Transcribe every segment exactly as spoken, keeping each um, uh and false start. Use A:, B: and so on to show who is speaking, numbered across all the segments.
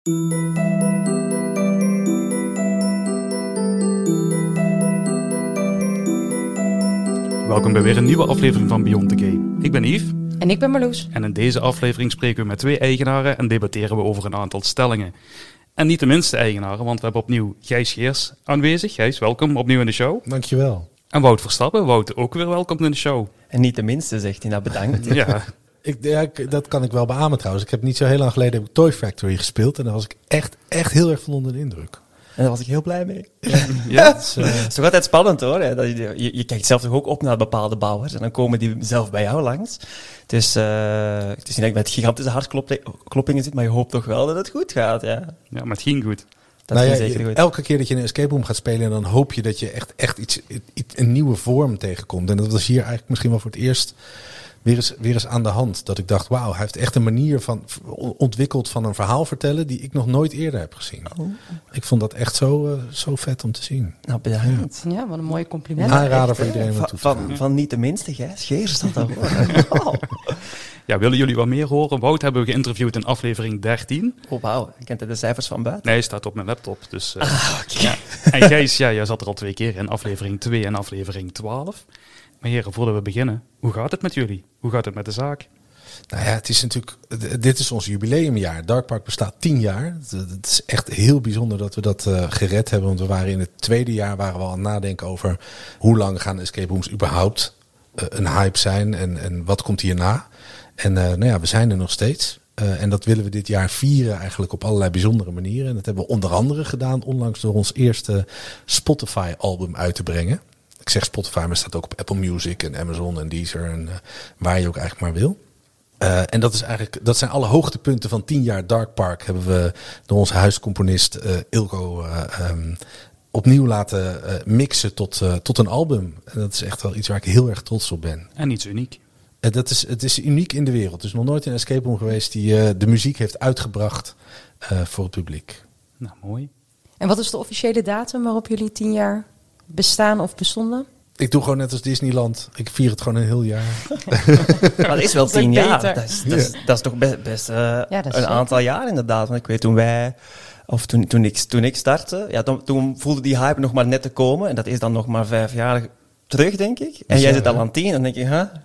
A: Welkom bij weer een nieuwe aflevering van Beyond the Game. Ik ben Yves.
B: En ik ben Marloes.
A: En in deze aflevering spreken we met twee eigenaren en debatteren we over een aantal stellingen. En niet de minste eigenaren, want we hebben opnieuw Gijs Geers aanwezig. Gijs, welkom opnieuw in de show.
C: Dankjewel.
A: En Wout Verstappen. Wout, ook weer welkom in de show.
D: En niet de minste, zegt hij. Nou, bedankt.
A: Ja.
C: Ik, ja, ik- dat kan ik wel beamen trouwens. Ik heb niet zo heel lang geleden heb ik Toy Factory gespeeld. En daar was ik echt, echt heel erg van onder de indruk.
D: En daar was ik heel blij mee.
A: Ja.
C: Dat is, uh,
D: Het is toch altijd spannend hoor. Hè? Dat je, je, je kijkt zelf toch ook op naar bepaalde bouwers. En dan komen die zelf bij jou langs. Dus uh, het is niet dat ik met gigantische hartkloppingen zit, maar je hoopt toch wel dat het goed gaat. Ja.
A: Ja, maar het ging goed.
D: Dat
C: nou
D: is
C: ja,
D: zeker
C: je-
D: goed.
C: elke keer dat je in een escape room gaat spelen, dan hoop je dat je echt, echt iets, iets, een nieuwe vorm tegenkomt. En dat was hier eigenlijk misschien wel voor het eerst weer eens, weer eens aan de hand. Dat ik dacht, wauw, hij heeft echt een manier van ontwikkeld van een verhaal vertellen die ik nog nooit eerder heb gezien.
D: Oh.
C: Ik vond dat echt zo, uh, zo vet om te zien.
D: Nou, bedankt.
B: Ja, wat een mooi compliment.
C: Ja. Aanrader
D: Echt,
C: voor
D: hè?
C: iedereen om
D: van,
C: naartoe te
D: van,
C: gaan.
D: van niet de minste, Gijs. Geers dat dan Wow.
A: Ja, willen jullie wat meer horen? Wout hebben we geïnterviewd in aflevering dertien.
D: Oh, wauw. Kent hij de cijfers van buiten?
A: Nee, hij staat op mijn laptop. Dus, uh,
D: Ah, oké.
A: ja. En Gijs, ja, jij zat er al twee keer in aflevering twee en aflevering twaalf. Maar heren, voordat we beginnen, hoe gaat het met jullie? Hoe gaat het met de zaak?
C: Nou ja, het is natuurlijk, d- dit is ons jubileumjaar. Dark Park bestaat tien jaar. Het, het is echt heel bijzonder dat we dat uh, gered hebben. Want we waren in het tweede jaar waren we al aan het nadenken over hoe lang gaan escape rooms überhaupt uh, een hype zijn en, en wat komt hierna. En uh, nou ja, we zijn er nog steeds. Uh, en dat willen we dit jaar vieren eigenlijk op allerlei bijzondere manieren. En dat hebben we onder andere gedaan onlangs door ons eerste Spotify-album uit te brengen. Ik zeg Spotify, maar het staat ook op Apple Music en Amazon en Deezer en uh, waar je ook eigenlijk maar wil. Uh, en dat is eigenlijk, dat zijn alle hoogtepunten van tien jaar Dark Park. Hebben we door onze huiscomponist uh, Ilko uh, um, opnieuw laten uh, mixen tot, uh, tot een album. En dat is echt wel iets waar ik heel erg trots op ben.
A: En iets uniek.
C: En dat is, het is uniek in de wereld. Er is nog nooit een escape room geweest die uh, de muziek heeft uitgebracht uh, voor het publiek.
A: Nou, mooi.
B: En wat is de officiële datum waarop jullie tien jaar bestaan of bestonden?
C: Ik doe gewoon net als Disneyland. Ik vier het gewoon een heel jaar.
D: Maar dat is wel
B: Dat is
D: tien
B: ook
D: jaar.
B: beter.
D: Dat is, dat, is, dat is toch best, best uh,
B: Ja, dat is
D: een
B: zeker.
D: aantal jaar inderdaad. Want ik weet toen wij, of toen, toen, ik, toen ik startte, ja, toen, toen voelde die hype nog maar net te komen. En dat is dan nog maar vijf jaar terug, denk ik. En
C: Dus
D: jij
C: ja,
D: zit al
C: hè?
D: aan tien. En dan denk je,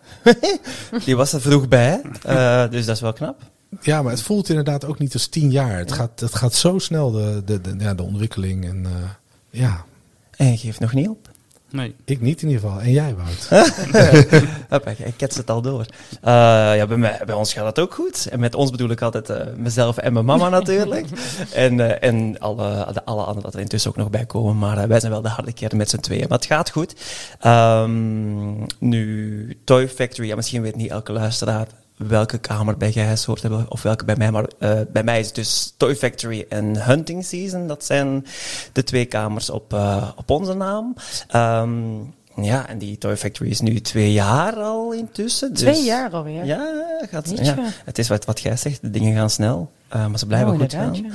D: huh? Die was er vroeg bij. Uh, dus dat is wel knap.
C: Ja, maar het voelt inderdaad ook niet als tien jaar. Het, gaat, het gaat zo snel, de, de, de, ja, de ontwikkeling. En uh, ja,
D: En je geeft nog niet op.
A: Nee.
C: ik niet in ieder geval. En jij, Wout?
D: Hoppa, ik kets het al door. Uh, ja, bij, mij, bij ons gaat het ook goed. En met ons bedoel ik altijd uh, mezelf en mijn mama natuurlijk. en uh, en alle, de, alle anderen dat er intussen ook nog bij komen. Maar uh, wij zijn wel de harde kern met z'n tweeën. Maar het gaat goed. Um, nu, Toy Factory. Ja, misschien weet niet elke luisteraar welke kamer bij Gijs hoort hebben, of welke bij mij. Maar uh, bij mij is het dus Toy Factory en Hunting Season. Dat zijn de twee kamers op, uh, op onze naam. Um, ja, en die Toy Factory is nu twee jaar al intussen. Dus,
B: Twee jaar alweer.
D: Ja, gaat,
B: Jeetje.
D: ja, het is wat, wat jij zegt, de dingen gaan snel. Uh, maar ze blijven
B: Oh,
D: goed
B: inderdaad,
D: gaan.
B: ja.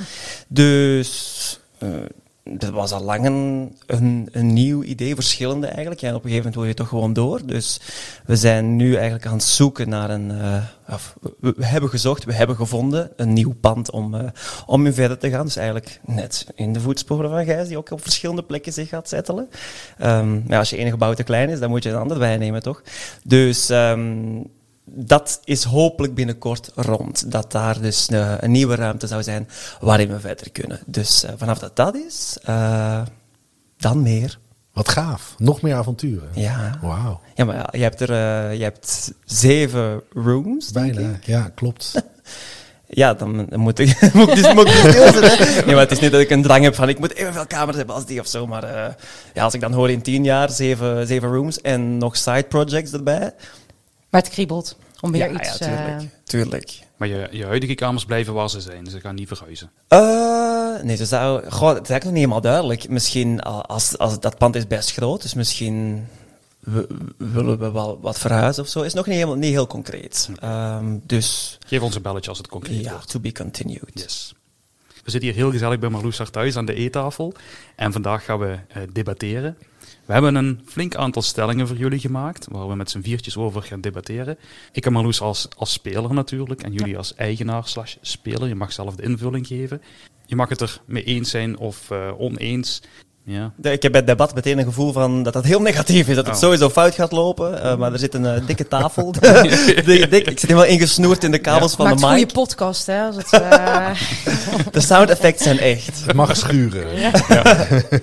D: Dus uh, dat was al lang een, een, een nieuw idee, verschillende eigenlijk. Ja, en op een gegeven moment word je toch gewoon door. Dus we zijn nu eigenlijk aan het zoeken naar een... Uh, of, we, we hebben gezocht, we hebben gevonden een nieuw pand om, uh, om in verder te gaan. Dus eigenlijk net in de voetsporen van Gijs, die ook op verschillende plekken zich gaat settelen. Um, ja, als je één gebouw te klein is, dan moet je een ander bijnemen, toch? Dus... Um, dat is hopelijk binnenkort rond. Dat daar dus uh, een nieuwe ruimte zou zijn waarin we verder kunnen. Dus uh, vanaf dat dat is, uh, dan meer.
C: Wat gaaf. Nog meer avonturen.
D: Ja.
C: Wauw.
D: Ja, maar ja, je hebt er uh, je hebt zeven rooms, denk
C: Bijna.
D: ik.
C: Ja, klopt.
D: Ja, dan, dan moet ik, moet ik dus, moet ik dus stil zitten. Nee, maar het is niet dat ik een drang heb van ik moet evenveel kamers hebben als die of zo. Maar uh, ja, als ik dan hoor in tien jaar zeven, zeven rooms en nog side projects erbij.
B: Maar het kriebelt om weer
D: Ja,
B: iets...
D: ja, tuurlijk.
B: uh,
D: tuurlijk.
A: Maar je, je huidige kamers blijven waar ze zijn. Ze gaan niet verhuizen.
D: Uh, nee, dus dat, goh, het is eigenlijk nog niet helemaal duidelijk. Misschien, als, als dat pand is best groot, dus misschien w- willen we wel wat verhuizen of zo. Is nog niet, helemaal, niet heel concreet. Um, dus
A: Geef ons een belletje als het concreet
D: ja,
A: wordt.
D: to be continued.
A: Yes. We zitten hier heel gezellig bij Marloes haar thuis aan de eettafel. En vandaag gaan we uh, debatteren. We hebben een flink aantal stellingen voor jullie gemaakt, waar we met z'n viertjes over gaan debatteren. Ik en Marloes als, als speler natuurlijk, en jullie ja. als eigenaar slash speler. Je mag zelf de invulling geven. Je mag het er mee eens zijn of uh, oneens. Ja.
D: Ik heb bij het debat meteen een gevoel van dat dat heel negatief is. Dat het oh. sowieso fout gaat lopen. Uh, maar er zit een uh, dikke tafel. dik, dik. Ik zit helemaal ingesnoerd in de kabels ja. van
B: Maakt
D: de mic.
B: Maakt een goede podcast, hè. Als het, uh...
D: de sound effects zijn echt.
C: Het mag schuren. Ja.
A: Ja.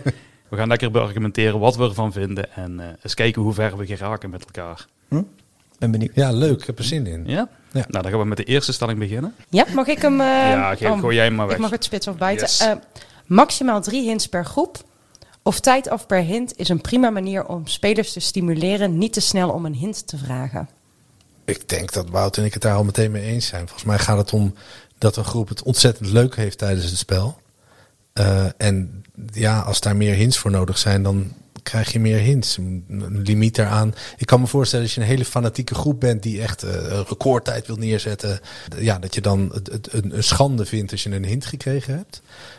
A: We gaan lekker beargumenteren wat we ervan vinden. En uh, eens kijken hoe ver we geraken met elkaar.
D: Hm? Ben benieuwd.
C: Ja, leuk. Ik heb er zin in.
A: Ja? Ja. Nou, dan gaan we met de eerste stelling beginnen.
B: Ja, mag ik hem... Uh...
A: Ja, geef, oh, gooi jij maar weg.
B: Ik mag het spits afbijten.
A: Yes.
B: Uh, maximaal drie hints per groep. Of tijd af per hint is een prima manier om spelers te stimuleren niet te snel om een hint te vragen.
C: Ik denk dat Wout en ik het daar al meteen mee eens zijn. Volgens mij gaat het om dat een groep het ontzettend leuk heeft tijdens het spel. Uh, en ja, als daar meer hints voor nodig zijn, dan krijg je meer hints. Een limiet daaraan. Ik kan me voorstellen, als je een hele fanatieke groep bent die echt uh, een recordtijd wil neerzetten, ja, dat je dan het, het, een, een schande vindt als je een hint gekregen hebt.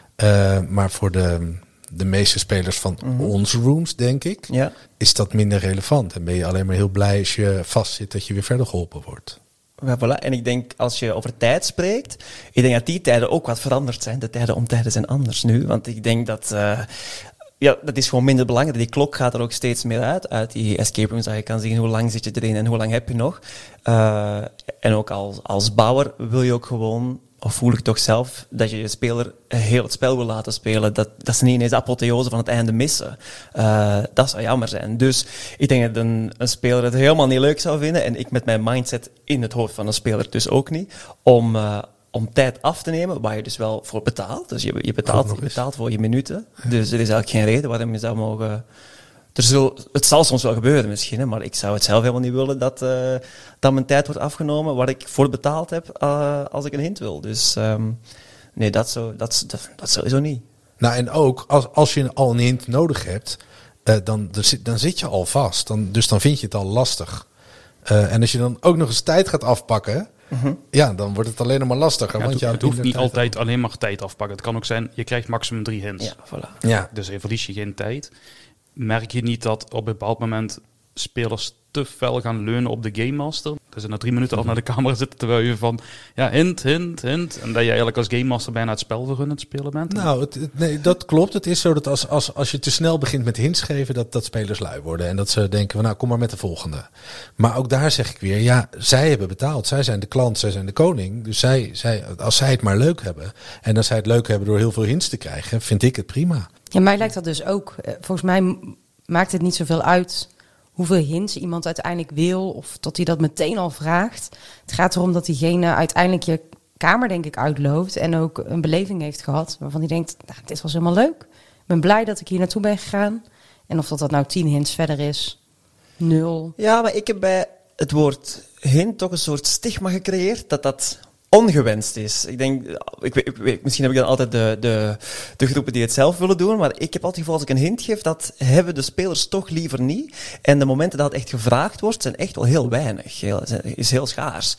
C: Uh, maar voor de... de meeste spelers van mm-hmm. onze rooms, denk ik, ja. is dat minder relevant. En ben je alleen maar heel blij als je vastzit dat je weer verder geholpen wordt.
D: Ja, voilà. En ik denk, als je over tijd spreekt, ik denk dat die tijden ook wat veranderd zijn. De tijden om tijden zijn anders nu. Want ik denk dat... Uh, ja, dat is gewoon minder belangrijk. Die klok gaat er ook steeds meer uit, uit die escape rooms. Dat je kan zien hoe lang zit je erin en hoe lang heb je nog. Uh, en ook als, als bouwer wil je ook gewoon... Of voel ik toch zelf dat je je speler heel het spel wil laten spelen. Dat, dat ze niet ineens de apotheose van het einde missen. Uh, dat zou jammer zijn. Dus ik denk dat een, een speler het helemaal niet leuk zou vinden. En ik met mijn mindset in het hoofd van een speler dus ook niet. Om, uh, om tijd af te nemen waar je dus wel voor betaalt. Dus je, je betaalt, je betaalt voor je minuten. Dus er is eigenlijk geen reden waarom je zou mogen... Er zal, het zal soms wel gebeuren misschien, hè, maar ik zou het zelf helemaal niet willen dat, uh, dat mijn tijd wordt afgenomen waar ik voor betaald heb uh, als ik een hint wil. Dus um, nee, dat, zo, dat, dat, dat sowieso niet.
C: Nou, en ook als, als je al een hint nodig hebt, uh, dan, dan zit je al vast. Dan, dus dan vind je het al lastig. Uh, en als je dan ook nog eens tijd gaat afpakken, mm-hmm. ja, dan wordt het alleen maar lastiger.
A: Ja,
C: want
A: het,
C: je
A: het hoeft niet altijd
C: af.
A: alleen maar tijd afpakken. Het kan ook zijn, je krijgt maximum drie hints.
D: Ja, voilà.
C: Ja.
A: Dus dan verlies je geen tijd. Merk je niet dat op een bepaald moment spelers te fel gaan leunen op de Game Master? Dat ze na drie minuten al naar de camera zitten te wuiven van... Ja, hint, hint, hint. En dat je eigenlijk als Game Master bijna het spel voor hun aan het spelen bent.
C: Nou, het, het, nee, dat klopt. Het is zo dat als, als, als je te snel begint met hints geven... Dat, dat spelers lui worden. En dat ze denken, van, nou, kom maar met de volgende. Maar ook daar zeg ik weer, ja, zij hebben betaald. Zij zijn de klant, zij zijn de koning. Dus zij, zij, als zij het maar leuk hebben... en als zij het leuk hebben door heel veel hints te krijgen... vind ik het prima.
B: Ja, mij lijkt dat dus ook. Volgens mij maakt het niet zoveel uit hoeveel hints iemand uiteindelijk wil of dat hij dat meteen al vraagt. Het gaat erom dat diegene uiteindelijk je kamer, denk ik, uitloopt en ook een beleving heeft gehad waarvan hij denkt, nou, dit was helemaal leuk. Ik ben blij dat ik hier naartoe ben gegaan. En of dat, dat nou tien hints verder is, nul.
D: Ja, maar ik heb bij het woord hint toch een soort stigma gecreëerd dat dat... ongewenst is. Ik denk, ik weet, ik weet, misschien heb ik dan altijd de, de, de groepen die het zelf willen doen, maar ik heb altijd het gevoel als ik een hint geef, dat hebben de spelers toch liever niet. En de momenten dat het echt gevraagd wordt, zijn echt wel heel weinig. Heel, is heel schaars.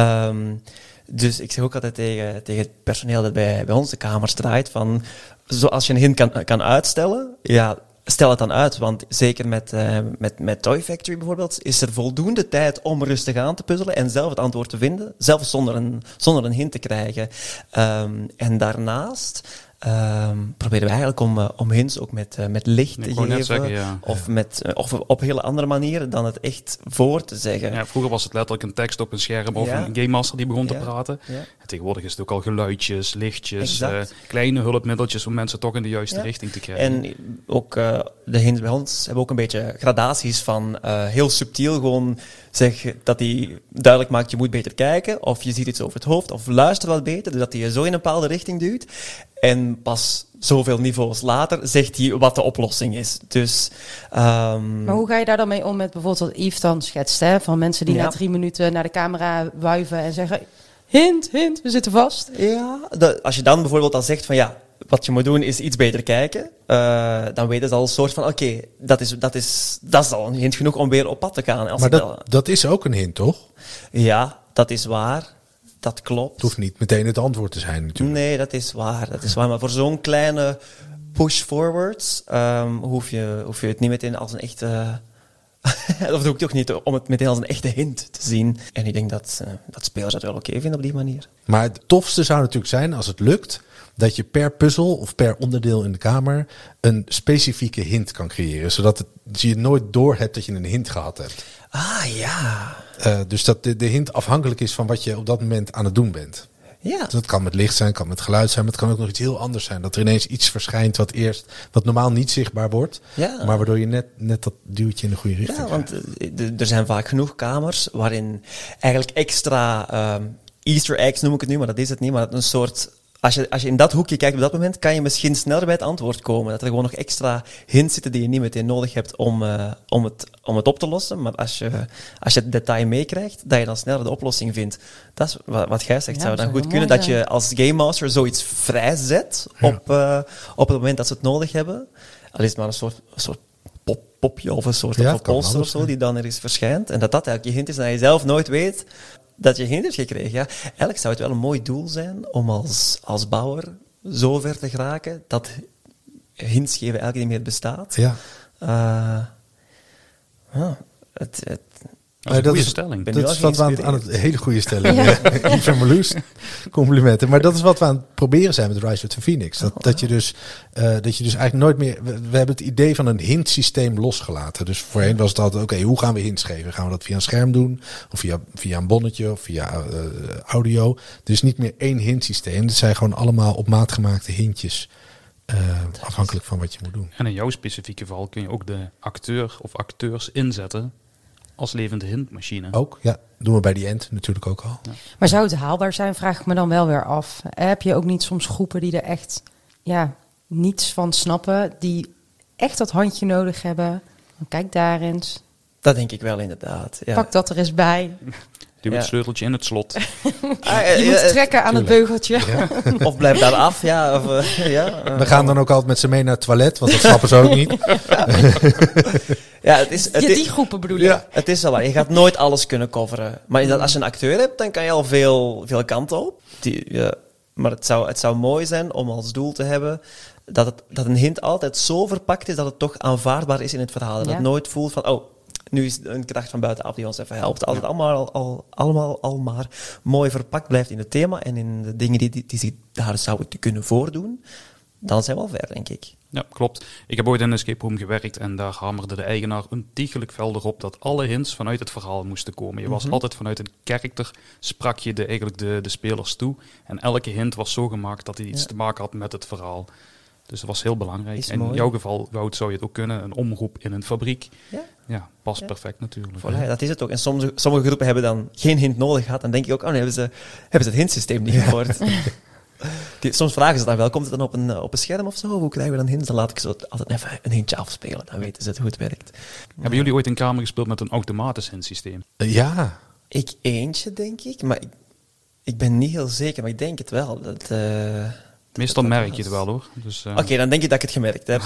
D: Um, dus ik zeg ook altijd tegen, tegen het personeel dat bij, bij ons de kamers draait, van, zoals je een hint kan, kan uitstellen, ja, stel het dan uit, want zeker met, uh, met, met Toy Factory bijvoorbeeld, is er voldoende tijd om rustig aan te puzzelen en zelf het antwoord te vinden, zelfs zonder een, zonder een hint te krijgen. Um, en daarnaast um, proberen we eigenlijk om, uh, om hints ook met, uh, met licht
A: nee,
D: te geven,
A: zeggen, ja.
D: of, met, uh, of op hele andere manieren dan het echt voor te zeggen.
A: Ja, vroeger was het letterlijk een tekst op een scherm of
D: ja.
A: een Game Master die begon te
D: ja.
A: praten.
D: Ja.
A: En tegenwoordig is het ook al geluidjes, lichtjes, uh,
D: Exact.
A: kleine hulpmiddeltjes om mensen toch in de juiste ja. richting te krijgen.
D: En ook uh, de hints bij ons hebben ook een beetje gradaties van uh, heel subtiel gewoon zeg dat hij duidelijk maakt je moet beter kijken of je ziet iets over het hoofd of luister wat beter, dus dat hij je zo in een bepaalde richting duwt. En pas zoveel niveaus later zegt hij wat de oplossing is. Dus, um...
B: Maar hoe ga je daar dan mee om met bijvoorbeeld wat Yves dan schetst, hè? Van mensen die ja. na drie minuten naar de camera wuiven en zeggen, hint, hint, we zitten vast.
D: Ja, de, als je dan bijvoorbeeld al zegt van ja, wat je moet doen is iets beter kijken, uh, dan weten ze al een soort van, oké, okay, dat, is, dat, is, dat is al een hint genoeg om weer op pad te gaan. Als
C: maar dat,
D: wel...
C: dat is ook een hint, toch?
D: Ja, dat is waar. Dat klopt.
C: Het hoeft niet meteen het antwoord te zijn natuurlijk.
D: Nee, dat is waar. Dat is waar. Maar voor zo'n kleine push forwards, um, hoef, je, hoef je het niet meteen als een echte... of doe ik toch niet om het meteen als een echte hint te zien. En ik denk dat, uh, dat spelers dat wel oké vinden op die manier.
C: Maar het tofste zou natuurlijk zijn als het lukt dat je per puzzel of per onderdeel in de kamer een specifieke hint kan creëren. Zodat het, je nooit door hebt dat je een hint gehad hebt.
D: Ah, ja.
C: Uh, dus dat de, de hint afhankelijk is van wat je op dat moment aan het doen bent.
D: Ja.
C: Dus dat kan met licht zijn, kan met geluid zijn, maar het kan ook nog iets heel anders zijn. Dat er ineens iets verschijnt wat eerst, wat normaal niet zichtbaar wordt,
D: Ja.
C: maar waardoor je net, net dat duwtje in de goede richting
D: Ja,
C: krijgt.
D: want uh, d- er zijn vaak genoeg kamers waarin eigenlijk extra um, Easter eggs, noem ik het nu, maar dat is het niet, maar een soort... Als je, als je in dat hoekje kijkt op dat moment, kan je misschien sneller bij het antwoord komen. Dat er gewoon nog extra hints zitten die je niet meteen nodig hebt om, uh, om, het, om het op te lossen. Maar als je, als je het detail meekrijgt, dat je dan sneller de oplossing vindt. Dat is wat, wat jij zegt.
B: Ja,
D: zou
B: dat
D: dan
B: zou
D: goed
B: heel
D: kunnen
B: mooi
D: dat
B: zijn.
D: je als Game Master zoiets vrijzet
C: Ja.
D: op, uh, op het moment dat ze het nodig hebben. Al is het maar een soort, een soort pop, popje of een soort
C: Ja,
D: of
C: het
D: een
C: kan
D: poster of
C: alles
D: zo
C: zijn.
D: die dan ergens verschijnt. En dat dat eigenlijk je hint is en dat je zelf nooit weet dat je hint hebt gekregen. Ja. Eigenlijk zou het wel een mooi doel zijn om als, als bouwer zo ver te geraken dat hints geven eigenlijk niet meer bestaat.
C: Ja.
D: Uh, ja, het, het,
A: Dat is een
C: dat
A: goede
C: is-
A: stelling.
D: ben
C: Dat
D: nu
C: is
D: al
C: wat we aan het, aan
D: geïnspireerd.
C: het hele goede stelling. Ja. Yves en Marloes, complimenten. Maar dat is wat we aan het proberen zijn met Rise of the Phoenix. Dat, dat, je dus, uh, dat je dus eigenlijk nooit meer... We, we hebben het idee van een hintsysteem losgelaten. Dus voorheen was het altijd, oké, okay, hoe gaan we hints geven? Gaan we dat via een scherm doen? Of via, via een bonnetje? Of via uh, audio? Er is niet meer één hintsysteem. Het zijn gewoon allemaal op maat gemaakte hintjes. Uh, afhankelijk van wat je moet doen.
A: En in jouw specifieke geval kun je ook de acteur of acteurs inzetten als levende hintmachine.
C: Ook, ja. Doen we bij die end natuurlijk ook al.
B: Maar zou het haalbaar zijn, vraag ik me dan wel weer af. Heb je ook niet soms groepen die er echt ja, niets van snappen, die echt dat handje nodig hebben? Dan kijk daar eens,
D: dat denk ik wel inderdaad. Ja.
B: pak dat er eens bij.
A: Duw
D: Ja.
A: het sleuteltje in het slot.
D: Ah, eh,
B: Je
D: ja,
B: moet
D: eh,
B: trekken aan het
C: tuurlijk.
B: beugeltje.
C: Ja.
D: Of blijf daar af, ja. Of, uh, ja uh,
C: We gaan dan ook altijd met ze mee naar het toilet, want dat snappen ze ook niet.
D: Ja, het is, het
B: Ja,
D: is,
B: die groepen bedoel ik.
C: Ja.
D: het is wel waar. Je gaat nooit alles kunnen coveren. Maar dat, als je een acteur hebt, dan kan je al veel, veel kanten op. Die, ja, maar het zou, het zou mooi zijn om als doel te hebben dat, het, dat een hint altijd zo verpakt is dat het toch aanvaardbaar is in het verhaal. Dat
B: Ja.
D: het nooit voelt van, oh, nu is een kracht van buitenaf die ons even helpt. Als het allemaal al, al, allemaal al maar mooi verpakt blijft in het thema en in de dingen die, die, die zich daar zouden te kunnen voordoen, dan zijn we al ver, denk ik.
A: Ja, klopt. Ik heb ooit in een escape room gewerkt en daar hamerde de eigenaar ontiegelijk fel erop dat alle hints vanuit het verhaal moesten komen. Je was
D: Mhm.
A: altijd vanuit een karakter, sprak je de, eigenlijk de, de spelers toe. En elke hint was zo gemaakt dat hij iets
D: Ja.
A: te maken had met het verhaal. Dus dat was heel belangrijk.
D: Is
A: En in
D: mooi.
A: jouw geval, Wout, zou je het ook kunnen. Een omroep in een fabriek.
D: Ja.
A: Ja, past
D: Ja.
A: perfect natuurlijk.
D: Voilà, dat is het ook. En sommige, sommige groepen hebben dan geen hint nodig gehad. Dan denk ik ook, oh nee, hebben ze, hebben ze het hintsysteem niet gehoord. Die, soms vragen ze dan wel, komt het dan op een, op een scherm of zo? Hoe krijgen we dan hints? Dan laat ik ze altijd even een hintje afspelen. Dan weten ze hoe het werkt.
A: Hebben jullie ooit in kamer gespeeld met een automatisch hintsysteem?
C: Uh, ja,
D: Ik eentje, denk ik. Maar ik, ik ben niet heel zeker, maar ik denk het wel. Dat, eh, dat
A: Meestal
D: dat
A: merk
D: was.
A: je het wel hoor. Dus, eh,
D: Oké, dan denk je dat ik het gemerkt heb.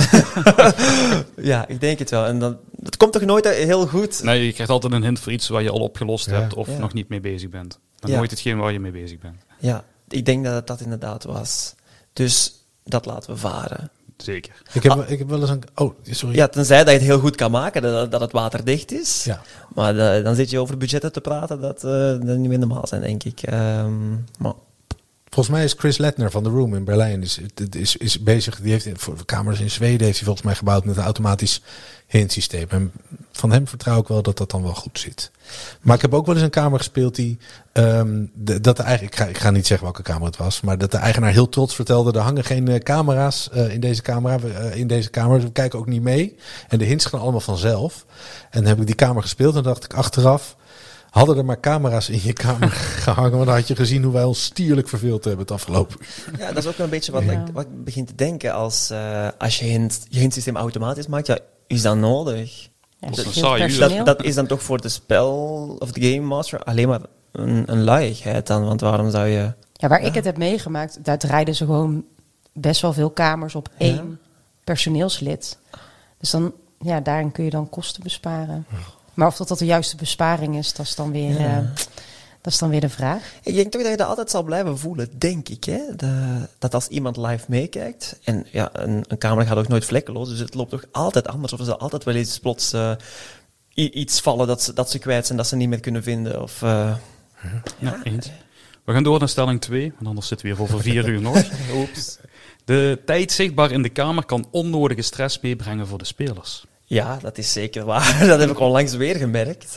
D: Ja, ik denk het wel. En dan, dat komt toch nooit heel goed?
A: Nee, je krijgt altijd een hint voor iets waar je al opgelost
C: Ja.
A: hebt of
D: Ja.
A: nog niet mee bezig bent. Maar
D: Ja.
A: nooit hetgeen waar je mee bezig bent.
D: Ja, ik denk dat het dat inderdaad was. Dus dat laten we varen.
A: Zeker.
C: ik heb,
D: Ah.
C: ik heb wel eens een... Oh, sorry.
D: Ja, tenzij dat je het heel goed kan maken, dat, dat het waterdicht is.
C: Ja.
D: Maar eh, dan zit je over budgetten te praten, dat, eh, dat niet meer normaal zijn, denk ik. Ehm, maar
C: Volgens mij is Chris Ledner van The Room in Berlijn is, is, is bezig. Die heeft in, voor kamers in Zweden heeft hij volgens mij gebouwd met een automatisch hintsysteem. En van hem vertrouw ik wel dat dat dan wel goed zit. Maar ik heb ook wel eens een kamer gespeeld die um, de, dat de eigen, ik ga, ik ga niet zeggen welke kamer het was, maar dat de eigenaar heel trots vertelde: er hangen geen uh, camera's uh, in deze camera, uh, in deze kamer. We kijken ook niet mee. En de hints gaan allemaal vanzelf. En dan heb ik die kamer gespeeld en dacht ik achteraf: hadden er maar camera's in je kamer gehangen, want dan had je gezien hoe wij ons stierlijk verveeld hebben het afgelopen uur.
D: ja, dat is ook wel een beetje wat,
B: Ja.
D: ik, wat ik begin te denken. Als, uh, als je hint, je hintsysteem automatisch maakt, ja, is dat nodig?
B: Ja,
A: Dat is een
B: veel
A: saai uur.
B: personeel.
D: Dat, dat is dan toch voor de spel of de game master alleen maar een, een luiigheid dan. Want waarom zou je...
B: Ja, waar
D: Ja.
B: ik het heb meegemaakt, daar draaiden ze gewoon best wel veel kamers op
D: Ja.
B: één personeelslid. Dus dan, ja, daarin kun je dan kosten besparen. Maar of dat, dat de juiste besparing is, dat is dan weer...
D: Ja.
B: eh, Dat is dan weer de vraag.
D: Ik denk toch dat je dat altijd zal blijven voelen, denk ik. Hè? De, dat als iemand live meekijkt, en ja, een, een camera gaat ook nooit vlekkeloos, dus het loopt toch altijd anders. Of er zal altijd wel eens plots uh, iets vallen dat ze, dat ze kwijt zijn, dat ze niet meer kunnen vinden. Of, uh,
A: ja, ja, eens. We gaan door naar stelling twee, want anders zitten we hier voor vier uur nog.
D: Oeps.
A: De tijd zichtbaar in de kamer kan onnodige stress meebrengen voor de spelers.
D: Ja, dat is zeker waar. Dat heb ik onlangs weer gemerkt.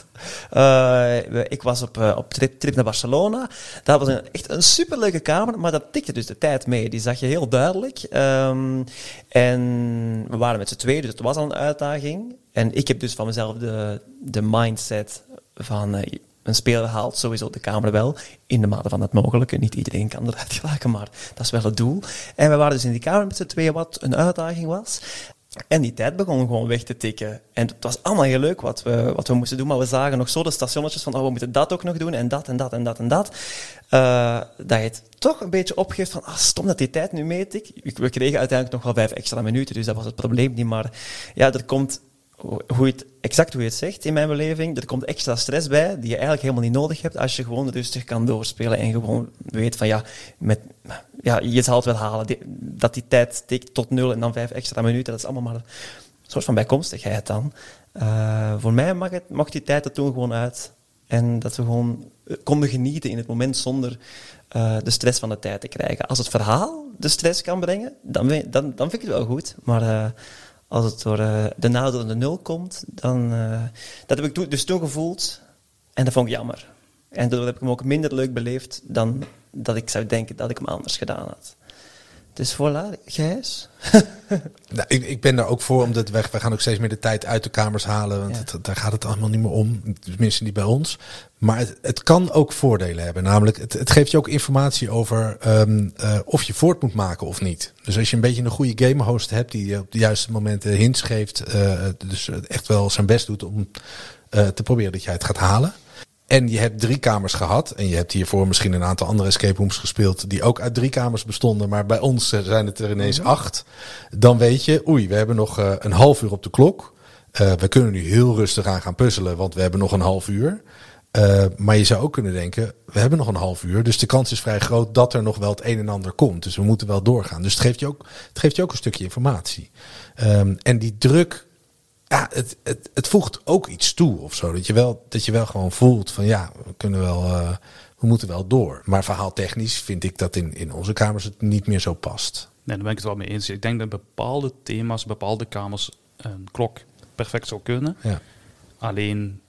D: Uh, ik was op, uh, op trip, trip naar Barcelona. Dat was een, echt een superleuke kamer, maar dat tikte dus de tijd mee. Die zag je heel duidelijk. Um, en we waren met z'n tweeën, dus het was al een uitdaging. En ik heb dus van mezelf de, de mindset van... Uh, een speler haalt sowieso de kamer wel, in de mate van het mogelijke. Niet iedereen kan eruit geraken, maar dat is wel het doel. En we waren dus in die kamer met z'n tweeën, wat een uitdaging was. En die tijd begon gewoon weg te tikken. En het was allemaal heel leuk wat we, wat we moesten doen, maar we zagen nog zo de stationnetjes van, oh, we moeten dat ook nog doen, en dat, en dat, en dat, en dat. Uh, dat je het toch een beetje opgeeft van, ah, stom dat die tijd nu meetikt. We kregen uiteindelijk nog wel vijf extra minuten, dus dat was het probleem niet. Maar ja, er komt... Hoe je het, exact hoe je het zegt in mijn beleving, er komt extra stress bij die je eigenlijk helemaal niet nodig hebt als je gewoon rustig kan doorspelen en gewoon weet van ja, met, ja je zal het wel halen. Die, dat die tijd tikt tot nul en dan vijf extra minuten, dat is allemaal maar een soort van bijkomstigheid dan. Uh, voor mij mag, het, mag die tijd er toen gewoon uit en dat we gewoon konden genieten in het moment zonder uh, de stress van de tijd te krijgen. Als het verhaal de stress kan brengen, dan, dan, dan vind ik het wel goed, maar... Uh, Als het door uh, de nadeel en de nul komt, dan... Uh, dat heb ik to- dus toen gevoeld. En dat vond ik jammer. En daardoor heb ik hem ook minder leuk beleefd dan dat ik zou denken dat ik hem anders gedaan had. Dus voilà, Gijs.
C: Nou, ik, ik ben daar ook voor, omdat we, we gaan ook steeds meer de tijd uit de kamers halen. Want
D: Ja.
C: het, daar gaat het allemaal niet meer om. Tenminste niet bij ons. Maar het, het kan ook voordelen hebben. Namelijk, het, het geeft je ook informatie over um, uh, of je voort moet maken of niet. Dus als je een beetje een goede gamehost hebt die op de juiste momenten hints geeft. Uh, dus echt wel zijn best doet om uh, te proberen dat jij het gaat halen. En je hebt drie kamers gehad. En je hebt hiervoor misschien een aantal andere escape rooms gespeeld. Die ook uit drie kamers bestonden. Maar bij ons zijn het er ineens mm-hmm. acht. Dan weet je, oei, we hebben nog uh, een half uur op de klok. Uh, we kunnen nu heel rustig aan gaan puzzelen. Want we hebben nog een half uur. Uh, maar je zou ook kunnen denken, we hebben nog een half uur. Dus de kans is vrij groot dat er nog wel het een en ander komt. Dus we moeten wel doorgaan. Dus het geeft je ook, het geeft je ook een stukje informatie. Um, en die druk... Ja, het, het, het voegt ook iets toe of zo. Dat je wel, dat je wel gewoon voelt van ja, we kunnen wel, uh, we moeten wel door. Maar verhaaltechnisch vind ik dat in, in onze kamers het niet meer zo past.
A: Nee, daar ben ik het wel mee eens. Ik denk dat bepaalde thema's, bepaalde kamers een klok perfect zou kunnen.
C: Ja.
A: Alleen,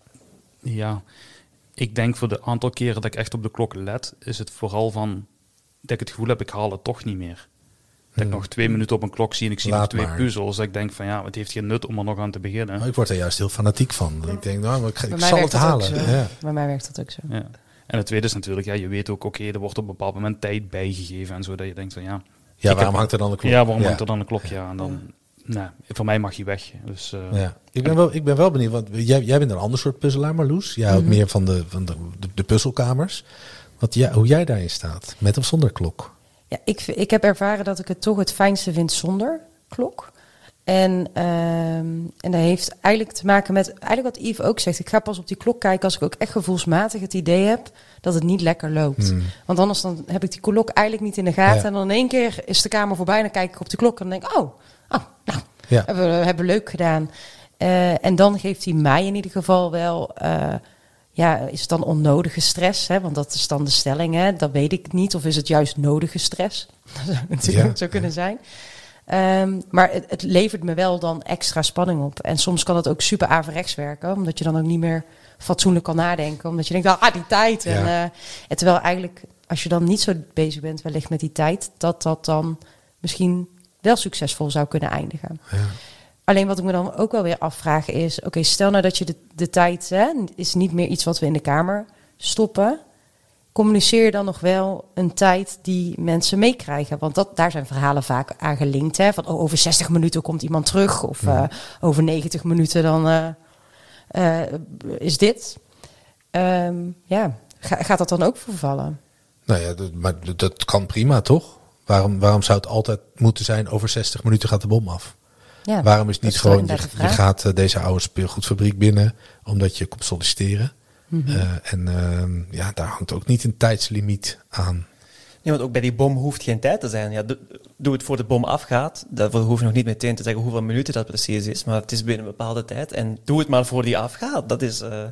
A: ja, ik denk voor de aantal keren dat ik echt op de klok let, is het vooral van dat ik het gevoel heb, ik haal het toch niet meer. Dat ik nog twee minuten op een klok zie en ik zie
C: Laat
A: nog twee
C: maar.
A: puzzels. Dat ik denk van ja, het heeft geen nut om er nog aan te beginnen.
C: Maar ik word er juist heel fanatiek van. Ik denk, nou, maar ik, ik
B: Bij mij
C: zal
B: werkt
C: het
B: dat ook
C: halen.
B: zo.
C: Ja.
B: Bij mij werkt dat ook zo.
A: Ja. En het tweede is natuurlijk, ja, je weet ook, oké, okay, er wordt op een bepaald moment tijd bijgegeven en zo, dat je denkt van ja...
C: Ja,
A: ik
C: waarom
A: heb,
C: hangt er dan de klok?
A: Ja, waarom
C: ja.
A: hangt er dan een klokje aan? Dan, nee, voor mij mag hij weg. Dus, uh,
C: Ja. Ik ben wel, ik ben wel benieuwd, want jij, jij bent een ander soort puzzelaar, Marloes. Jij houdt
B: Mm-hmm.
C: meer van de, van de, de, de puzzelkamers. Wat, ja, hoe jij daarin staat, met of zonder klok.
B: Ja, ik, ik heb ervaren dat ik het toch het fijnste vind zonder klok. En, um, en dat heeft eigenlijk te maken met, eigenlijk wat Yves ook zegt. Ik ga pas op die klok kijken als ik ook echt gevoelsmatig het idee heb dat het niet lekker loopt.
C: Hmm.
B: Want anders dan heb ik die klok eigenlijk niet in de gaten.
C: Ja.
B: En dan in één keer is de kamer voorbij en dan kijk ik op de klok en dan denk ik, oh, oh nou,
C: Ja.
B: hebben we hebben we leuk gedaan. Uh, en dan geeft hij mij in ieder geval wel... Uh, Ja, is het dan onnodige stress? Hè? Want dat is dan de stelling, hè? Dat weet ik niet. Of is het juist nodige stress? Dat zou natuurlijk
C: Ja.
B: zo kunnen zijn. Um, maar het, het levert me wel dan extra spanning op. En soms kan het ook super averechts werken. Omdat je dan ook niet meer fatsoenlijk kan nadenken. Omdat je denkt, ah, die tijd. En,
C: Ja.
B: uh, en terwijl eigenlijk, als je dan niet zo bezig bent wellicht met die tijd... dat dat dan misschien wel succesvol zou kunnen eindigen.
C: Ja.
B: Alleen wat ik me dan ook wel weer afvraag is... Oké, okay, stel nou dat je de, de tijd... Hè, is niet meer iets wat we in de kamer stoppen. Communiceer je dan nog wel een tijd die mensen meekrijgen? Want dat, daar zijn verhalen vaak aan gelinkt. Hè, van oh, over zestig minuten komt iemand terug. Of
C: Ja.
B: uh, over negentig minuten dan uh, uh, is dit. Um, ja, Ga, gaat dat dan ook vervallen?
C: Nou ja, dat, maar dat kan prima, toch? Waarom, waarom zou het altijd moeten zijn over zestig minuten gaat de bom af?
B: Ja,
C: Waarom is het niet
B: dat is
C: gewoon,
B: toch
C: je,
B: inderdaad de
C: je
B: vraag.
C: gaat uh, deze oude speelgoedfabriek binnen omdat je komt solliciteren.
B: Mm-hmm.
C: Uh, en uh, ja, daar hangt ook niet een tijdslimiet aan.
D: Nee, want ook bij die bom hoeft geen tijd te zijn. Ja, doe, doe het voor de bom afgaat. Daarvoor hoef je nog niet meteen te zeggen hoeveel minuten dat precies is. Maar het is binnen een bepaalde tijd. En doe het maar voor die afgaat. Dat is, uh,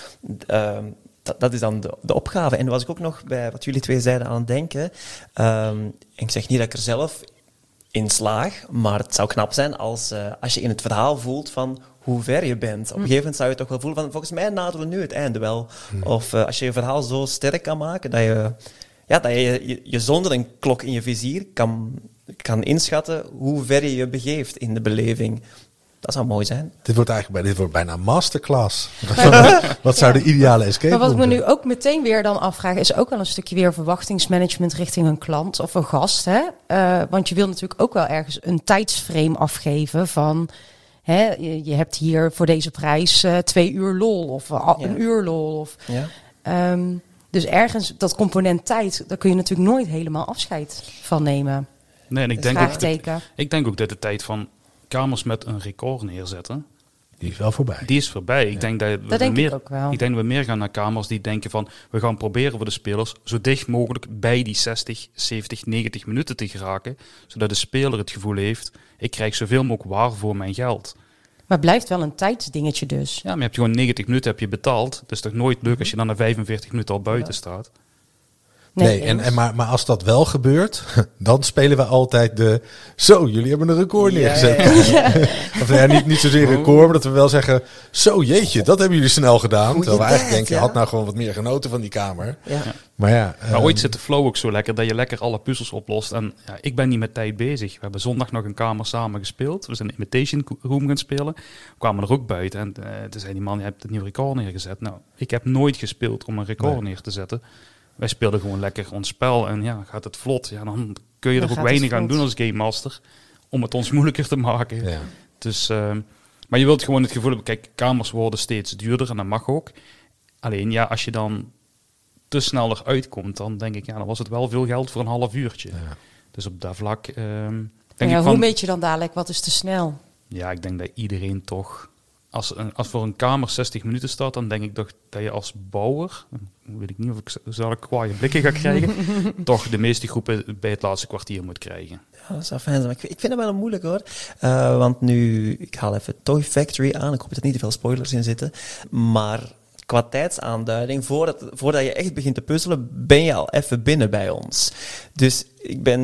D: uh, dat, dat is dan de, de opgave. En was ik ook nog bij wat jullie twee zeiden aan het denken. Um, ik zeg niet dat ik er zelf in slaag. Maar het zou knap zijn als, uh, als je in het verhaal voelt van hoe ver je bent. Op een gegeven moment zou je toch wel voelen van volgens mij naderen we nu het einde wel. Hmm. Of uh, als je je verhaal zo sterk kan maken dat je... Ja, dat je, je je zonder een klok in je vizier kan, kan inschatten hoe ver je je begeeft in de beleving. Dat zou mooi zijn.
C: Dit wordt eigenlijk bij, dit wordt bijna een masterclass. Wat zou de ideale escape
B: Maar wat ik me
C: zijn?
B: nu ook meteen weer dan afvraag, is ook wel een stukje weer verwachtingsmanagement richting een klant of een gast. Hè? Uh, want je wil natuurlijk ook wel ergens een tijdsframe afgeven van... Hè, je, je hebt hier voor deze prijs uh, twee uur lol of uh,
D: Ja.
B: een uur lol. Of,
D: Ja.
B: um, Dus ergens, dat component tijd, daar kun je natuurlijk nooit helemaal afscheid van nemen.
A: Nee, en ik
B: Het
A: denk, ook dat,
B: vraagteken.
A: ik denk ook dat de tijd van kamers met een record neerzetten,
C: Die is wel voorbij.
A: die is voorbij. Ik
C: Ja.
A: denk dat, we
B: Dat denk
A: meer,
B: ik ook wel.
A: ik denk dat we meer gaan naar kamers die denken van, we gaan proberen voor de spelers zo dicht mogelijk bij die zestig, zeventig, negentig minuten te geraken, zodat de speler het gevoel heeft, ik krijg zoveel mogelijk waar voor mijn geld.
B: Maar het blijft wel een tijdsdingetje dus.
A: Ja, maar je hebt gewoon negentig minuten heb je betaald. Het is toch nooit leuk als je dan na vijfenveertig minuten al buiten staat.
C: Nee, en, en maar, maar als dat wel gebeurt, dan spelen we altijd de... Zo, jullie hebben een record
D: Ja,
C: neergezet.
D: ja, ja.
C: Of ja, niet, niet zozeer een record, maar dat we wel zeggen... Zo, jeetje, dat hebben jullie snel gedaan.
D: Goeie
C: Terwijl we eigenlijk
D: tijd,
C: denken, je
D: ja.
C: had nou gewoon wat meer genoten van die kamer.
D: Ja.
C: Maar ja...
A: Maar
C: ehm,
A: ooit zit de flow ook zo lekker dat je lekker alle puzzels oplost. En ja, ik ben niet met tijd bezig. We hebben zondag nog een kamer samen gespeeld. We zijn een Imitation Room gaan spelen. We kwamen er ook buiten. En uh, toen zei die man, je hebt een nieuw record neergezet. Nou, ik heb nooit gespeeld om een record
C: Nee.
A: neer te zetten. Wij speelden gewoon lekker ons spel. En ja, gaat het vlot. Ja, dan kun je
B: Dan
A: er ook
B: gaat
A: weinig
B: het
A: aan
B: vlot.
A: doen als Game Master. Om het ons moeilijker te maken.
C: ja.
A: Dus, uh, maar je wilt gewoon het gevoel hebben, kijk, kamers worden steeds duurder en dat mag ook. Alleen ja, als je dan te snel eruit komt, dan denk ik, ja, dan was het wel veel geld voor een half uurtje.
C: Ja.
A: Dus op dat vlak um,
B: Maar
A: denk
B: ja,
A: ik
B: hoe
A: van,
B: meet je dan dadelijk, wat is te snel?
A: ja, ik denk dat iedereen toch, als, een, als voor een kamer zestig minuten staat, dan denk ik toch dat je als bouwer, weet ik niet of ik zo kwaaie blikken ga krijgen, toch de meeste groepen bij het laatste kwartier moet krijgen.
D: Ja, dat zou fijn zijn. Maar ik, ik vind het wel moeilijk hoor. Uh, want nu, ik haal even Toy Factory aan. Ik hoop dat er niet te veel spoilers in zitten. Maar qua tijdsaanduiding, voordat, voordat je echt begint te puzzelen, ben je al even binnen bij ons. Dus ik ben...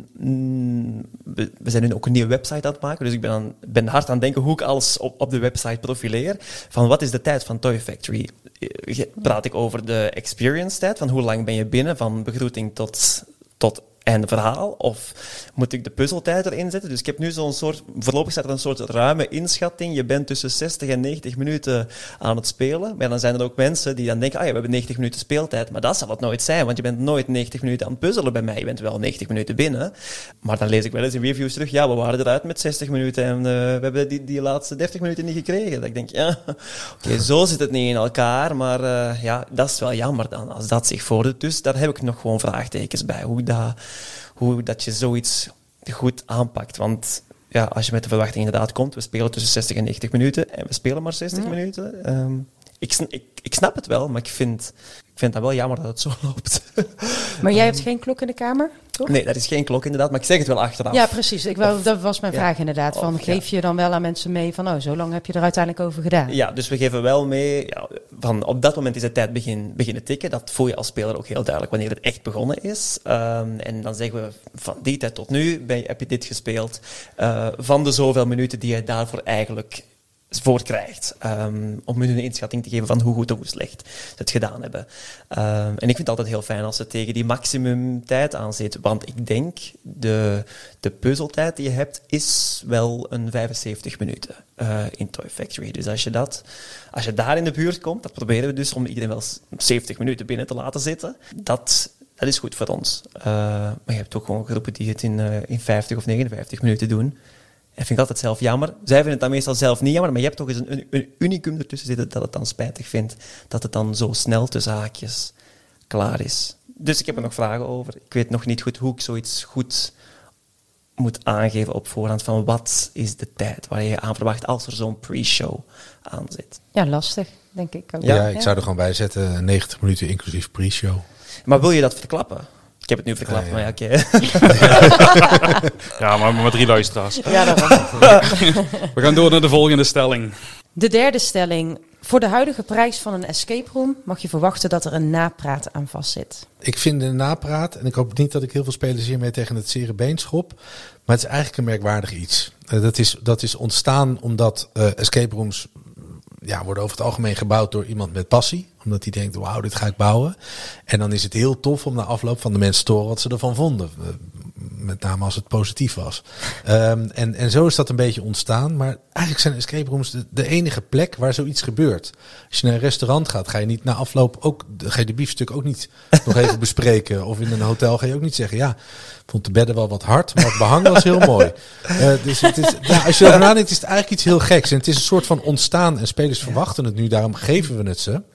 D: Mm, we, we zijn nu ook een nieuwe website aan het maken. Dus ik ben, aan, ben hard aan het denken hoe ik alles op, op de website profileer. Van wat is de tijd van Toy Factory? Praat ik over de experience tijd? Van hoe lang ben je binnen? Van begroeting tot... tot en verhaal, of moet ik de puzzeltijd erin zetten? Dus ik heb nu zo'n soort, voorlopig staat er een soort ruime inschatting. Je bent tussen zestig en negentig minuten aan het spelen. Maar dan zijn er ook mensen die dan denken, ah ja, we hebben negentig minuten speeltijd. Maar dat zal het nooit zijn, want je bent nooit negentig minuten aan het puzzelen bij mij. Je bent wel negentig minuten binnen. Maar dan lees ik wel eens in reviews terug, ja, we waren eruit met zestig minuten en uh, we hebben die, die laatste dertig minuten niet gekregen. Dat ik denk, ja, oké, okay, zo zit het niet in elkaar. Maar uh, ja, dat is wel jammer dan, als dat zich voordoet. Dus daar heb ik nog gewoon vraagtekens bij, hoe dat... hoe dat je zoiets goed aanpakt. Want ja, als je met de verwachting inderdaad komt, we spelen tussen zestig en negentig minuten en we spelen maar zestig
B: Ja.
D: minuten. Um, ik, ik, ik snap het wel, maar ik vind, ik vind het wel jammer dat het zo loopt.
B: Maar jij hebt geen klok in de kamer, toch?
D: Nee, dat is geen klok inderdaad, maar ik zeg het wel achteraf.
B: Ja, precies. Ik wou,
D: Of-
B: dat was mijn
D: ja.
B: vraag inderdaad. Van,
D: Of,
B: geef je dan wel aan mensen mee van, oh, zo lang heb je er uiteindelijk over gedaan?
D: Ja, dus we geven wel mee, ja, van op dat moment is de tijd begin, beginnen tikken. Dat voel je als speler ook heel duidelijk wanneer het echt begonnen is. Um, en dan zeggen we, van die tijd tot nu ben je, heb je dit gespeeld. Uh, van de zoveel minuten die je daarvoor eigenlijk voor krijgt. Um, om hun een inschatting te geven van hoe goed of hoe slecht ze het gedaan hebben. Um, en ik vind het altijd heel fijn als ze tegen die maximum tijd aanzet. Want ik denk, de, de puzzeltijd die je hebt, is wel een vijfenzeventig minuten uh, in Toy Factory. Dus als je, dat, als je daar in de buurt komt, dat proberen we dus om iedereen wel zeventig minuten binnen te laten zitten. Dat, dat is goed voor ons. Uh, maar je hebt ook gewoon groepen die het in, uh, in vijftig of negenenvijftig minuten doen. Dat vind ik altijd zelf jammer. Zij vinden het dan meestal zelf niet jammer, maar je hebt toch eens een, een unicum ertussen zitten dat het dan spijtig vindt dat het dan zo snel tussen haakjes klaar is. Dus ik heb er nog vragen over. Ik weet nog niet goed hoe ik zoiets goed moet aangeven op voorhand van wat is de tijd waar je aan verwacht als er zo'n pre-show aan zit.
B: Ja, lastig, denk ik ook.
C: Ja,
D: Ja.
C: ik zou er gewoon bij zetten, negentig minuten inclusief pre-show.
D: Maar wil je dat verklappen? Ik heb het nu verklapt,
C: Ja, ja.
D: maar ja, oké.
A: Ja, maar met drie luisteraars.
B: Ja, daarom.
A: We gaan door naar de volgende stelling.
B: De derde stelling. Voor de huidige prijs van een escape room mag je verwachten dat er een napraat aan vastzit.
C: Ik vind de napraat, en ik hoop niet dat ik heel veel spelers hiermee tegen het zere been schop, maar het is eigenlijk een merkwaardig iets. Uh, dat, is, dat is ontstaan omdat uh, escape rooms ja, worden over het algemeen gebouwd door iemand met passie. Omdat die denkt, wauw, dit ga ik bouwen. En dan is het heel tof om na afloop van de mensen te horen wat ze ervan vonden. Uh, met name als het positief was. Um, en, en zo is dat een beetje ontstaan. Maar eigenlijk zijn escape rooms de, de enige plek waar zoiets gebeurt. Als je naar een restaurant gaat, ga je niet na afloop ook, ga je de biefstuk ook niet nog even bespreken. Of in een hotel ga je ook niet zeggen, ja, ik vond de bedden wel wat hard, maar het behang was heel mooi. Uh, dus het is, ja, als je erover nadenkt, is het eigenlijk iets heel geks. En het is een soort van ontstaan en spelers verwachten het nu, daarom geven we het ze.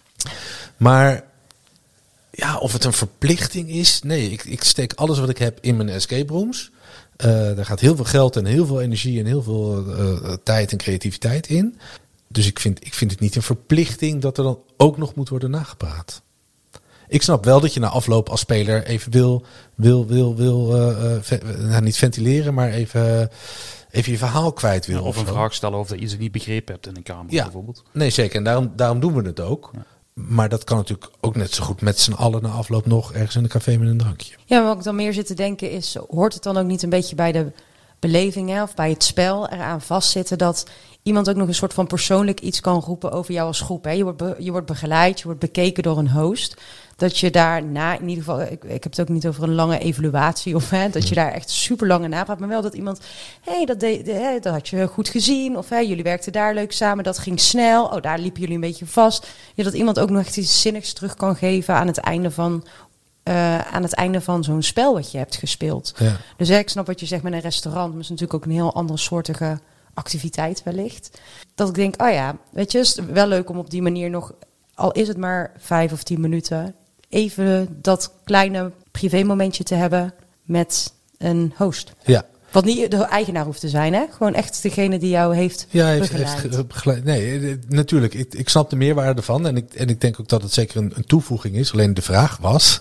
C: Maar ja, of het een verplichting is? Nee, ik, ik steek alles wat ik heb in mijn escape rooms. Uh, daar gaat heel veel geld en heel veel energie en heel veel uh, tijd en creativiteit in. Dus ik vind, ik vind het niet een verplichting dat er dan ook nog moet worden nagepraat. Ik snap wel dat je na afloop als speler even wil, wil, wil, wil uh, uh, ve- nou, niet ventileren, maar even, even je verhaal kwijt wil.
A: Ja, of een
C: zo.
A: vraag stellen of dat je iets niet begrepen hebt in een kamer
C: Ja.
A: bijvoorbeeld.
C: Nee, zeker. En daarom, daarom doen we het ook.
A: Ja.
C: Maar dat kan natuurlijk ook net zo goed met z'n allen na afloop nog ergens in een café met een drankje.
B: Ja, maar wat ik dan meer zit te denken is, hoort het dan ook niet een beetje bij de beleving hè, of bij het spel eraan vastzitten dat iemand ook nog een soort van persoonlijk iets kan roepen over jou als groep. Hè? Je wordt be- je wordt begeleid, je wordt bekeken door een host. Dat je daarna, in ieder geval, ik, ik heb het ook niet over een lange evaluatie of hè, dat je daar echt super lang in napraat, maar wel dat iemand, hé, hey, dat, de, de, hè, dat had je goed gezien, of hè, jullie werkten daar leuk samen, dat ging snel, oh, daar liepen jullie een beetje vast. Ja, dat iemand ook nog echt iets zinnigs terug kan geven aan het einde van, uh, aan het einde van zo'n spel wat je hebt gespeeld.
C: Ja.
B: Dus hè, ik snap wat je zegt met een restaurant, maar het is natuurlijk ook een heel andere soortige activiteit wellicht. Dat ik denk, oh ja, weet je, is wel leuk om op die manier nog, al is het maar vijf of tien minuten, even dat kleine privémomentje te hebben met een host.
C: Ja.
B: Wat niet de eigenaar hoeft te zijn, hè? Gewoon echt degene die jou heeft
C: Ja, heeft,
B: begeleid.
C: heeft ge- begeleid. Nee, eh, natuurlijk. Ik, ik snap de meerwaarde ervan. En ik, en ik denk ook dat het zeker een, een toevoeging is. Alleen de vraag was,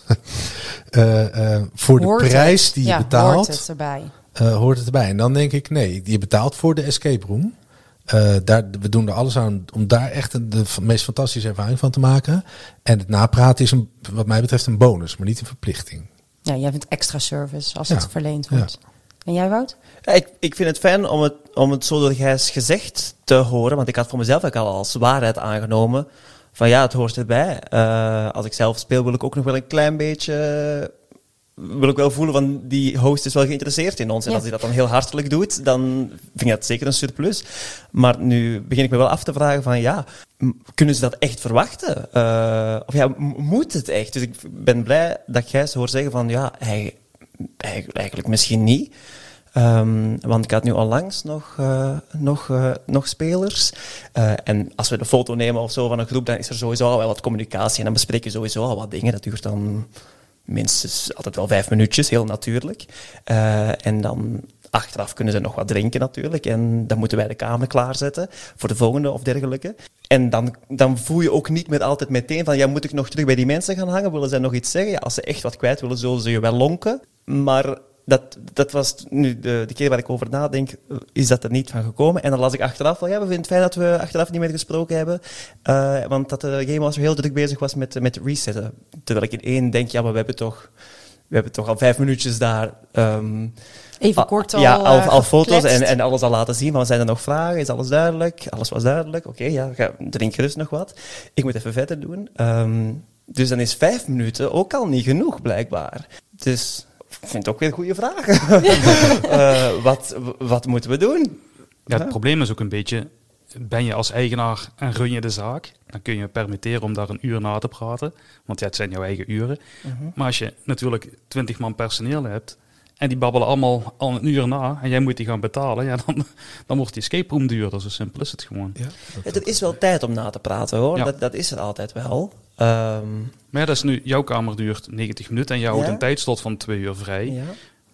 C: uh, uh, voor de
B: Hoort
C: prijs
B: het?
C: die je
B: Ja,
C: betaalt,
B: hoort het erbij.
C: uh, hoort het erbij. En dan denk ik, nee, je betaalt voor de escape room. Uh, daar, we doen er alles aan om daar echt een, de meest fantastische ervaring van te maken. En het napraten is een, wat mij betreft een bonus, maar niet een verplichting.
B: Ja, jij vindt extra service als
C: Ja.
B: het verleend wordt. En jij, Wout?
D: Ja, ik, ik vind het fijn om het, om het zo door Gijs gezegd te horen, want ik had voor mezelf ook al als waarheid aangenomen van ja, het hoort erbij. Uh, als ik zelf speel wil ik ook nog wel een klein beetje, wil ik wel voelen van die host is wel geïnteresseerd in ons. En
B: Ja.
D: als hij dat dan heel hartelijk doet, dan vind ik dat zeker een surplus. Maar nu begin ik me wel af te vragen van ja, m- kunnen ze dat echt verwachten? Uh, of ja, m- moet het echt? Dus ik ben blij dat Gijs hoort zeggen van ja, hij, hij, eigenlijk misschien niet. Um, want ik had nu onlangs nog, uh, nog, uh, nog spelers. Uh, en als we een foto nemen of zo van een groep, dan is er sowieso al wel wat communicatie. En dan bespreken we sowieso al wat dingen. Dat duurt dan minstens altijd wel vijf minuutjes, heel natuurlijk. Uh, en dan achteraf kunnen ze nog wat drinken natuurlijk. En dan moeten wij de kamer klaarzetten voor de volgende of dergelijke. En dan, dan voel je ook niet met altijd meteen van, ja, moet ik nog terug bij die mensen gaan hangen? Willen zij nog iets zeggen? Ja, als ze echt wat kwijt willen, zullen ze je wel lonken. Maar dat, dat was nu de, de keer waar ik over nadenk, is dat er niet van gekomen. En dan las ik achteraf van, ja, we vinden het fijn dat we achteraf niet meer gesproken hebben. Uh, want dat de Game Master heel druk bezig was met, met resetten. Terwijl ik in één denk, ja, maar we hebben toch, we hebben toch al vijf minuutjes daar... Um,
B: Even kort al
D: Ja, al,
B: uh,
D: al foto's en,
B: gekletst.
D: en alles al laten zien. Maar zijn er nog vragen? Is alles duidelijk? Alles was duidelijk. Oké, okay, ja, ga, drink gerust nog wat. Ik moet even verder doen. Um, dus dan is vijf minuten ook al niet genoeg, blijkbaar. Dus ik vind het ook weer een goede vraag. uh, wat, wat moeten we doen?
A: Ja, het probleem is ook een beetje, ben je als eigenaar en run je de zaak, dan kun je je permitteren om daar een uur na te praten, want ja, het zijn jouw eigen uren.
D: Uh-huh.
A: Maar als je natuurlijk twintig man personeel hebt, en die babbelen allemaal al een uur na, en jij moet die gaan betalen, ja, dan, dan wordt die escape room duurder. Zo simpel is het gewoon.
C: Ja,
D: Het, er is wel tijd om na te praten, hoor.
A: Ja.
D: Dat, dat is er altijd wel. Um,
A: Maar ja, dat is nu, jouw kamer duurt negentig minuten en jij houdt
D: Ja.
A: een tijdslot van twee uur vrij.
D: ja.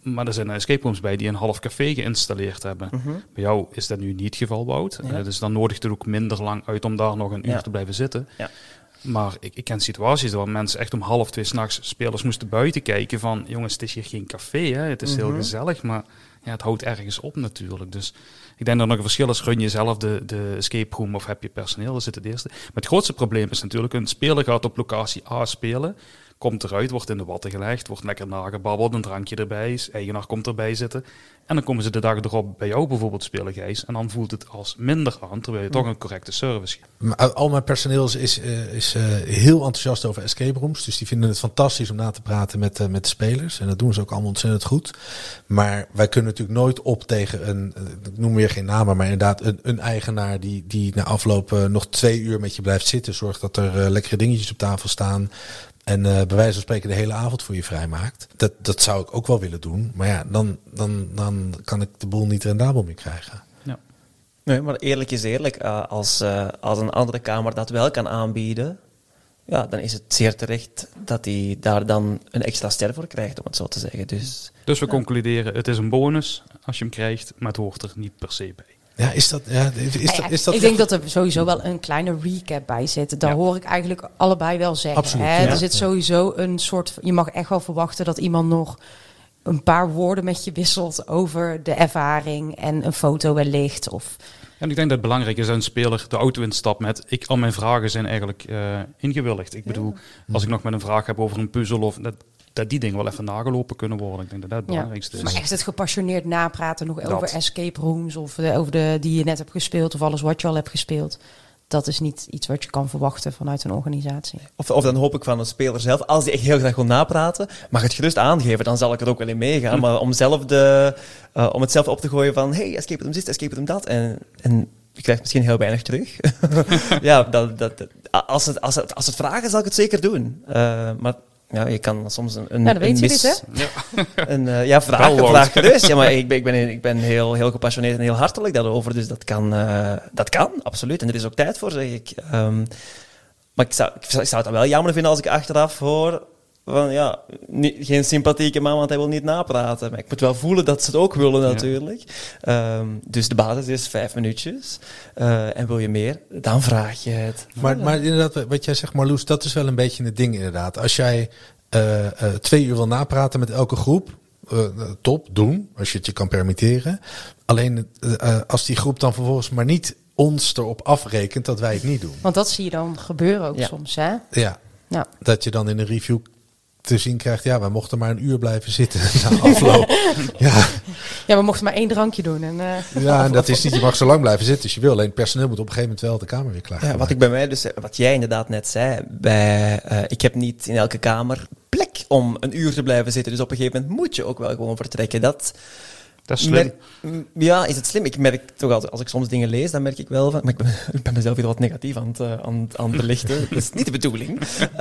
A: Maar er zijn escape rooms bij die een half café geïnstalleerd hebben.
D: Mm-hmm.
A: Bij jou is dat nu niet het geval, Wout.
D: Ja.
A: Uh, dus dan nodigt het ook minder lang uit om daar nog een uur
D: Ja.
A: te blijven zitten.
D: Ja.
A: Maar ik, ik ken situaties waar mensen echt om half twee 's nachts spelers moesten buiten kijken van... jongens, het is hier geen café, hè? Het is heel
D: Mm-hmm.
A: gezellig, maar ja, het houdt ergens op natuurlijk. Dus ik denk dat er nog een verschil is, run je zelf de, de escape room of heb je personeel, dat is het eerste. Maar het grootste probleem is natuurlijk, een speler gaat op locatie A spelen... komt eruit, wordt in de watten gelegd, wordt lekker nagebabbeld, een drankje erbij, eigenaar komt erbij zitten. En dan komen ze de dag erop bij jou bijvoorbeeld spelen, Gijs. En dan voelt het als minder aan, terwijl je toch een correcte service geeft.
C: Maar al mijn personeel is, is, uh, is uh, heel enthousiast over escape rooms. Dus die vinden het fantastisch om na te praten met, uh, met de spelers. En dat doen ze ook allemaal ontzettend goed. Maar wij kunnen natuurlijk nooit op tegen een, uh, ik noem weer geen namen, maar inderdaad een, een eigenaar die, die na afloop uh, nog twee uur met je blijft zitten. Zorgt dat er uh, lekkere dingetjes op tafel staan. En uh, bij wijze van spreken de hele avond voor je vrijmaakt. Dat, dat zou ik ook wel willen doen. Maar ja, dan, dan, dan kan ik de boel niet rendabel meer krijgen.
A: Ja.
D: Nee, maar eerlijk is eerlijk. Uh, als, uh, als een andere kamer dat wel kan aanbieden, ja, dan is het zeer terecht dat hij daar dan een extra ster voor krijgt, om het zo te zeggen. Dus,
A: Dus we concluderen, het is een bonus als je hem krijgt, maar het hoort er niet per se bij.
C: Ja, is dat... Ja, is, is
B: Nou
C: dat,
B: ja,
C: is dat
B: ik denk dat er sowieso wel een kleine recap bij zit. Daar
A: Ja.
B: hoor ik eigenlijk allebei wel zeggen.
C: Absoluut,
B: Hè?
C: ja.
B: Er zit sowieso een soort... Je mag echt wel verwachten dat iemand nog een paar woorden met je wisselt over de ervaring en een foto wellicht. Of
A: En ik denk dat het belangrijk is dat een speler de auto instapt met... Ik, al mijn vragen zijn eigenlijk uh, ingewilligd. Ik bedoel, als ik nog met een vraag heb over een puzzel... of dat, dat die dingen wel even nagelopen kunnen worden. Ik denk dat dat het
B: ja.
A: belangrijkste is.
B: Maar echt het gepassioneerd napraten nog
A: Dat.
B: over escape rooms... of de, over de die je net hebt gespeeld of alles wat je al hebt gespeeld... Dat is niet iets wat je kan verwachten vanuit een organisatie.
D: of, of dan hoop ik van een speler zelf, als die echt heel graag wil napraten, mag het gerust aangeven, dan zal ik er ook wel in meegaan. Hm. Maar om, zelf de, uh, om het zelf op te gooien van, hey, escape room dit, escape room dat, en, en je krijgt misschien heel weinig terug. ja, dat, dat, dat, als, het, als, het, als het vragen, zal ik het zeker doen. Uh, maar ja, je kan soms een, een,
B: ja, dat
D: een
B: weet je
D: mis...
B: niet, hè?
A: Ja.
D: Een, uh, ja, vraag,
A: Wel,
D: vraag gerust. Ja, maar ik ben, ik ben, ik ben heel, heel gepassioneerd en heel hartelijk daarover. Dus dat kan, uh, dat kan, absoluut. En er is ook tijd voor, zeg ik. Um, maar ik zou, ik zou het dan wel jammer vinden als ik achteraf hoor... van ja, niet, geen sympathieke man, want hij wil niet napraten. Maar ik moet wel voelen dat ze het ook willen, natuurlijk. Ja. Um, dus de basis is vijf minuutjes. Uh, en wil je meer, dan vraag je het.
C: Maar, maar inderdaad, wat jij zegt, Marloes, dat is wel een beetje het ding inderdaad. Als jij uh, uh, twee uur wil napraten met elke groep, uh, top, doen, als je het je kan permitteren. Alleen uh, als die groep dan vervolgens maar niet ons erop afrekent dat wij het niet doen.
B: Want dat zie je dan gebeuren ook
D: ja.
B: soms, hè?
C: Ja,
B: Ja.
C: dat je dan in een review te zien krijgt, ja, we mochten maar een uur blijven zitten na afloop. ja.
B: Ja, we mochten maar één drankje doen. En, uh,
C: ja, en dat is niet, je mag zo lang blijven zitten als je wil. Alleen het personeel moet op een gegeven moment wel de kamer weer klaar.
D: Ja, wat ik bij mij dus, wat jij inderdaad net zei, bij, uh, ik heb niet in elke kamer plek om een uur te blijven zitten. Dus op een gegeven moment moet je ook wel gewoon vertrekken. Dat,
A: Dat is slim.
D: Merk, ja, is het slim? Ik merk toch als, als ik soms dingen lees, dan merk ik wel van... Maar ik ben, ik ben mezelf weer wat negatief aan het, uh, aan, aan het belichten. Dat is niet de bedoeling.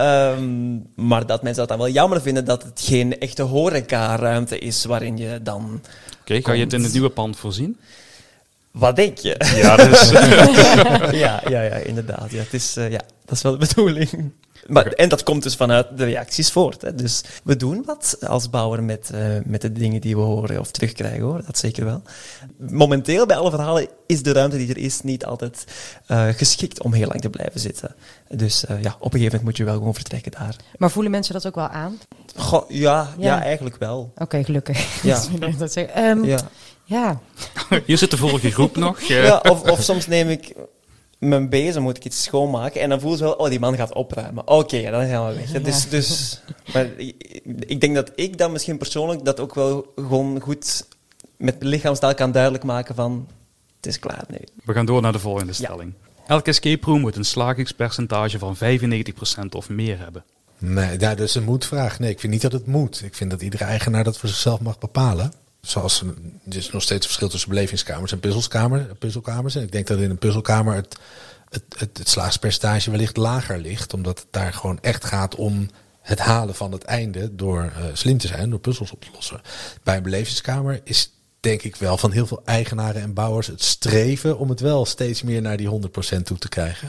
D: Um, maar dat mensen dat dan wel jammer vinden dat het geen echte horeca-ruimte is waarin je dan...
A: Oké, okay, ga je het in het nieuwe pand voorzien?
D: Wat denk je?
A: Ja, dat is...
D: ja, ja, ja, inderdaad. Ja, het is, uh, ja, dat is wel de bedoeling. Maar, en dat komt dus vanuit de reacties voort. Hè. Dus we doen wat als bouwer met, uh, met de dingen die we horen of terugkrijgen, hoor. Dat zeker wel. Momenteel bij alle verhalen is de ruimte die er is niet altijd uh, geschikt om heel lang te blijven zitten. Dus uh, ja, op een gegeven moment moet je wel gewoon vertrekken daar.
B: maar voelen mensen dat ook wel aan?
D: Goh, ja, ja.
B: Ja.
D: ja, eigenlijk wel.
B: Oké, okay, gelukkig.
D: Ja.
B: dat zeg, um,
D: Ja.
B: ja.
A: Hier zit de vorige groep nog. Uh.
D: Ja, of, of soms neem ik... mijn bezem moet ik iets schoonmaken en dan voel je wel, oh, die man gaat opruimen. Oké, okay, ja, dan gaan we weg. Ja. Dus, dus, maar ik, ik denk dat ik dan misschien persoonlijk dat ook wel gewoon goed met lichaamstaal kan duidelijk maken van, het is klaar nu.
A: We gaan door naar de volgende stelling. Ja. Elke escape room moet een slagingspercentage van vijfennegentig procent of meer hebben.
C: Nee, dat is een moedvraag. Nee, ik vind niet dat het moet. Ik vind dat iedere eigenaar dat voor zichzelf mag bepalen. Zoals er is nog steeds verschil tussen belevingskamers en puzzelkamers. puzzelkamers. En ik denk dat in een puzzelkamer het, het, het, het slagingspercentage wellicht lager ligt. Omdat het daar gewoon echt gaat om het halen van het einde door uh, slim te zijn, door puzzels op te lossen. Bij een belevingskamer is denk ik wel van heel veel eigenaren en bouwers het streven om het wel steeds meer naar die honderd procent toe te krijgen.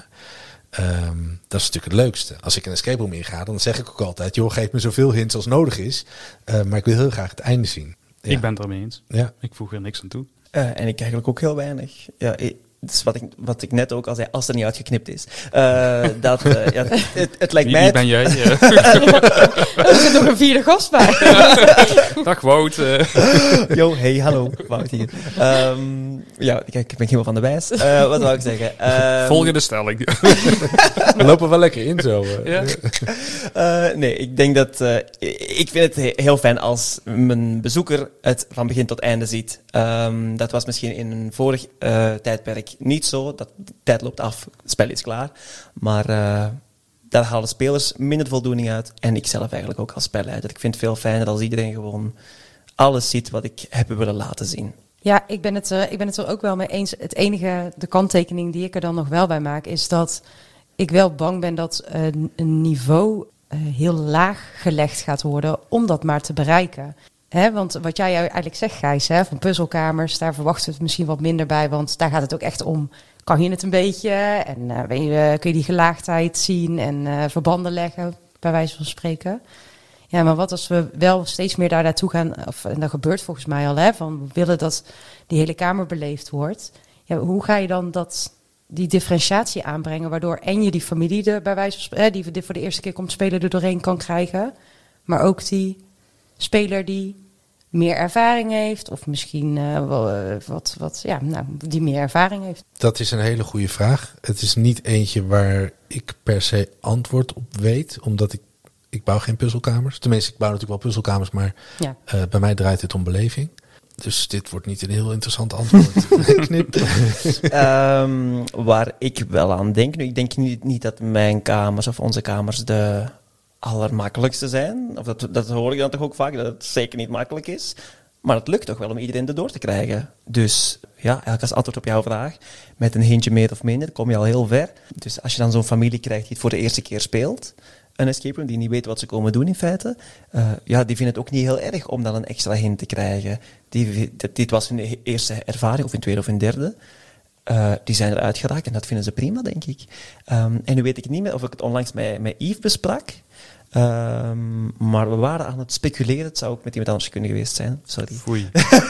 C: Um, dat is natuurlijk het leukste. Als ik een escape room inga, dan zeg ik ook altijd, joh, geef me zoveel hints als nodig is. Uh, maar ik wil heel graag het einde zien. Ja.
A: Ik ben het ermee eens.
C: Ja.
A: Ik voeg er niks aan toe.
D: Uh, en ik eigenlijk ook heel weinig. Ja, ik, dus wat, ik, wat ik net ook al zei, als er niet uitgeknipt is. Uh, dat, uh, ja, het, het lijkt
A: Wie,
D: mij...
A: wie ben jij? Uh.
B: Er zit nog een vierde gast bij.
A: Dag Wout. Uh.
D: Yo, hey, hallo. Wout hier. Um, ja, ik, ik ben helemaal van de wijs. Uh, wat wou ik zeggen? Um,
A: Volgende stelling.
C: We lopen wel lekker in zo. Uh.
A: Ja.
D: Uh, nee, ik denk dat... Uh, ik vind het he- heel fijn als mijn bezoeker het van begin tot einde ziet. Um, dat was misschien in een vorig uh, tijdperk niet zo. Dat, de tijd loopt af, het spel is klaar. Maar uh, daar halen spelers minder voldoening uit. En ik zelf eigenlijk ook als spelleider. Ik vind het veel fijner als iedereen gewoon alles ziet wat ik heb willen laten zien.
B: Ja, ik ben, het, uh, ik ben het er ook wel mee eens. Het enige, de kanttekening die ik er dan nog wel bij maak, is dat ik wel bang ben dat uh, een niveau uh, heel laag gelegd gaat worden om dat maar te bereiken. Hè, want wat jij eigenlijk zegt, Gijs, hè, van puzzelkamers, daar verwachten we het misschien wat minder bij. Want daar gaat het ook echt om, kan je het een beetje? En uh, ben je, kun je die gelaagdheid zien en uh, verbanden leggen, bij wijze van spreken. Ja, maar wat als we wel steeds meer daar naartoe gaan, of, en dat gebeurt volgens mij al, hè, van we willen dat die hele kamer beleefd wordt. Ja, hoe ga je dan dat, die differentiatie aanbrengen, waardoor en je die familie er bij wijze van spreken, die voor de eerste keer komt spelen er doorheen kan krijgen, maar ook die speler die meer ervaring heeft, of misschien uh, wat, wat, ja, nou, die meer ervaring heeft?
C: Dat is een hele goede vraag. Het is niet eentje waar ik per se antwoord op weet, omdat ik, ik bouw geen puzzelkamers. Tenminste, ik bouw natuurlijk wel puzzelkamers, maar
B: Ja.
C: uh, bij mij draait het om beleving. Dus dit wordt niet een heel interessant antwoord. Knip.
D: um, waar ik wel aan denk, nu, ik denk niet, niet dat mijn kamers of onze kamers de allermakkelijkste zijn. Of dat, dat hoor ik dan toch ook vaak, dat het zeker niet makkelijk is. Maar het lukt toch wel om iedereen erdoor te krijgen. Dus ja, eigenlijk als antwoord op jouw vraag, met een hintje meer of minder, kom je al heel ver. Dus als je dan zo'n familie krijgt die het voor de eerste keer speelt, een escape room, die niet weet wat ze komen doen in feite, uh, ja, die vinden het ook niet heel erg om dan een extra hint te krijgen. Die, dit was hun eerste ervaring, of in tweede of in derde. Uh, die zijn eruit geraakt en dat vinden ze prima, denk ik. Um, en nu weet ik niet meer of ik het onlangs met, met Yves besprak. Um, maar we waren aan het speculeren. Het zou ook met iemand anders kunnen geweest zijn. Sorry.
A: Foei.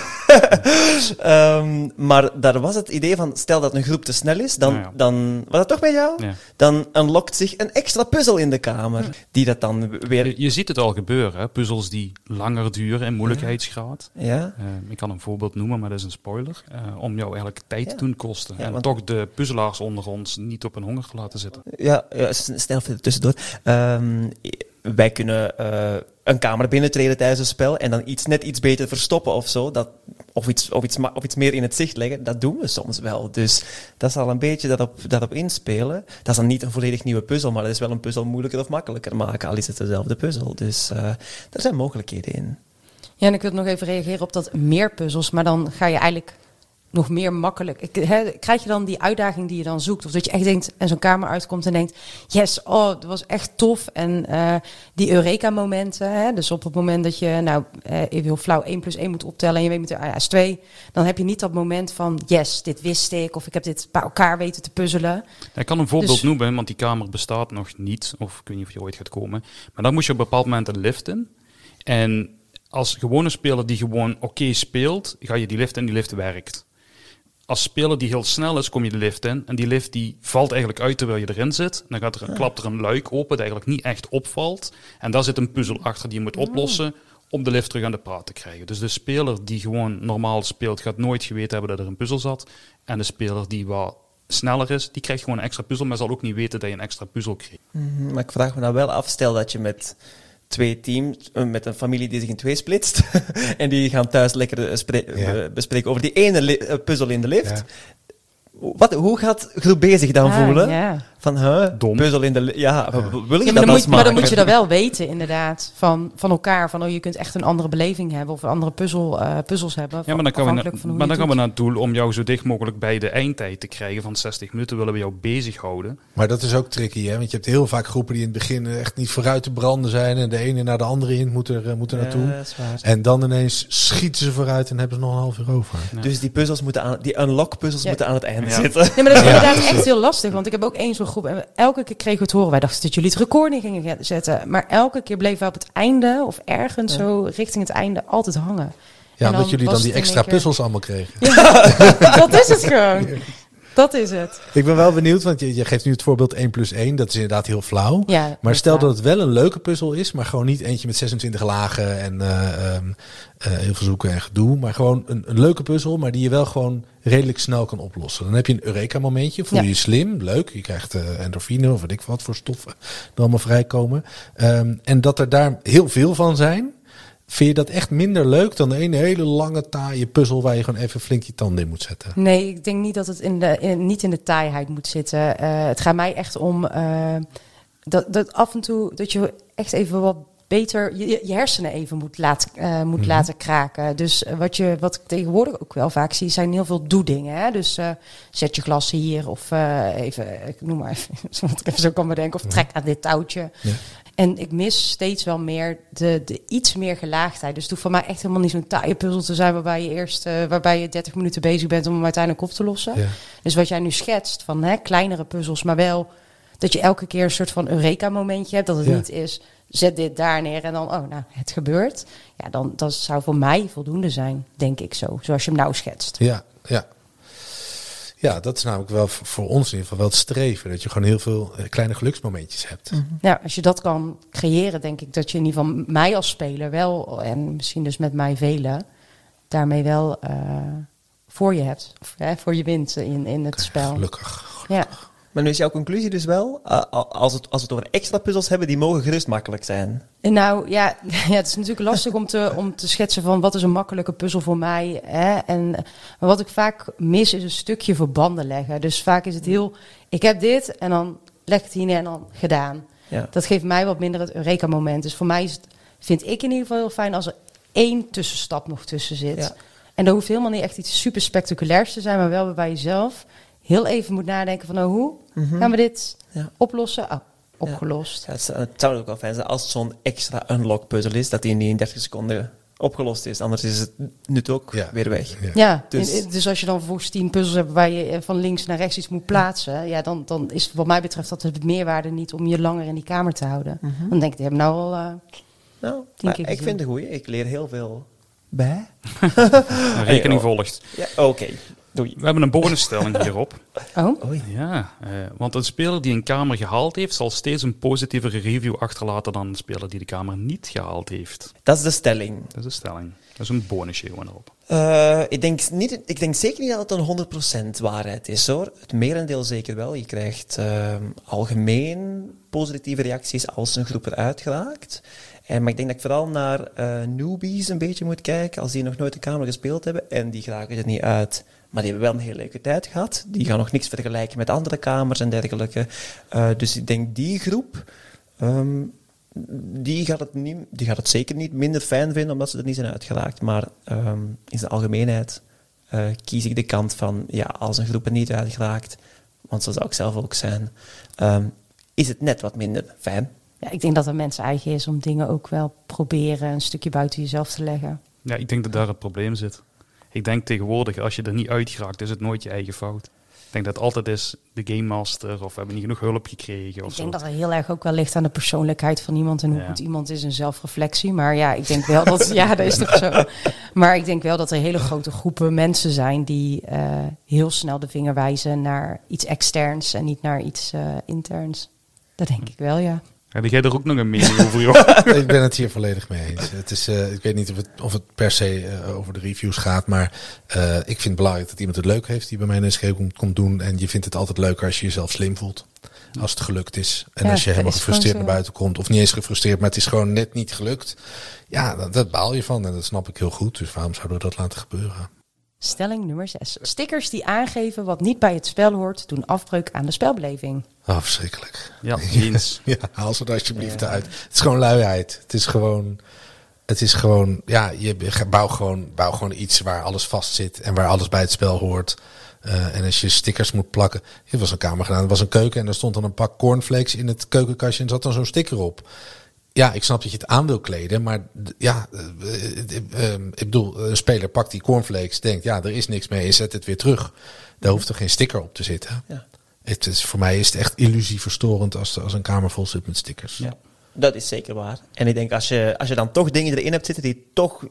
D: um, maar daar was het idee van, stel dat een groep te snel is, dan, ja, ja. dan was dat toch bij jou? Ja. Dan unlockt zich een extra puzzel in de kamer. Ja. Die dat dan weer...
A: Je, je ziet het al gebeuren, hè? Puzzels die langer duren in moeilijkheidsgraad.
D: Ja.
A: Uh, ik kan een voorbeeld noemen, maar dat is een spoiler. Uh, om jou eigenlijk tijd ja. te doen kosten. Ja, en
D: want...
A: toch de puzzelaars onder ons niet op een honger te laten zitten.
D: Ja, ja snel tussendoor. Um, wij kunnen uh, een kamer binnentreden tijdens een spel en dan iets net iets beter verstoppen of zo. Dat, of, iets, of, iets, of iets meer in het zicht leggen. Dat doen we soms wel. Dus dat zal een beetje daarop, daarop inspelen. Dat is dan niet een volledig nieuwe puzzel, maar dat is wel een puzzel moeilijker of makkelijker maken. Al is het dezelfde puzzel. Dus uh, er zijn mogelijkheden in.
B: Ja, en ik wil nog even reageren op dat meer puzzels. Maar dan ga je eigenlijk nog meer makkelijk. Ik, he, krijg je dan die uitdaging die je dan zoekt? Of dat je echt denkt en zo'n kamer uitkomt en denkt, yes, oh, dat was echt tof. En uh, die Eureka-momenten, hè, dus op het moment dat je, nou, uh, even heel flauw één plus één moet optellen en je weet met de ah, ja, is twee, dan heb je niet dat moment van, yes, dit wist ik, of ik heb dit bij elkaar weten te puzzelen.
A: Ik kan een voorbeeld
B: dus,
A: noemen, want die kamer bestaat nog niet, of ik weet niet of je ooit gaat komen. Maar dan moet je op een bepaald moment een lift in. En als gewone speler die gewoon oké okay speelt, ga je die lift in, die lift werkt. Als speler die heel snel is, kom je de lift in. En die lift die valt eigenlijk uit terwijl je erin zit. Dan gaat er, klapt er een luik open dat eigenlijk niet echt opvalt. En daar zit een puzzel achter die je moet oplossen om de lift terug aan de praat te krijgen. Dus de speler die gewoon normaal speelt, gaat nooit geweten hebben dat er een puzzel zat. En de speler die wat sneller is, die krijgt gewoon een extra puzzel, maar zal ook niet weten dat je een extra puzzel krijgt.
D: Mm-hmm, maar ik vraag me nou wel af, stel dat je met twee teams, met een familie die zich in twee splitst. En die gaan thuis lekker spre- ja. bespreken over die ene li- puzzel in de lift. Ja. Wat, hoe gaat groep B zich dan ah, voelen?
B: Ja.
D: Van, huh,
A: Dom.
D: Puzzel in de lift. Ja, ja. wil je
B: ja,
D: dat
B: dan moet,
D: maken?
B: Maar dan moet je dat wel weten, inderdaad. Van, van elkaar. Van, oh, je kunt echt een andere beleving hebben. Of andere puzzel, uh, puzzels hebben.
A: Ja, maar dan, gaan we, na, maar dan gaan we naar het doel om jou zo dicht mogelijk bij de eindtijd te krijgen. Van zestig minuten willen we jou bezighouden.
C: Maar dat is ook tricky, hè? Want je hebt heel vaak groepen die in het begin echt niet vooruit te branden zijn. En de ene naar de andere in moet er, uh, moet er naartoe.
D: Ja, dat is waar.
C: En dan ineens schieten ze vooruit en hebben ze nog een half uur over.
D: Ja. Dus die puzzels moeten aan, die unlock puzzels ja. moeten aan het einde
B: ja.
D: zitten.
B: Nee, maar dat is inderdaad ja. echt heel lastig. Want ik heb ook één zo'n groep. En elke keer kregen we het horen. Wij dachten dat jullie het record niet gingen zetten. Maar elke keer bleven we op het einde of ergens ja. zo richting het einde altijd hangen.
C: Ja,
B: En
C: omdat jullie dan
B: was
C: die
B: het in
C: extra
B: één keer-
C: puzzels allemaal kregen.
B: Dat is het gewoon. Dat is het.
C: Ik ben wel benieuwd, want je, je geeft nu het voorbeeld één plus één. Dat is inderdaad heel flauw.
B: Ja,
C: Maar stel
B: waar.
C: dat het wel een leuke puzzel is, maar gewoon niet eentje met zesentwintig lagen en uh, um, uh, heel veel zoeken en gedoe. Maar gewoon een, een leuke puzzel, maar die je wel gewoon redelijk snel kan oplossen. Dan heb je een Eureka-momentje. Voel je
B: Ja.
C: je slim, leuk. Je krijgt uh, endorfine of weet ik wat voor stoffen er allemaal vrijkomen. Um, en dat er daar heel veel van zijn. Vind je dat echt minder leuk dan een hele lange taaie puzzel waar je gewoon even flink je tanden in moet zetten?
B: Nee, ik denk niet dat het in de, in, niet in de taaiheid moet zitten. Uh, het gaat mij echt om uh, dat, dat af en toe dat je echt even wat beter je, je hersenen even moet, laat, uh, moet
C: Mm-hmm.
B: laten kraken. Dus uh, wat, je, wat ik tegenwoordig ook wel vaak zie, zijn heel veel doedingen. Hè? Dus uh, zet je glas hier of uh, even, ik noem maar even, wat ik even zo kan bedenken, of trek aan dit touwtje.
C: Ja.
B: En ik mis steeds wel meer de, de iets meer gelaagdheid. Dus het hoeft voor mij echt helemaal niet zo'n taaie puzzel te zijn waarbij je eerst uh, waarbij je dertig minuten bezig bent om hem uiteindelijk op te lossen.
C: Ja.
B: Dus wat jij nu schetst van hè, kleinere puzzels, maar wel dat je elke keer een soort van Eureka-momentje hebt. Dat het
C: Ja.
B: niet is, zet dit daar neer en dan, oh nou, het gebeurt. Ja, dan dat zou voor mij voldoende zijn, denk ik zo. Zoals je hem nou schetst.
C: Ja, ja. Ja, dat is namelijk wel voor, voor ons in ieder geval wel het streven. Dat je gewoon heel veel uh, kleine geluksmomentjes hebt.
B: Mm. Ja, als je dat kan creëren, denk ik dat je in ieder geval mij als speler wel, en misschien dus met mij velen, daarmee wel uh, voor je hebt. Of, hè, voor je wint in, in het spel.
C: Gelukkig.
B: Ja.
D: Maar nu is jouw conclusie dus wel, uh, als, het, als we het over extra puzzels hebben, die mogen gerust makkelijk zijn.
B: En nou, ja, ja, het is natuurlijk lastig om te, om te schetsen van wat is een makkelijke puzzel voor mij. Hè? En maar wat ik vaak mis is een stukje verbanden leggen. Dus vaak is het heel, ik heb dit en dan leg ik het hier neer en dan gedaan.
D: Ja.
B: Dat geeft mij wat minder het Eureka-moment. Dus voor mij is het, vind ik in ieder geval heel fijn als er één tussenstap nog tussen zit.
D: Ja.
B: En dat hoeft helemaal niet echt iets super spectaculairs te zijn, maar wel waarbij je zelf heel even moet nadenken van, oh, hoe
D: Mm-hmm.
B: gaan we dit
D: Ja.
B: oplossen? Oh, opgelost.
D: Ja, het, zou, het zou ook wel fijn zijn als het zo'n extra unlock puzzel is, dat die in die dertig seconden opgelost is. Anders is het nut ook
C: Ja.
D: weer weg.
C: Ja.
B: Ja,
D: Dus-
B: dus, dus als je dan vervolgens tien puzzels hebt waar je van links naar rechts iets moet plaatsen, ja, dan, dan is wat mij betreft dat het meerwaarde niet om je langer in die kamer te houden.
D: Mhm.
B: Dan denk ik, die hebben nou al. uh,
D: Nou,
B: Tien
D: maar
B: keer
D: ik
B: gezien.
D: vind het een goeie. Ik leer heel veel bij.
A: Een rekening
D: Hey, oh.
A: volgt.
D: Ja, oké. Doei.
A: We hebben een bonusstelling hierop.
B: Oh,
D: Oei.
A: Ja, eh, want een speler die een kamer gehaald heeft, zal steeds een positievere review achterlaten dan een speler die de kamer niet gehaald heeft.
D: Dat is de stelling.
A: Dat is een stelling. Dat is een bonusje gewoon erop.
D: Uh, ik, denk niet, ik denk zeker niet dat het een honderd procent waarheid is, hoor. Het merendeel zeker wel. Je krijgt uh, algemeen positieve reacties als een groep eruit geraakt. En, maar ik denk dat ik vooral naar uh, newbies een beetje moet kijken, als die nog nooit een kamer gespeeld hebben en die geraken er niet uit. Maar die hebben wel een hele leuke tijd gehad. Die gaan nog niks vergelijken met andere kamers en dergelijke. Uh, dus ik denk die groep, um, die, gaat het niet, die gaat het zeker niet minder fijn vinden omdat ze er niet zijn uitgeraakt. Maar um, in zijn algemeenheid uh, kies ik de kant van, ja, als een groep er niet uitgeraakt, want zo zou ik zelf ook zijn, um, is het net wat minder fijn.
B: ja, ik denk dat het mensen eigen is om dingen ook wel proberen een stukje buiten jezelf te leggen.
A: Ja, ik denk dat daar het probleem zit. Ik denk tegenwoordig, als je er niet uit geraakt, is het nooit je eigen fout. Ik denk dat het altijd is de game master of we hebben niet genoeg hulp gekregen of
B: Ik
A: zo.
B: denk dat er heel erg ook wel ligt aan de persoonlijkheid van iemand en hoe
A: Ja.
B: goed iemand is en zelfreflectie. Maar ja, ik denk wel dat, ja, dat is toch zo. Maar ik denk wel dat er hele grote groepen mensen zijn die uh, heel snel de vinger wijzen naar iets externs en niet naar iets uh, interns. Dat denk ik wel, ja.
A: Heb jij er ook nog een mening over, joh?
C: Ik ben het hier volledig mee eens. Het is, uh, ik weet niet of het, of het per se uh, over de reviews gaat, maar uh, ik vind het belangrijk dat iemand het leuk heeft die bij mij een S G komt, komt doen. En je vindt het altijd leuker als je jezelf slim voelt. Als het gelukt is. En
B: Ja,
C: als je helemaal
B: is
C: gefrustreerd
B: gewoon
C: naar
B: zo.
C: buiten komt. Of niet eens gefrustreerd, maar het is gewoon net niet gelukt. Ja, dat, dat baal je van en dat snap ik heel goed. Dus waarom zouden we dat laten gebeuren?
B: Stelling nummer zes. Stickers die aangeven wat niet bij het spel hoort, doen afbreuk aan de spelbeleving.
C: Oh, verschrikkelijk.
A: Ja, eens.
C: Ja, haal ze er alsjeblieft uit. Het is gewoon luiheid. Het is gewoon, het is gewoon, ja, je bouw gewoon, bouw gewoon iets waar alles vast zit en waar alles bij het spel hoort. Uh, en als je stickers moet plakken. Er was een kamer gedaan, er was een keuken en er stond dan een pak cornflakes in het keukenkastje en zat dan zo'n sticker op. Ja, ik snap dat je het aan wil kleden, maar d- ja, uh, uh, uh, ik bedoel, een speler pakt die cornflakes, denkt, ja, er is niks mee en zet het weer terug. Daar hoeft er geen sticker op te zitten.
D: Ja.
C: Het is, voor mij is het echt illusieverstorend als, als een kamer vol zit met stickers.
D: Ja, dat is zeker waar. En ik denk, als je, als je dan toch dingen erin hebt zitten die toch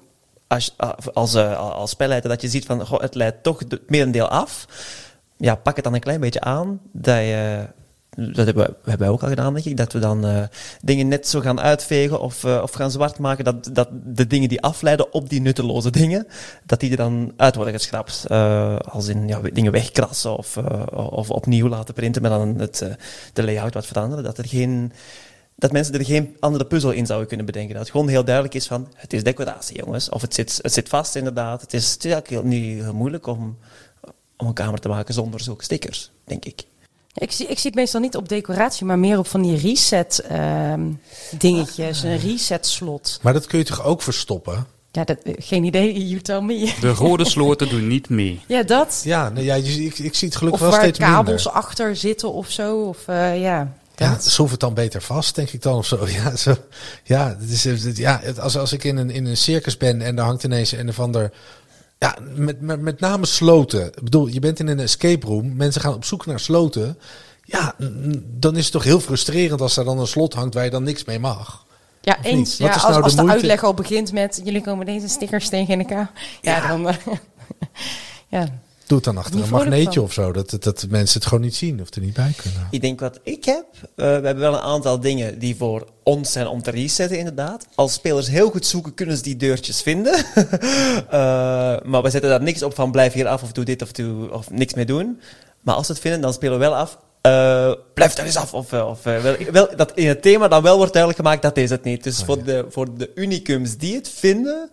D: als, als, uh, als spelleider dat je ziet van goh, het leidt toch het merendeel af, ja, pak het dan een klein beetje aan. Dat, je, dat hebben, we, hebben wij ook al gedaan, denk ik. Dat we dan uh, dingen net zo gaan uitvegen of, uh, of gaan zwart maken. Dat, dat de dingen die afleiden op die nutteloze dingen, dat die er dan uit worden geschrapt. Uh, als in ja, dingen wegkrassen of, uh, of opnieuw laten printen, maar dan het, uh, de layout wat veranderen. Dat er geen... Dat mensen er geen andere puzzel in zouden kunnen bedenken. Dat het gewoon heel duidelijk is van, het is decoratie, jongens. Of het zit, het zit vast, inderdaad. Het is, het is eigenlijk heel, niet heel moeilijk om, om een kamer te maken zonder zulke stickers, denk ik.
B: Ik zie, ik zie het meestal niet op decoratie, maar meer op van die reset uh, dingetjes. Een reset slot.
C: Maar dat kun je toch ook verstoppen?
B: Ja, dat, geen idee. You tell me.
A: De rode sloten doen niet mee.
B: Ja, dat.
C: Ja, nou ja ik, ik zie het gelukkig
B: of
C: wel steeds minder.
B: Of waar kabels achter zitten of zo. Of uh, ja...
C: Ja, schroef het dan beter vast, denk ik dan, of zo. Ja, zo, ja, het is, ja als, als ik in een, in een circus ben en daar hangt ineens een of ander... Ja, met, met, met name sloten. Ik bedoel, je bent in een escape room, mensen gaan op zoek naar sloten. Ja, dan is het toch heel frustrerend als er dan een slot hangt waar je dan niks mee mag.
B: Ja, eens. Ja, als nou als de, de uitleg al begint met, jullie komen deze stickers tegen in elkaar. Ja, ja. dan... Uh, ja.
C: Doe het dan achter een magneetje of zo, dat, dat, dat mensen het gewoon niet zien of er niet bij kunnen.
D: Ik denk wat ik heb, uh, we hebben wel een aantal dingen die voor ons zijn om te resetten inderdaad. Als spelers heel goed zoeken, kunnen ze die deurtjes vinden. uh, maar we zetten daar niks op van blijf hier af of doe dit of, doe, of niks mee doen. Maar als ze het vinden, dan spelen we wel af. Uh, blijf daar eens af. Of, of uh, wel, wel, dat in het thema dan wel wordt duidelijk gemaakt, dat is het niet. Dus oh, voor, ja. de, voor de unicums die het vinden,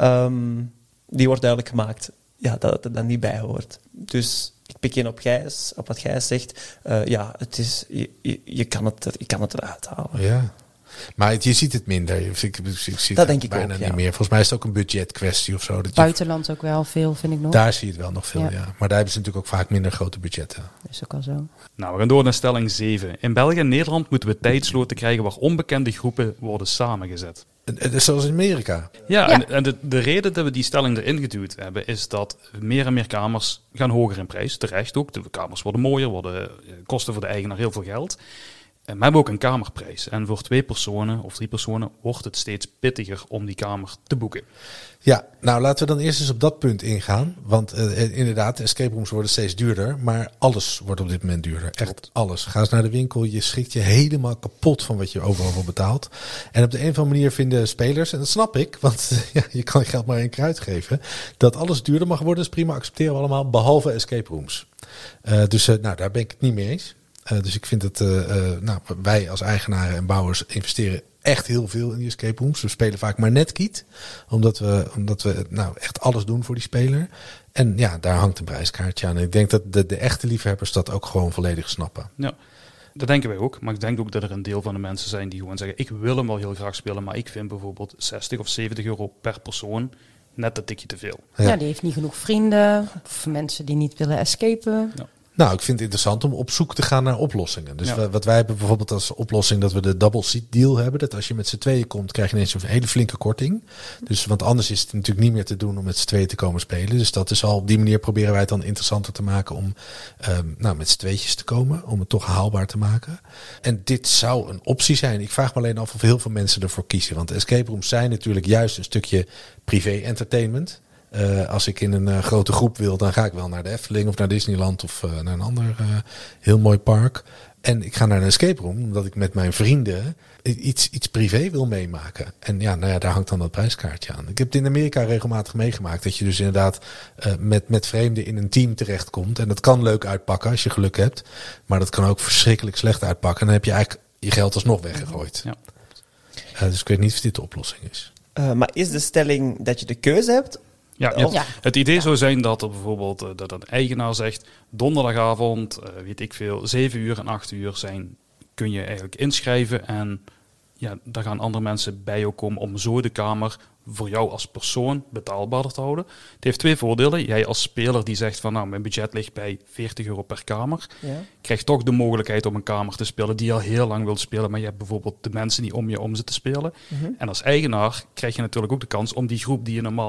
D: um, die wordt duidelijk gemaakt. Ja, dat het er dan niet bij hoort. Dus ik pik in op Gijs, op wat Gijs zegt. Uh, ja, het is, je, je, je, kan het, je kan het eruit halen.
C: Ja. Maar het, je ziet het minder. Ik, ik, ik zie
D: dat
C: het
D: denk ik
C: bijna
D: ook,
C: niet
D: ja.
C: meer. Volgens mij is het ook een budgetkwestie of zo. Dat
B: Buitenland
C: je,
B: ook wel veel, vind ik nog.
C: Daar zie je het wel nog veel, ja.
B: ja.
C: Maar daar hebben ze natuurlijk ook vaak minder grote budgetten.
B: Dat is ook al zo.
A: Nou, we gaan door naar stelling zeven. In België en Nederland moeten we tijdsloten krijgen waar onbekende groepen worden samengezet.
C: Zoals in Amerika.
A: Ja,
B: ja.
A: en, en de, de reden dat we die stelling erin geduwd hebben, is dat meer en meer kamers gaan hoger in prijs. Terecht ook. De kamers worden mooier, worden, kosten voor de eigenaar heel veel geld. Maar we hebben ook een kamerprijs. En voor twee personen of drie personen wordt het steeds pittiger om die kamer te boeken.
C: Ja, nou laten we dan eerst eens op dat punt ingaan. Want uh, inderdaad, de escape rooms worden steeds duurder. Maar alles wordt op dit moment duurder. Echt Klopt. alles. Ga eens naar de winkel. Je schrikt je helemaal kapot van wat je overal voor betaalt. En op de een of andere manier vinden spelers, en dat snap ik. Want uh, ja, je kan je geld maar in kruid geven. Dat alles duurder mag worden is prima. Accepteren we allemaal. Behalve escape rooms. Uh, dus uh, nou, daar ben ik het niet mee eens. Uh, dus ik vind dat uh, uh, nou, wij als eigenaren en bouwers investeren echt heel veel in die escape rooms. We spelen vaak maar net kiet. Omdat we, omdat we nou, echt alles doen voor die speler. En ja, daar hangt een prijskaartje aan. En ik denk dat de, de echte liefhebbers dat ook gewoon volledig snappen.
A: Ja, dat denken wij ook. Maar ik denk ook dat er een deel van de mensen zijn die gewoon zeggen, ik wil hem wel heel graag spelen, maar ik vind bijvoorbeeld zestig of zeventig euro per persoon net een tikje te veel.
B: Ja, ja, die heeft niet genoeg vrienden. Of mensen die niet willen escapen.
A: Ja.
C: Nou, ik vind het interessant om op zoek te gaan naar oplossingen. Dus
A: ja.
C: wat wij hebben bijvoorbeeld als oplossing dat we de double seat deal hebben. Dat als je met z'n tweeën komt, krijg je ineens een hele flinke korting. Dus, want anders is het natuurlijk niet meer te doen om met z'n tweeën te komen spelen. Dus dat is al op die manier proberen wij het dan interessanter te maken om um, nou, met z'n tweetjes te komen. Om het toch haalbaar te maken. En dit zou een optie zijn. Ik vraag me alleen af of heel veel mensen ervoor kiezen. Want escape rooms zijn natuurlijk juist een stukje privé entertainment. Uh, als ik in een uh, grote groep wil, dan ga ik wel naar de Efteling of naar Disneyland of uh, naar een ander uh, heel mooi park. En ik ga naar een escape room, omdat ik met mijn vrienden iets, iets privé wil meemaken. En ja, nou ja, daar hangt dan dat prijskaartje aan. Ik heb het in Amerika regelmatig meegemaakt. Dat je dus inderdaad uh, met, met vreemden in een team terechtkomt. En dat kan leuk uitpakken als je geluk hebt. Maar dat kan ook verschrikkelijk slecht uitpakken. En dan heb je eigenlijk je geld alsnog weggegooid. Ja. Uh, dus ik weet niet of dit de oplossing is.
D: Uh, maar is de stelling dat je de keuze hebt?
A: Ja, het, ja. het idee zou zijn dat er bijvoorbeeld uh, dat een eigenaar zegt, donderdagavond, uh, weet ik veel, zeven uur en acht uur zijn, kun je eigenlijk inschrijven en ja, daar gaan andere mensen bij jou komen om zo de kamer voor jou als persoon betaalbaarder te houden. Het heeft twee voordelen. Jij als speler die zegt van nou, mijn budget ligt bij veertig euro per kamer, ja. krijgt toch de mogelijkheid om een kamer te spelen die je al heel lang wilt spelen, maar je hebt bijvoorbeeld de mensen die om je om zitten spelen. Mm-hmm. En als eigenaar krijg je natuurlijk ook de kans om die groep die je normaal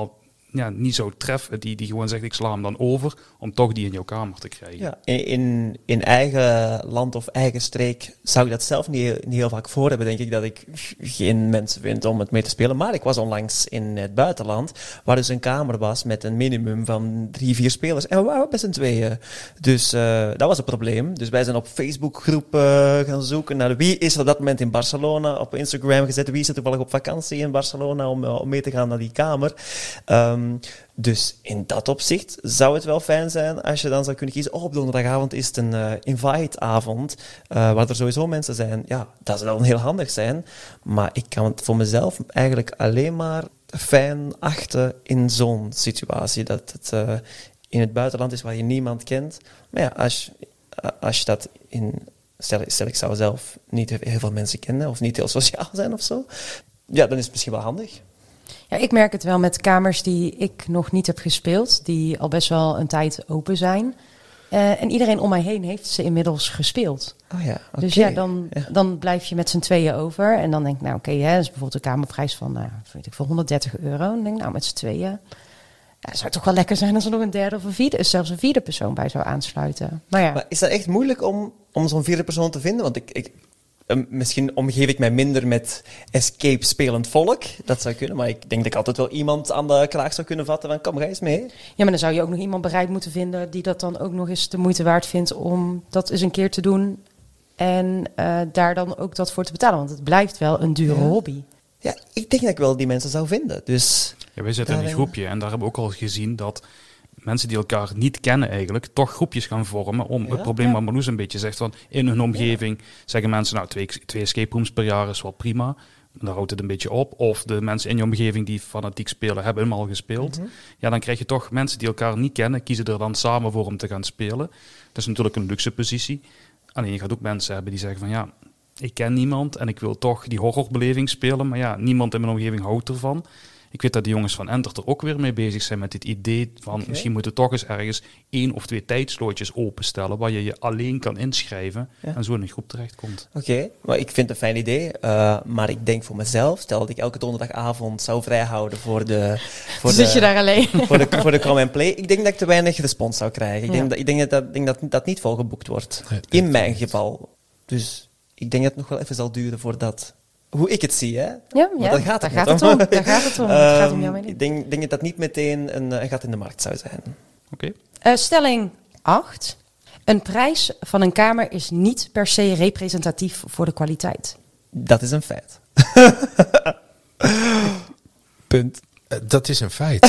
A: ja, niet zou treffen, die, die gewoon zegt ik sla hem dan over om toch die in jouw kamer te krijgen.
D: Ja, in, in eigen land of eigen streek zou ik dat zelf niet, niet heel vaak voor hebben, denk ik, dat ik geen mensen vind om het mee te spelen. Maar ik was onlangs in het buitenland, waar dus een kamer was met een minimum van drie, vier spelers. En we waren best een tweeën. Dus uh, dat was een probleem. Dus wij zijn op Facebookgroepen uh, gaan zoeken naar wie is er op dat moment in Barcelona, op Instagram gezet, wie is er toevallig op vakantie in Barcelona om, uh, om mee te gaan naar die kamer. Um, Dus in dat opzicht zou het wel fijn zijn als je dan zou kunnen kiezen. Oh, op donderdagavond is het een uh, invite-avond, uh, waar er sowieso mensen zijn. Ja, dat zou dan heel handig zijn. Maar ik kan het voor mezelf eigenlijk alleen maar fijn achten in zo'n situatie. Dat het uh, in het buitenland is waar je niemand kent. Maar ja, als, als je dat in... Stel, stel ik zou zelf niet heel veel mensen kennen of niet heel sociaal zijn of zo. Ja, dan is het misschien wel handig.
B: Ja, ik merk het wel met kamers die ik nog niet heb gespeeld, die al best wel een tijd open zijn. Uh, en iedereen om mij heen heeft ze inmiddels gespeeld.
D: Oh ja, okay.
B: Dus ja, dan, ja. dan blijf je met z'n tweeën over. En dan denk ik, nou oké, okay, dat is bijvoorbeeld een kamerprijs van, nou, weet ik veel, honderddertig euro. En dan denk ik, nou met z'n tweeën. Ja, zou het toch wel lekker zijn als er nog een derde of een vierde, zelfs een vierde persoon bij zou aansluiten. Maar ja.
D: Maar is dat echt moeilijk om, om zo'n vierde persoon te vinden? Want ik... ik Um, misschien omgeef ik mij minder met escape-spelend volk. Dat zou kunnen, maar ik denk dat ik altijd wel iemand aan de kraag zou kunnen vatten van kom, ga eens mee.
B: Ja, maar dan zou je ook nog iemand bereid moeten vinden die dat dan ook nog eens de moeite waard vindt om dat eens een keer te doen en uh, daar dan ook dat voor te betalen. Want het blijft wel een dure ja. hobby.
D: Ja, ik denk dat ik wel die mensen zou vinden. Dus
A: ja, wij zitten in een groepje en daar hebben we ook al gezien dat mensen die elkaar niet kennen eigenlijk, toch groepjes gaan vormen om ja, het probleem ja. wat Marloes een beetje zegt, van in hun omgeving ja. zeggen mensen, nou, twee, twee escape rooms per jaar is wel prima. Dan houdt het een beetje op. Of de mensen in je omgeving die fanatiek spelen, hebben hem al gespeeld. Mm-hmm. Ja, dan krijg je toch mensen die elkaar niet kennen, kiezen er dan samen voor om te gaan spelen. Dat is natuurlijk een luxe positie. Alleen je gaat ook mensen hebben die zeggen van, ja, ik ken niemand en ik wil toch die horrorbeleving spelen, maar ja, niemand in mijn omgeving houdt ervan. Ik weet dat de jongens van Enter er ook weer mee bezig zijn met dit idee van okay. misschien moeten we toch eens ergens één of twee tijdslootjes openstellen waar je je alleen kan inschrijven ja. en zo in een groep terechtkomt.
D: Oké, okay. Maar ik vind het een fijn idee. Uh, maar ik denk voor mezelf, stel dat ik elke donderdagavond zou vrijhouden voor de... Voor
B: Zit
D: de,
B: je daar alleen?
D: Voor de, voor de come and play. Ik denk dat ik te weinig respons zou krijgen. Ik ja. denk, dat, ik denk, dat, denk dat dat niet volgeboekt wordt. Nee, in mijn geval. Dus ik denk dat het nog wel even zal duren voordat... Hoe ik het zie, hè?
B: Ja, ja
D: daar gaat het,
B: daar gaat het om. Daar gaat het om. um, het gaat om jouw mening.
D: Ik denk, denk dat dat niet meteen een, een gat in de markt zou zijn.
A: Oké.
B: Okay. Uh, stelling acht. Een prijs van een kamer is niet per se representatief voor de kwaliteit.
D: Dat is een feit. Punt.
C: Uh, dat is een feit.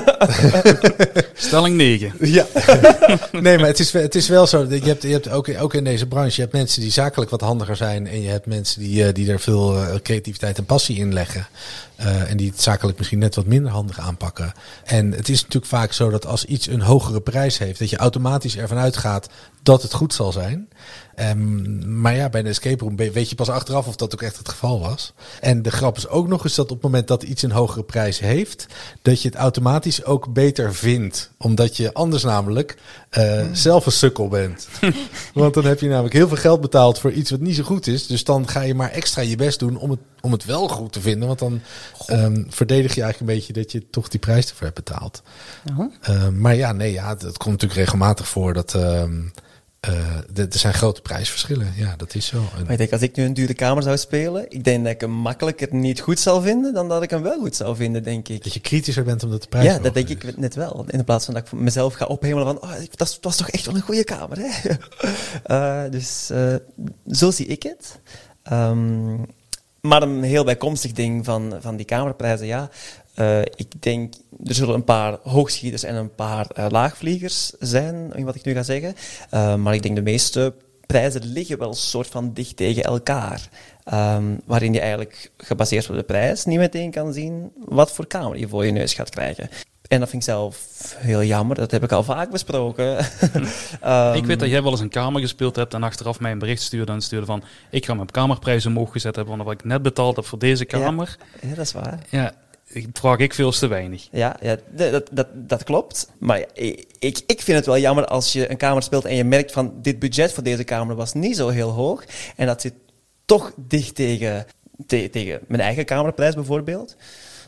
A: Stelling negen.
C: Ja. Nee, maar het is, het is wel zo. Je hebt, je hebt ook, ook in deze branche, je hebt mensen die zakelijk wat handiger zijn. En je hebt mensen die, die er veel uh, creativiteit en passie in leggen. Uh, en die het zakelijk misschien net wat minder handig aanpakken. En het is natuurlijk vaak zo dat als iets een hogere prijs heeft, dat je automatisch ervan uitgaat dat het goed zal zijn. Um, maar ja, bij een escape room weet je pas achteraf of dat ook echt het geval was. En de grap is ook nog eens dat op het moment dat iets een hogere prijs heeft, dat je het automatisch ook beter vindt. Omdat je anders namelijk uh, mm. zelf een sukkel bent. Want dan heb je namelijk heel veel geld betaald voor iets wat niet zo goed is. Dus dan ga je maar extra je best doen om het, om het wel goed te vinden. Want dan um, verdedig je eigenlijk een beetje dat je toch die prijs ervoor hebt betaald. Uh-huh. Uh, maar ja, nee, ja, het komt natuurlijk regelmatig voor dat... Um, Uh, er zijn grote prijsverschillen, ja, dat is zo. En...
D: Maar ik denk, als ik nu een dure kamer zou spelen, ik denk dat ik hem makkelijker niet goed zou vinden dan dat ik hem wel goed zou vinden, denk ik.
C: Dat je kritischer bent omdat de prijs
D: Ja, dat denk is. Ik net wel. In plaats van dat ik mezelf ga ophemelen van, oh, dat was toch echt wel een goede kamer, hè? uh, dus uh, zo zie ik het. Um, maar een heel bijkomstig ding van, van die kamerprijzen, ja... Uh, ik denk, er zullen een paar hoogschieters en een paar uh, laagvliegers zijn, in wat ik nu ga zeggen. Uh, maar ik denk de meeste prijzen liggen wel een soort van dicht tegen elkaar. Um, waarin je eigenlijk gebaseerd op de prijs niet meteen kan zien wat voor kamer je voor je neus gaat krijgen. En dat vind ik zelf heel jammer. Dat heb ik al vaak besproken. um,
A: ik weet dat jij wel eens een kamer gespeeld hebt en achteraf mij een bericht stuurde en stuurde van ik ga mijn kamerprijs omhoog gezet hebben, want wat ik net betaald heb voor deze kamer.
D: Ja, ja dat is waar.
A: Ja. Vraag ik veel te weinig.
D: Ja, ja dat, dat, dat klopt. Maar ja, ik, ik vind het wel jammer als je een kamer speelt en je merkt van dit budget voor deze kamer was niet zo heel hoog. En dat zit toch dicht tegen, te, tegen mijn eigen kamerprijs bijvoorbeeld.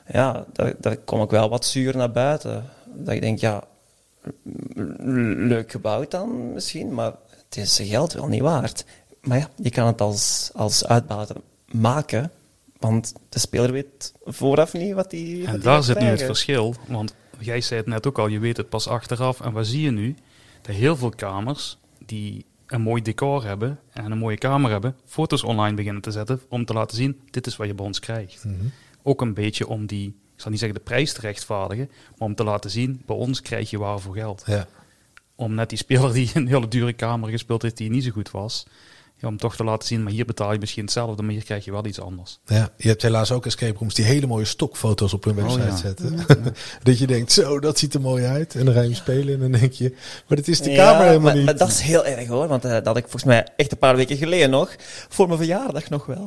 D: ja, daar, daar kom ik wel wat zuur naar buiten. Dat ik denk, ja, leuk gebouwd dan misschien, maar het is zijn geld wel niet waard. Maar ja, je kan het als, als uitbater maken, want de speler weet vooraf niet wat hij
A: En daar zit nu het verschil, want jij zei het net ook al, je weet het pas achteraf. En wat zie je nu? Dat heel veel kamers die een mooi decor hebben en een mooie kamer hebben, foto's online beginnen te zetten om te laten zien, dit is wat je bij ons krijgt.
C: Mm-hmm.
A: Ook een beetje om die, ik zal niet zeggen de prijs te rechtvaardigen, maar om te laten zien, bij ons krijg je waar voor geld.
C: Ja.
A: Om net die speler die een hele dure kamer gespeeld heeft die niet zo goed was, ja, om toch te laten zien, maar hier betaal je misschien hetzelfde, maar hier krijg je wel iets anders.
C: Ja, je hebt helaas ook escape rooms die hele mooie stokfoto's op hun website
A: Oh, ja.
C: zetten. Dat je denkt, zo, dat ziet er mooi uit. En dan ga je hem spelen en dan denk je, maar het is de
D: Ja,
C: kamer helemaal
D: maar,
C: niet.
D: maar dat is heel erg hoor, want uh, dat had ik volgens mij echt een paar weken geleden nog, voor mijn verjaardag nog wel.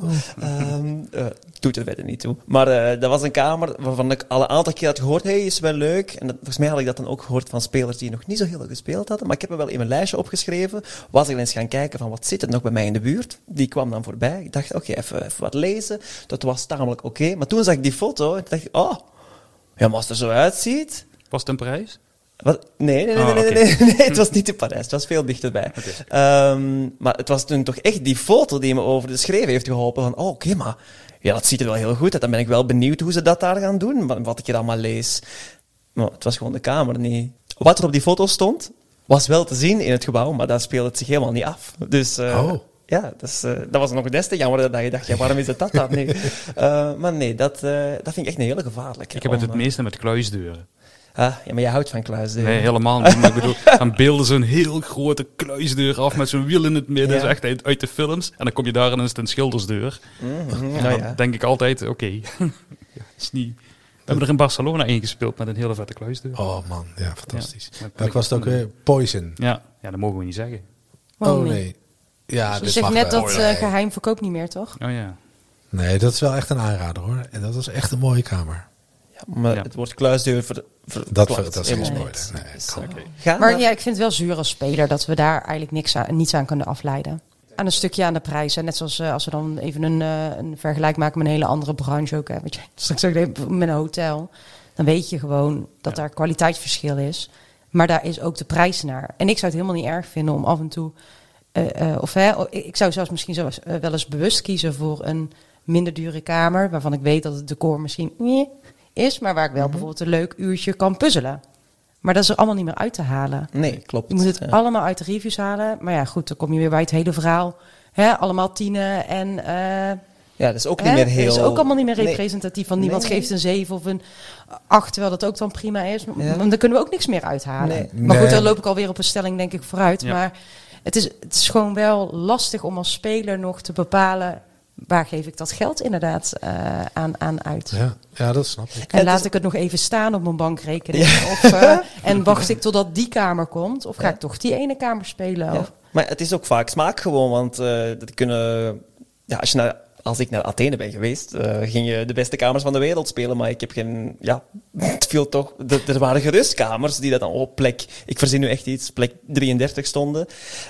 D: Um, uh, doet er verder niet toe. Maar uh, dat was een kamer waarvan ik al een aantal keer had gehoord, hey, is wel leuk. En dat, volgens mij had ik dat dan ook gehoord van spelers die nog niet zo heel veel gespeeld hadden. Maar ik heb er wel in mijn lijstje opgeschreven, was ik eens gaan kijken van wat zit er nog bij mij in de buurt. Die kwam dan voorbij. Ik dacht, oké, okay, even, even wat lezen. Dat was tamelijk oké. Okay. Maar toen zag ik die foto en dacht ik, oh, ja, maar als het er zo uitziet...
A: Was het een prijs?
D: Wat? Nee, nee, nee,
A: Oh,
D: nee,
A: okay.
D: nee, nee, nee, het was niet in Parijs, het was veel dichterbij.
A: Okay.
D: Um, maar het was toen toch echt die foto die me over de schreef heeft geholpen van, oh, oké, okay, maar ja, dat ziet er wel heel goed uit. Dan ben ik wel benieuwd hoe ze dat daar gaan doen, wat ik hier allemaal lees. Maar het was gewoon de kamer niet. Wat er op die foto stond, was wel te zien in het gebouw, maar daar speelde het zich helemaal niet af. Dus... Uh,
C: oh.
D: Ja, dus, uh, dat was nog des te jammer dat je dacht, ja, waarom is het dat dan? Nee. Uh, maar nee, dat, uh, dat vind ik echt een hele gevaarlijke.
A: Ik heb het het meeste met kluisdeuren.
D: Ah, ja, maar jij houdt van kluisdeuren.
A: Nee, helemaal niet. Maar ik bedoel, dan beelden ze een heel grote kluisdeur af met zo'n wiel in het midden.
D: Ja.
A: Dat is echt uit, uit de films. En dan kom je daar en is het een schildersdeur.
D: Mm-hmm,
A: Ja,
D: nou
A: dan
D: ja.
A: denk ik altijd, oké, okay. ja, is niet... We hebben er in Barcelona één gespeeld met een hele vette kluisdeur.
C: Oh man, ja, fantastisch.
A: Ja,
C: Welk was het ook weer? Poison.
A: Ja, ja, dat mogen we niet zeggen.
B: Waarom
C: Oh
B: niet?
C: nee. Ja,
B: Je
C: dit
B: zegt
C: mag
B: net
C: wel.
B: dat uh,
C: Nee.
B: geheim verkoopt niet meer, toch?
A: Oh ja.
C: Nee, dat is wel echt een aanrader hoor. En dat was echt een mooie kamer.
D: Ja, maar
A: Ja.
D: het woord kluisdeur ver, ver,
C: Dat,
D: verklapt
C: dat is geen
D: helemaal
C: spoiler.
D: niet.
C: Nee,
D: Dus,
C: kom.
D: uh,
A: Oké.
D: ga
B: Maar
D: maar-
B: ja, ik vind het wel zuur als speler dat we daar eigenlijk niks aan, niets aan kunnen afleiden. Aan een stukje aan de prijzen. Net zoals uh, als we dan even een, uh, een vergelijk maken met een hele andere branche ook. Hè. Weet je, straks ook met een hotel. Dan weet je gewoon dat
A: Ja.
B: daar kwaliteitsverschil is. Maar daar is ook de prijs naar. En ik zou het helemaal niet erg vinden om af en toe... Uh, uh, of hè, ik zou zelfs misschien zo, uh, wel eens bewust kiezen voor een minder dure kamer. Waarvan ik weet dat het decor misschien nee, is. Maar waar ik wel mm-hmm. bijvoorbeeld een leuk uurtje kan puzzelen. Maar dat is er allemaal niet meer uit te halen.
D: Nee, klopt.
B: Je moet het
D: Ja.
B: allemaal uit de reviews halen. Maar ja, goed, dan kom je weer bij het hele verhaal. Hè, allemaal tienen en... Uh,
D: Ja, dat is ook
B: hè,
D: niet meer heel...
B: Het is ook allemaal niet meer
D: Nee.
B: representatief. Want niemand
D: Nee.
B: geeft een zeven of een acht, terwijl dat ook dan prima is.
D: Ja.
B: Want daar kunnen we ook niks meer uithalen.
D: Nee.
B: Maar goed,
C: Nee.
B: dan loop ik alweer op een stelling denk ik vooruit.
A: Ja.
B: Maar het is, het is gewoon wel lastig om als speler nog te bepalen... waar geef ik dat geld inderdaad uh, aan, aan uit.
C: Ja, ja, dat snap ik.
B: En
D: Het
B: laat
D: is-
B: ik het nog even staan op mijn bankrekening. Of, uh, en wacht ik totdat die kamer komt? Of ga
D: Ja.
B: ik toch die ene kamer spelen?
D: Ja.
B: Of,
D: Maar het is ook vaak smaak gewoon, want uh, dat kunnen... Ja, als, je naar, als ik naar Athene ben geweest, uh, ging je de beste kamers van de wereld spelen, maar ik heb geen... Ja, het viel toch... de- Er waren gerust kamers die dat dan op plek... Ik verzin nu echt iets, plek drieëndertig stonden.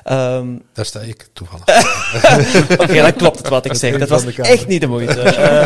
D: Um,
C: Daar sta ik toevallig.
D: Oké, okay, dan klopt het wat ik
C: Het
D: zeg.
C: een
D: Dat
C: van
D: was
C: de kamer.
D: echt niet de moeite.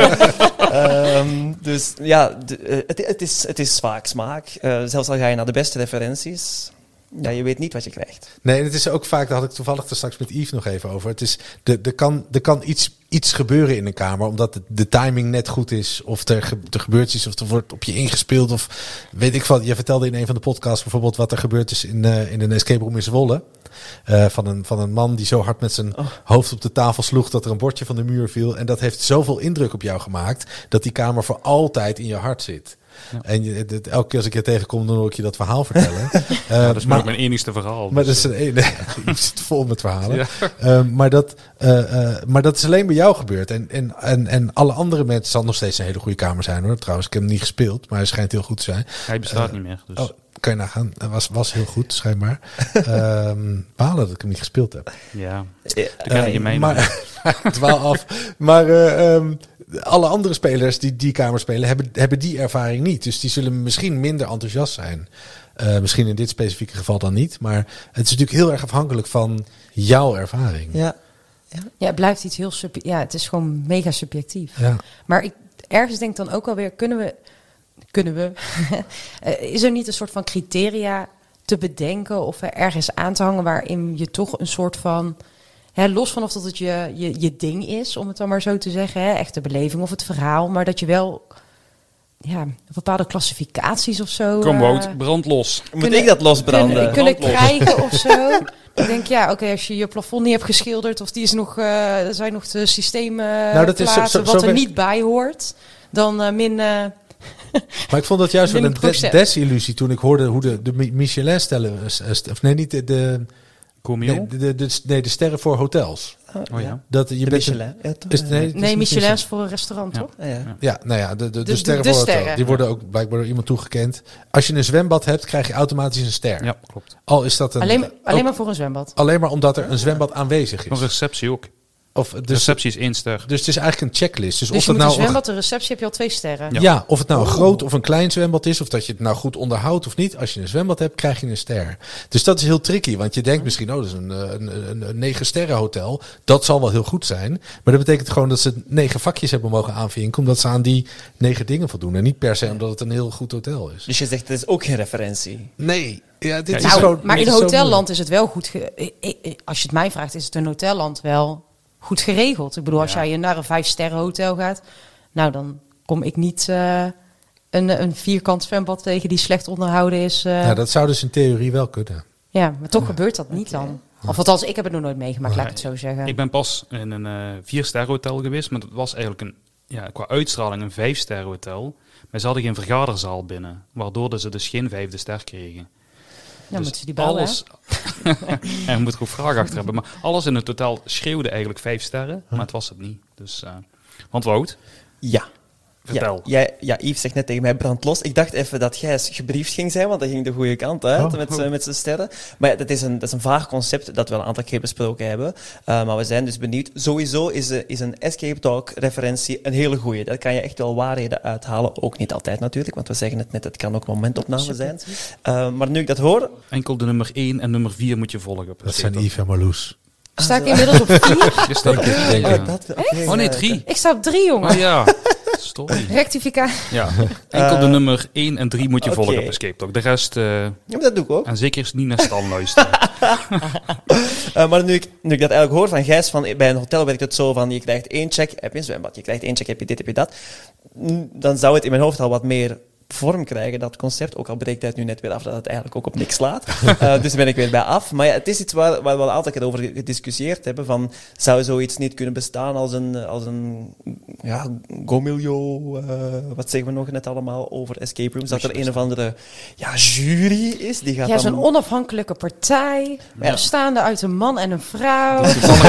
D: Uh, um, dus ja, de, uh, het, het, is, het is vaak smaak. Uh, zelfs al ga je naar de beste referenties, ja, je weet niet wat je krijgt.
C: Nee, het is ook vaak, daar had ik toevallig er straks met Yves nog even over. Het is, er, er kan, er kan iets, iets gebeuren in een kamer, omdat de, de timing net goed is. Of er, ge, er gebeurt iets, of er wordt op je ingespeeld. Of weet ik wat. Je vertelde in een van de podcasts bijvoorbeeld wat er gebeurd is in, uh, in een escape room in Zwolle. Uh, van, een, van een man die zo hard met zijn
D: Oh.
C: hoofd op de tafel sloeg dat er een bordje van de muur viel. En dat heeft zoveel indruk op jou gemaakt, dat die kamer voor altijd in je hart zit.
A: Ja.
C: En je, het, elke keer als ik je tegenkom, dan hoor ik je dat verhaal vertellen. Uh,
A: Ja, dat is maar ook mijn enigste verhaal.
C: maar dat
A: dus,
C: is een ene. Je zit vol met verhalen.
A: Ja.
C: Uh, maar, dat, uh, uh, maar dat is alleen bij jou gebeurd. En, en, en, en alle andere mensen zal nog steeds een hele goede kamer zijn hoor. Trouwens, ik heb hem niet gespeeld, maar hij schijnt heel goed te zijn.
A: Hij bestaat
C: Uh,
A: niet meer. Dus.
C: Oh, kan je nagaan. Hij was, was heel goed, schijnbaar. um, balen dat ik hem niet gespeeld heb.
A: Ja,
D: Ja,
A: dat kan
C: Uh,
A: je mee.
C: maar dwaal af. Maar uh, um, alle andere spelers die die kamer spelen, hebben, hebben die ervaring niet. Dus die zullen misschien minder enthousiast zijn. Uh, misschien in dit specifieke geval dan niet. Maar het is natuurlijk heel erg afhankelijk van jouw ervaring.
D: ja.
B: ja, het blijft iets heel... Sub- ja, het is gewoon mega subjectief.
C: Ja.
B: Maar ik, ergens denk ik dan ook alweer, kunnen we, kunnen we, uh, is er niet een soort van criteria te bedenken of er ergens aan te hangen waarin je toch een soort van, hè, los van of dat het je, je, je ding is, om het dan maar zo te zeggen, hè, echt de beleving of het verhaal, maar dat je wel ja, bepaalde klassificaties of zo.
A: Kom,
B: uh,
A: Wout, brand los.
D: Moet
B: kunnen-
D: ik dat losbranden?
B: Kunnen, kunnen
A: Brandlos.
B: krijgen of zo. Ik denk, ja, oké, okay, als je je plafond niet hebt geschilderd of die is nog, uh, er zijn nog de systemen
C: Nou, dat is zo-
B: platen
C: zo-
B: wat
C: zo
B: er
C: ben-
B: niet bij hoort, dan uh, min. Uh,
C: Maar ik vond dat juist wel een
B: Minder
C: de-
B: procent.
C: desillusie toen ik hoorde hoe de, de Mi- Michelin-sterren... Of nee, niet de... de
A: Comio?
C: nee, de, de, de, nee, de sterren voor hotels.
A: Oh ja.
C: Dat je
D: De
C: bent een-
D: Michelin. Ja, toch?
C: Is, nee, het is
B: nee,
C: niet
B: Michelin is voor een restaurant,
A: Ja.
B: toch?
D: Ah, ja.
C: Ja, nou ja, de, de, de,
B: de-
C: sterren
B: de
C: voor hotel.
B: sterren.
C: Die worden ook blijkbaar door iemand toegekend. Als je een zwembad hebt, krijg je automatisch een ster.
A: Ja, klopt.
C: Al is dat een...
B: Alleen, alleen
C: ook-
B: maar voor een zwembad.
C: alleen maar omdat er een zwembad aanwezig
A: Een
C: is.
A: receptie ook.
C: Of,
A: De
C: dus,
A: receptie is één ster.
C: dus het is eigenlijk een checklist. Dus,
B: Dus
C: of
B: je
C: dat
B: moet
C: nou
B: een zwembad, de receptie heb je al twee sterren.
A: Ja.
C: Ja, of het nou een groot of een klein zwembad is, of dat je het nou goed onderhoudt of niet. Als je een zwembad hebt, krijg je een ster. Dus dat is heel tricky, want je denkt misschien, oh, dat is een, een, een, een negen sterren hotel. Dat zal wel heel goed zijn. Maar dat betekent gewoon dat ze negen vakjes hebben mogen aanvinken, omdat ze aan die negen dingen voldoen. En niet per se omdat het een heel goed hotel is.
D: Dus je zegt, het is ook geen referentie.
C: Nee, ja, dit
A: Ja,
C: is
B: Nou,
C: gewoon...
B: maar in
C: dit is zo
B: hotelland is het wel goed. Ge- i- i- als je het mij vraagt, is het een hotelland wel goed geregeld. Ik bedoel, als
A: Ja.
B: jij naar een vijf sterren hotel gaat, nou dan kom ik niet uh, een, een vierkant zwembad tegen die slecht onderhouden is. Uh,
C: Ja, dat zou dus in theorie wel kunnen.
B: ja, maar toch gebeurt dat niet dan. Of althans, ik heb het nog nooit meegemaakt, laat ik het zo zeggen.
A: Ik ben pas in een uh, vier ster hotel geweest, maar het was eigenlijk een, ja, qua uitstraling een vijf ster hotel. Maar ze hadden geen vergaderzaal binnen, waardoor ze dus geen vijfde ster kregen.
B: Dan
A: Dus
B: moeten ze die bouwen.
A: alles, en je moet er ook vragen achter hebben, maar alles in het totaal schreeuwde eigenlijk vijf sterren, maar het was het niet. Dus, uh, want Wout,
D: Ja.
A: vertel.
D: Ja, jij, ja, Yves zegt net tegen mij, brand los. Ik dacht even dat Gijs gebriefd ging zijn, want dat ging de goede kant uit
C: Oh.
D: met, z'n- met zijn sterren. Maar ja, dat is, een, dat is een vaag concept dat we al een aantal keer besproken hebben. Uh, maar we zijn dus benieuwd. Sowieso is, een- is een Escape Talk referentie een hele goeie. Daar kan je echt wel waarheden uithalen. Ook niet altijd natuurlijk, want we zeggen het net, het kan ook momentopname zijn. Uh, maar nu ik dat hoor...
A: Enkel de nummer één en nummer vier moet je volgen. op
C: Dat zijn
A: Escape
C: Yves en Marloes.
B: Sta ik inmiddels op vier?
A: Talk. Je staat-
C: Denk ik, denk
A: Ja.
C: ik.
D: Oh, dat, oké,
A: Oh nee,
D: uh,
A: drie.
B: Ik sta op drie, jongen.
A: Oh ja, sorry.
B: Rectificatie.
A: Ja, enkel de
D: Uh,
A: nummer één en drie moet je volgen
D: oké.
A: op Escape Talk. De rest, uh,
D: Ja, maar dat doe ik ook.
A: en zeker is niet naar Stan luisteren.
D: Uh, maar nu ik, nu ik dat eigenlijk hoor van Gijs, van, bij een hotel werkt het zo van, je krijgt één check, heb je een zwembad. Je krijgt één check, heb je dit, heb je dat. Mm, Dan zou het in mijn hoofd al wat meer vorm krijgen, dat concept. Ook al breekt het nu net weer af dat het eigenlijk ook op niks slaat. Uh, dus daar ben ik weer bij af. Maar ja, het is iets waar, waar we al een aantal keer over gediscussieerd hebben. Van, zou zoiets niet kunnen bestaan als een, als een ja, Gomilio, uh, wat zeggen we nog net allemaal over escape rooms? Dat er een of andere ja, jury is, die gaat
B: Ja, zo'n
D: dan...
B: onafhankelijke partij,
A: Ja.
B: bestaande uit een man en een vrouw.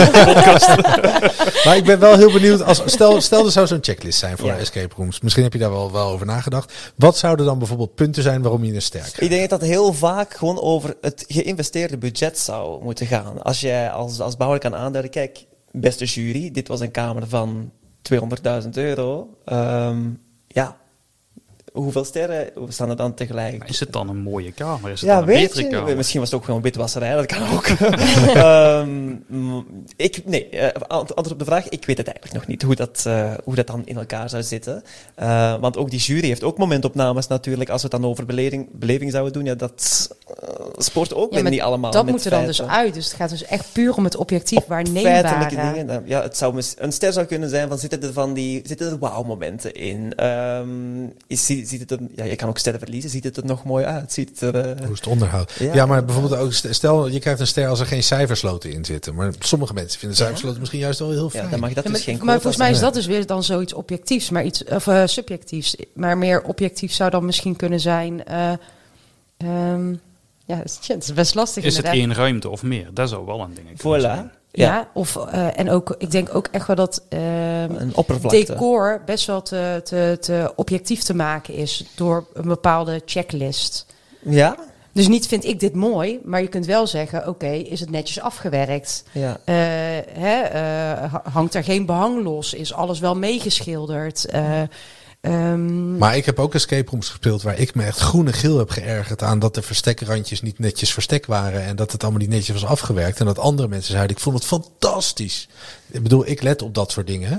C: Maar ik ben wel heel benieuwd. Als, stel, stel er zou zo'n checklist zijn voor
D: Ja.
C: escape rooms. Misschien heb je daar wel, wel over nagedacht. Wat zouden dan bijvoorbeeld punten zijn waarom je een ster krijgt?
D: Ik denk dat dat heel vaak gewoon over het geïnvesteerde budget zou moeten gaan. Als jij als, als bouwer kan aanduiden, kijk, beste jury, dit was een kamer van tweehonderdduizend euro. Um, ja, hoeveel sterren staan er dan tegelijk?
A: Maar is het dan een mooie kamer? Is het
D: Ja,
A: dan een
D: weet
A: betere
D: je,
A: kamer?
D: misschien was het ook gewoon witwasserij, dat kan ook. um, mm, ik, nee, uh, antwoord op de vraag, ik weet het eigenlijk nog niet, hoe dat, uh, hoe dat dan in elkaar zou zitten. Uh, want ook die jury heeft ook momentopnames natuurlijk, als we het dan over beleving, beleving zouden doen, ja, dat uh, spoort ook
B: Ja,
D: met
B: maar
D: niet allemaal
B: dat
D: met
B: moet er dan dus
D: feiten.
B: uit. Dus het gaat dus echt puur om het objectief
D: Feitelijke
B: waarneembare.
D: dingen. dan- Ja, het zou mis- een ster zou kunnen zijn van, zitten er van die, zitten er wauw-momenten in? Um, is, ziet, ziet het er, ja, je kan ook sterren verliezen, ziet het er nog mooi uit? Ziet het er... uh,
C: Hoe is het onderhoud?
D: Ja.
C: Ja, maar bijvoorbeeld ook, stel je krijgt een ster als er geen cijfersloten in zitten. Maar sommige mensen vinden cijfersloten misschien juist wel heel fijn.
D: ja, dan mag je dat
B: Ja,
D: dus
B: maar,
D: geen
B: maar
D: quota
B: volgens mij is
C: zijn.
B: dat dus weer dan zoiets objectiefs, maar iets of uh, subjectiefs. Maar meer objectief zou dan misschien kunnen zijn. Uh, um, ja, shit, het is best lastig.
A: Is het
B: inderdaad.
A: één ruimte of meer? Dat zou wel een ding kunnen
D: Voilà.
A: zijn.
B: Ja,
D: Ja.
B: of uh, en ook, ik denk ook echt wel dat um,
D: Een oppervlakte.
B: decor best wel te, te, te objectief te maken is door een bepaalde checklist.
D: Ja?
B: Dus niet vind ik dit mooi, maar je kunt wel zeggen, oké, okay, is het netjes afgewerkt?
D: Ja.
B: Uh, hè, uh, hangt er geen behang los? Is alles wel meegeschilderd? Uh, um,
C: Maar ik heb ook escape rooms gespeeld waar ik me echt groen en geel heb geërgerd aan dat de verstekrandjes niet netjes verstek waren en dat het allemaal niet netjes was afgewerkt. En dat andere mensen zeiden, ik vond het fantastisch. Ik bedoel, ik let op dat soort dingen. Hè?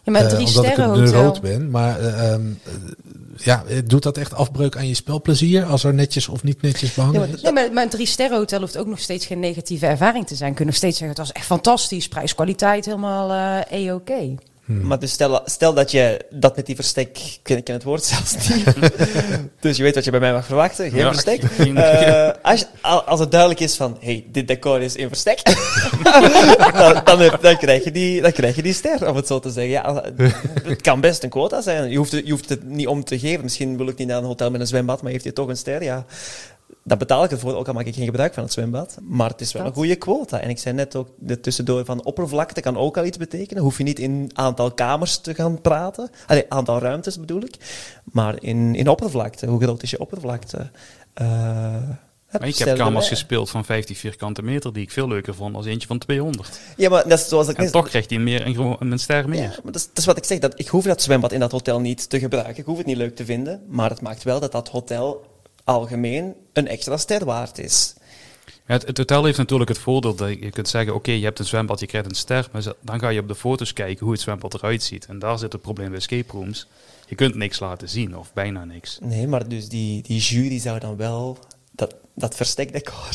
B: Ja, maar drie
C: uh, omdat ik een
B: sterrenhotel.
C: rood ben. Maar uh, um, uh, ja, doet dat echt afbreuk aan je spelplezier als er netjes of niet netjes behangen
B: ja,
C: is?
B: Nee, maar, maar een drie sterrenhotel hoeft ook nog steeds geen negatieve ervaring te zijn. Kunnen nog steeds zeggen, het was echt fantastisch. Prijs-kwaliteit helemaal uh, E-oké. Okay.
C: Hmm.
D: Maar dus stel, stel dat je dat met die verstek, ik ken, ik ken het woord zelfs niet, dus je weet wat je bij mij mag verwachten, geen
A: ja,
D: verstek.
A: Geen,
D: Uh, als, als het duidelijk is van, hey, dit decor is in verstek, dan, dan, heb, dan, krijg je die, dan krijg je die ster, om het zo te zeggen. Ja, het kan best een quota zijn, je hoeft, het, je hoeft het niet om te geven. Misschien wil ik niet naar een hotel met een zwembad, maar heeft hij toch een ster, ja. Dat betaal ik ervoor, ook al maak ik geen gebruik van het zwembad. Maar het is wel dat. een goede quota. En ik zei net ook er tussendoor van oppervlakte kan ook al iets betekenen. Hoef je niet in aantal kamers te gaan praten. Allee, aantal ruimtes bedoel ik. Maar in, in oppervlakte. Hoe groot is je oppervlakte? Uh,
A: maar ik heb kamers gespeeld van vijftig vierkante meter die ik veel leuker vond als eentje van tweehonderd.
D: Ja, maar dat is zoals ik
A: en
D: net...
A: toch krijgt hij meer een, een ster meer.
D: Ja, maar dat is, dat is wat ik zeg. Dat ik hoef dat zwembad in dat hotel niet te gebruiken. Ik hoef het niet leuk te vinden. Maar het maakt wel dat dat hotel algemeen een extra ster waard is.
A: Ja, het, het hotel heeft natuurlijk het voordeel dat je kunt zeggen, oké, okay, je hebt een zwembad, je krijgt een ster, maar dan ga je op de foto's kijken hoe het zwembad eruit ziet. En daar zit het probleem bij escape rooms. Je kunt niks laten zien, of bijna niks.
D: Nee, maar dus die, die jury zou dan wel dat, dat verstekdecor...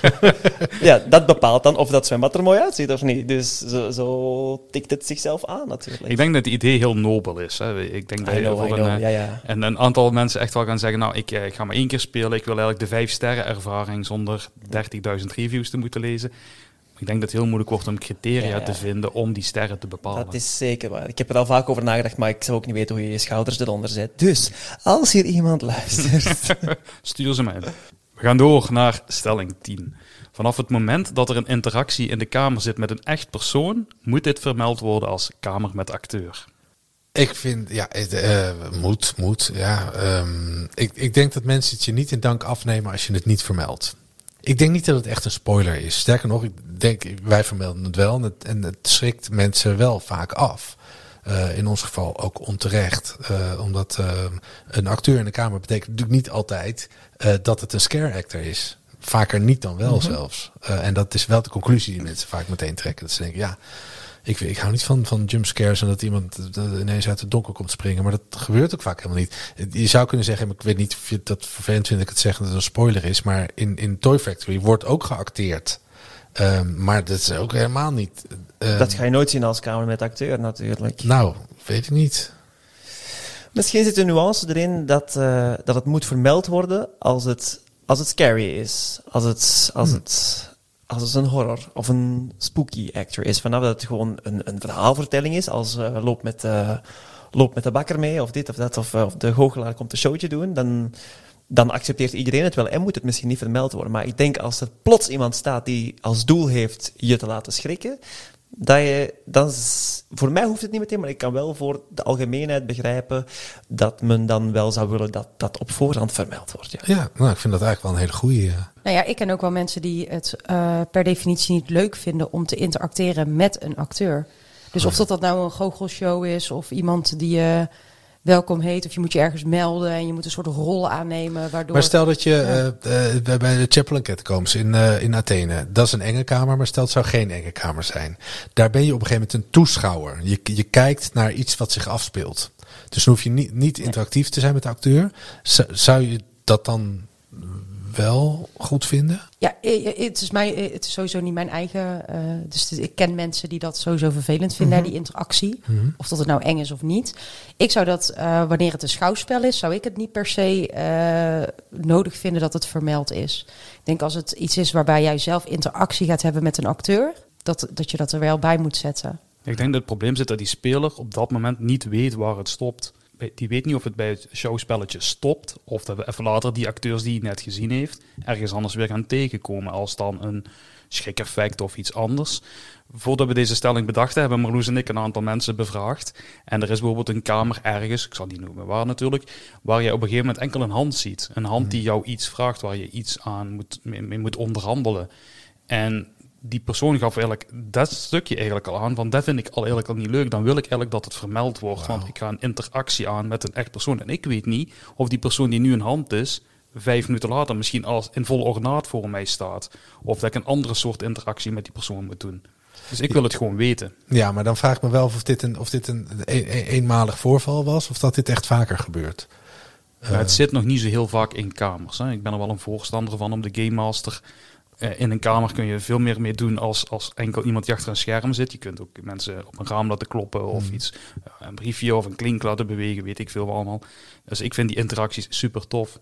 D: ja, dat bepaalt dan of dat zwembad er mooi uitziet of niet. Dus zo, zo tikt het zichzelf aan natuurlijk.
A: Ik denk dat het idee heel nobel is. Hè. Ik denk dat
D: I know,
A: je voor
D: I know.
A: een,
D: Ja, ja.
A: En een aantal mensen echt wel gaan zeggen, nou, ik, ik ga maar één keer spelen. Ik wil eigenlijk de vijf sterren ervaring zonder dertigduizend reviews te moeten lezen. Ik denk dat het heel moeilijk wordt om criteria ja, ja. te vinden om die sterren te bepalen.
D: Dat is zeker waar. Ik heb er al vaak over nagedacht, maar ik zou ook niet weten hoe je je schouders eronder zet. Dus, als hier iemand luistert...
A: Stuur ze mij. We gaan door naar stelling tien. Vanaf het moment dat er een interactie in de kamer zit met een echt persoon, moet dit vermeld worden als kamer met acteur.
C: Ik vind, ja, het, uh, moet, moet, ja. Um, ik, ik denk dat mensen het je niet in dank afnemen als je het niet vermeldt. Ik denk niet dat het echt een spoiler is. Sterker nog, ik denk, wij vermelden het wel en het, en het schrikt mensen wel vaak af. Uh, in ons geval ook onterecht. Uh, omdat uh, een acteur in de kamer betekent natuurlijk niet altijd uh, dat het een scare actor is. Vaker niet dan wel mm-hmm. zelfs. Uh, en dat is wel de conclusie die mensen vaak meteen trekken. Dat ze denken, ja, ik, ik hou niet van, van jumpscares en dat iemand uh, ineens uit het donker komt springen. Maar dat gebeurt ook vaak helemaal niet. Je zou kunnen zeggen, ik weet niet of je dat vervelend vindt dat ik het zeg dat het een spoiler is. Maar in, in Toy Factory wordt ook geacteerd. Um, maar dat is ook helemaal niet... Um,
D: dat ga je nooit zien als kamer met acteur natuurlijk.
C: Nou, weet ik niet.
D: Misschien zit een nuance erin dat, uh, dat het moet vermeld worden als het, als het scary is. Als het, als, hmm. het, als het een horror of een spooky actor is. Vanaf dat het gewoon een, een verhaalvertelling is. Als uh, loop, met, uh, loop met de bakker mee of dit of dat. Of, uh, of de goochelaar komt een showtje doen. Dan... dan accepteert iedereen het wel en moet het misschien niet vermeld worden. Maar ik denk als er plots iemand staat die als doel heeft je te laten schrikken, dat je, dan is, voor mij hoeft het niet meteen, maar ik kan wel voor de algemeenheid begrijpen dat men dan wel zou willen dat dat op voorhand vermeld wordt. Ja,
C: ja nou, ik vind dat eigenlijk wel een hele goeie. Ja.
B: Nou ja, ik ken ook wel mensen die het uh, per definitie niet leuk vinden om te interacteren met een acteur. Dus of dat, dat nou een goochelshow is of iemand die je... Uh, welkom heet, of je moet je ergens melden en je moet een soort rol aannemen, waardoor...
C: Maar stel dat je ja. uh, uh, bij de Chapel and Catacombs in, uh, in Athene, dat is een enge kamer, maar stel het zou geen enge kamer zijn. Daar ben je op een gegeven moment een toeschouwer. Je, je kijkt naar iets wat zich afspeelt. Dus dan hoef je niet, niet interactief te zijn met de acteur. Z- zou je dat dan wel goed vinden?
B: Ja, het is, mij, het is sowieso niet mijn eigen... Uh, dus ik ken mensen die dat sowieso vervelend vinden, mm-hmm. die interactie. Mm-hmm. Of dat het nou eng is of niet. Ik zou dat, uh, wanneer het een schouwspel is, zou ik het niet per se uh, nodig vinden dat het vermeld is. Ik denk als het iets is waarbij jij zelf interactie gaat hebben met een acteur, dat, dat je dat er wel bij moet zetten.
A: Ik denk dat het probleem zit dat die speler op dat moment niet weet waar het stopt. Die weet niet of het bij het showspelletje stopt, of dat we even later die acteurs die hij net gezien heeft ergens anders weer gaan tegenkomen als dan een schrik-effect of iets anders. Voordat we deze stelling bedachten, hebben Marloes en ik een aantal mensen bevraagd. En er is bijvoorbeeld een kamer ergens, ik zal die noemen waar natuurlijk, waar je op een gegeven moment enkel een hand ziet. Een hand die jou iets vraagt, waar je iets aan moet, mee, mee moet onderhandelen. En die persoon gaf eigenlijk dat stukje eigenlijk al aan, van dat vind ik al eigenlijk al niet leuk, dan wil ik eigenlijk dat het vermeld wordt, wow. Want ik ga een interactie aan met een echt persoon. En ik weet niet of die persoon die nu een hand is, vijf minuten later misschien als in volle ornaat voor mij staat. Of dat ik een andere soort interactie met die persoon moet doen. Dus ik wil het gewoon weten.
C: Ja, maar dan vraag ik me wel of dit een, of dit een, een, een eenmalig voorval was of dat dit echt vaker gebeurt.
A: Uh, het zit nog niet zo heel vaak in kamers. Hè. Ik ben er wel een voorstander van om de Game Master. Uh, in een kamer kun je veel meer mee doen als, als enkel iemand die achter een scherm zit. Je kunt ook mensen op een raam laten kloppen of hmm. iets, uh, een briefje of een klink laten bewegen, weet ik veel allemaal. Dus ik vind die interacties super tof.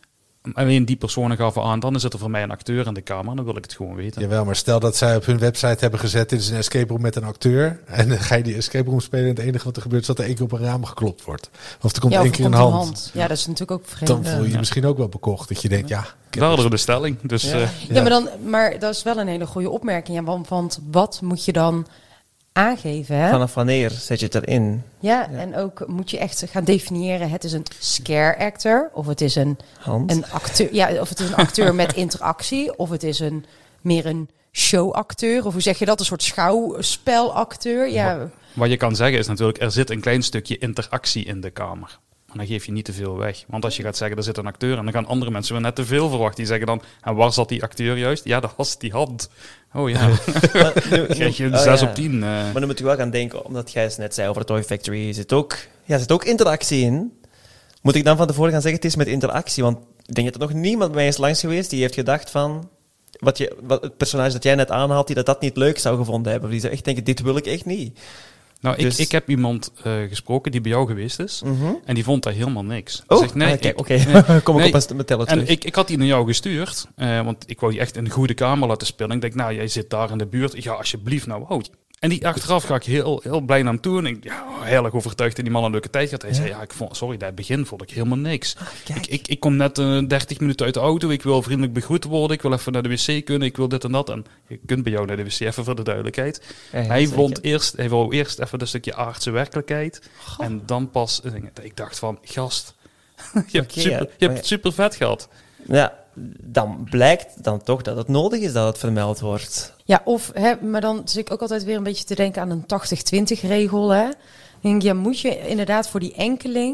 A: Alleen die personen gaven aan, dan is het er voor mij een acteur in de kamer. Dan wil ik het gewoon weten.
C: Jawel, maar stel dat zij op hun website hebben gezet, dit is een escape room met een acteur. En dan ga je die escape room spelen en het enige wat er gebeurt is dat er één keer op een raam geklopt wordt. Of er komt
B: ja,
C: één keer een hand.
B: hand. Ja, dat is natuurlijk ook vreemd.
C: Dan voel je je
A: ja.
C: misschien ook wel bekocht. Dat je denkt, ja...
A: Daar de stelling. Dus,
C: ja.
A: Uh,
B: ja. ja, maar, dan, maar dat is wel een hele goede opmerking. Ja, want, want wat moet je dan aangeven? Hè?
D: Vanaf wanneer zet je het erin?
B: Ja, ja, en ook moet je echt gaan definiëren. Het is een scare actor of het is een, een acteur. Ja, of het is een acteur met interactie of het is een meer een showacteur. Of hoe zeg je dat? Een soort schouwspelacteur. Ja.
A: Wat, wat je kan zeggen is natuurlijk, er zit een klein stukje interactie in de kamer. Maar dan geef je niet te veel weg. Want als je gaat zeggen, er zit een acteur en dan gaan andere mensen weer net te veel verwachten. Die zeggen dan, en waar zat die acteur juist? Ja, dat was die hand. Oh ja, dan krijg je een
D: oh,
A: zes
D: ja.
A: op tien. Uh.
D: Maar dan moet je wel gaan denken, omdat jij het net zei over Toy Factory, zit ook, ja, zit ook interactie in. Moet ik dan van tevoren gaan zeggen, het is met interactie? Want ik denk dat er nog niemand bij mij is langs geweest die heeft gedacht van... Wat je, wat het personage dat jij net aanhaalt, die dat, dat niet leuk zou gevonden hebben. Of die zou echt denken, dit wil ik echt niet.
A: Nou,
D: dus...
A: ik, ik heb iemand uh, gesproken die bij jou geweest is.
D: Mm-hmm.
A: En die vond daar helemaal niks.
D: Oh,
A: zegt, nee,
D: ah, kijk, oké.
A: Okay.
D: Nee, kom ik
A: nee,
D: op mijn teller terug.
A: En ik, ik had die naar jou gestuurd. Uh, want ik wou die echt in een goede kamer laten spelen. Ik denk, nou, jij zit daar in de buurt. Ja, alsjeblieft, nou, wow. En die achteraf ga ik heel, heel blij naar hem toe. En ik, ja, heel erg overtuigd dat die man een leuke tijd had. Hij ja. zei, ja, ik vond, sorry, dat begin vond ik helemaal niks. Ah, ik, ik, ik kom net uh, dertig minuten uit de auto. Ik wil vriendelijk begroet worden. Ik wil even naar de wc kunnen. Ik wil dit en dat. En je kunt bij jou naar de wc, even voor de duidelijkheid. Ja, ja, hij, vond eerst, hij wou eerst even een stukje aardse werkelijkheid. Goh. En dan pas, ik dacht van, gast, je hebt, okay, super, ja. je hebt het super vet gehad.
D: Ja, dan blijkt dan toch dat het nodig is dat het vermeld wordt.
B: Ja, of, hè, maar dan zit ik ook altijd weer een beetje te denken aan een tachtig twintig regel. Hè. Dan denk ik, ja, moet je inderdaad voor die enkeling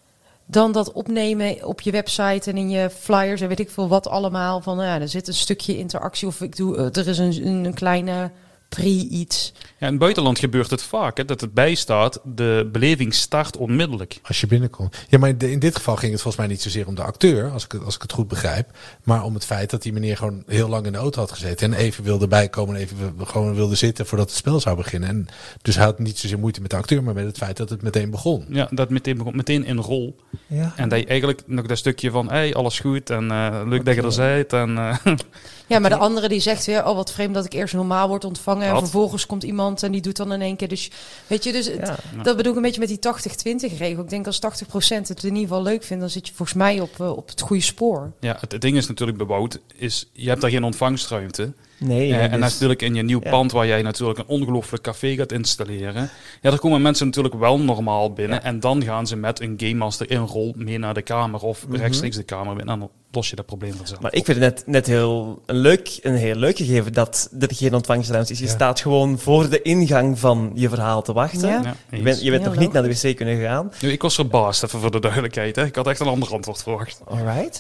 B: dan dat opnemen op je website en in je flyers en weet ik veel wat allemaal. Van, ja, er zit een stukje interactie of ik doe, er is een, een kleine pre-iets.
A: Ja, in het buitenland gebeurt het vaak, hè, dat het bijstaat, de beleving start onmiddellijk.
C: Als je binnenkomt. Ja, maar in dit geval ging het volgens mij niet zozeer om de acteur, als ik, als ik het goed begrijp. Maar om het feit dat die meneer gewoon heel lang in de auto had gezeten. En even wilde bijkomen en even gewoon wilde zitten voordat het spel zou beginnen. En dus hij had niet zozeer moeite met de acteur, maar met het feit dat het meteen begon.
A: Ja, dat meteen begon, meteen in rol. Ja. En dat je eigenlijk nog dat stukje van, hey, alles goed en uh, leuk okay. dat je er zijt. En, uh,
B: ja, maar de andere die zegt weer, oh wat vreemd dat ik eerst normaal word ontvangen. En vervolgens komt iemand en die doet dan in één keer. Dus weet je, dus ja. het, dat bedoel ik een beetje met die tachtig twintig regel. Ik denk als tachtig procent het in ieder geval leuk vindt, dan zit je volgens mij op, uh, op het goede spoor.
A: Ja, het, het ding is natuurlijk bebouwd, is je hebt daar geen ontvangstruimte.
D: Nee,
A: uh,
D: dus...
A: En natuurlijk in je nieuw ja. pand waar jij natuurlijk een ongelooflijk café gaat installeren. Ja, daar komen mensen natuurlijk wel normaal binnen. Ja. En dan gaan ze met een Game Master in rol mee naar de kamer of mm-hmm. rechtstreeks de kamer binnen. En dan los je dat probleem vanzelf.
D: Maar ik vind het net, net heel een leuk, een heel leuk gegeven dat er geen ontvangstruimte is. Je ja. staat gewoon voor de ingang van je verhaal te wachten. Ja. Ja, je bent, je bent nog niet naar de wc kunnen gaan.
A: Nu, ik was verbaasd, even voor de duidelijkheid. Hè. Ik had echt een ander antwoord verwacht.
D: Alright.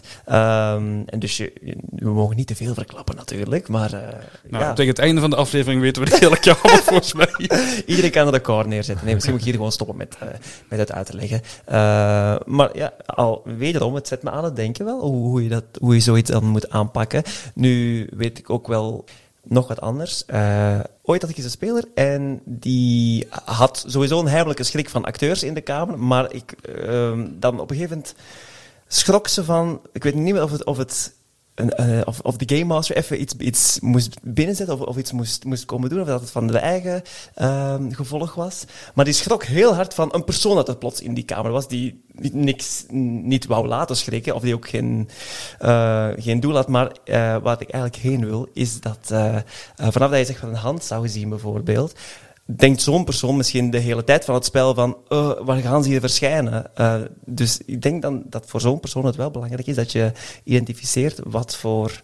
D: Um, en dus je, je, we mogen niet te veel verklappen natuurlijk, maar... Uh,
A: nou,
D: ja.
A: tegen het einde van de aflevering weten we het hele kamer volgens mij.
D: Iedereen kan een record neerzetten. Nee, misschien moet ik hier gewoon stoppen met, uh, met het uit te leggen. Uh, maar ja, al wederom, het zet me aan het denken wel, hoe, hoe, je, dat, hoe je zoiets dan moet aanpakken. Nu weet ik ook wel nog wat anders. Uh, ooit had ik eens een speler en die had sowieso een heimelijke schrik van acteurs in de kamer, maar ik uh, dan op een gegeven moment schrok ze van, ik weet niet meer of het... Of het Een, uh, of, of de Game Master even iets, iets moest binnenzetten of, of iets moest, moest komen doen, of dat het van de eigen uh, gevolg was. Maar die schrok heel hard van een persoon dat er plots in die kamer was, die niks niet wou laten schrikken, of die ook geen, uh, geen doel had. Maar uh, waar ik eigenlijk heen wil, is dat uh, uh, vanaf dat je zegt van een hand zou zien bijvoorbeeld, denkt zo'n persoon misschien de hele tijd van het spel van, uh, waar gaan ze hier verschijnen? Uh, dus ik denk dan dat voor zo'n persoon het wel belangrijk is dat je identificeert wat voor,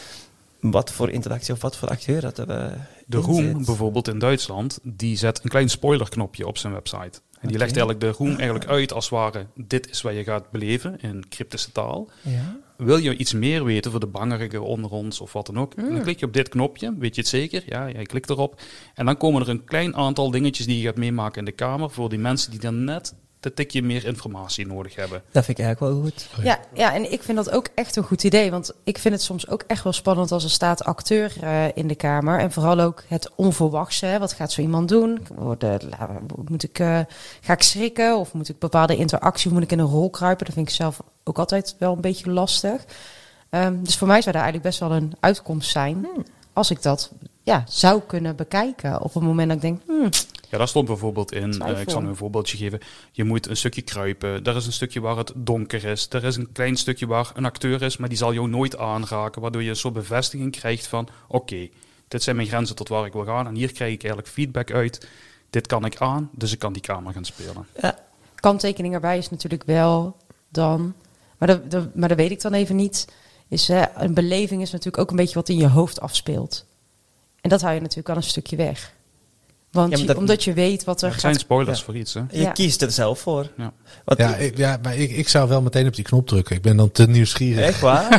D: wat voor interactie of wat voor acteur dat er uh,
A: De Room bijvoorbeeld in Duitsland, die zet een klein spoilerknopje op zijn website. En die okay. legt eigenlijk de Room eigenlijk uit als het ware, dit is wat je gaat beleven in cryptische taal.
D: Ja.
A: wil je iets meer weten voor de bangerigen onder ons of wat dan ook,
B: Mm.
A: dan klik je op dit knopje, weet je het zeker? Ja, jij klikt erop. En dan komen er een klein aantal dingetjes die je gaat meemaken in de kamer voor die mensen die dan net een tikje meer informatie nodig hebben.
D: Dat vind ik eigenlijk wel goed.
B: Ja, ja, en ik vind dat ook echt een goed idee. Want ik vind het soms ook echt wel spannend als er staat acteur uh, in de kamer. En vooral ook het onverwachte. Hè. Wat gaat zo iemand doen? Worden, moet ik, uh, ga ik schrikken? Of moet ik bepaalde interactie, moet ik in een rol kruipen? Dat vind ik zelf ook altijd wel een beetje lastig. Um, dus voor mij zou daar eigenlijk best wel een uitkomst zijn. Hmm. Als ik dat ja, zou kunnen bekijken. Op het moment dat ik denk... Hmm,
A: Ja, daar stond bijvoorbeeld in,
B: Twijfel.
A: uh, ik zal nu een voorbeeldje geven. Je moet een stukje kruipen. Er is een stukje waar het donker is. Er is een klein stukje waar een acteur is, maar die zal jou nooit aanraken. Waardoor je een soort bevestiging krijgt van, oké, okay, dit zijn mijn grenzen tot waar ik wil gaan. En hier krijg ik eigenlijk feedback uit. Dit kan ik aan, dus ik kan die kamer gaan spelen.
B: Ja. Kanttekening erbij is natuurlijk wel dan... Maar dat, dat, maar dat weet ik dan even niet. Is, hè, een beleving is natuurlijk ook een beetje wat in je hoofd afspeelt. En dat hou je natuurlijk al een stukje weg. Want
D: Ja,
B: je,
D: dat,
B: omdat je weet wat er
A: Er zijn
B: gaat...
A: spoilers
D: Ja.
A: voor iets, hè?
D: Je
B: Ja.
D: kiest er zelf voor.
A: Ja.
D: Wat,
C: Ja, ik, ja, maar ik, ik zou wel meteen op die knop drukken. Ik ben dan te nieuwsgierig.
D: Echt waar?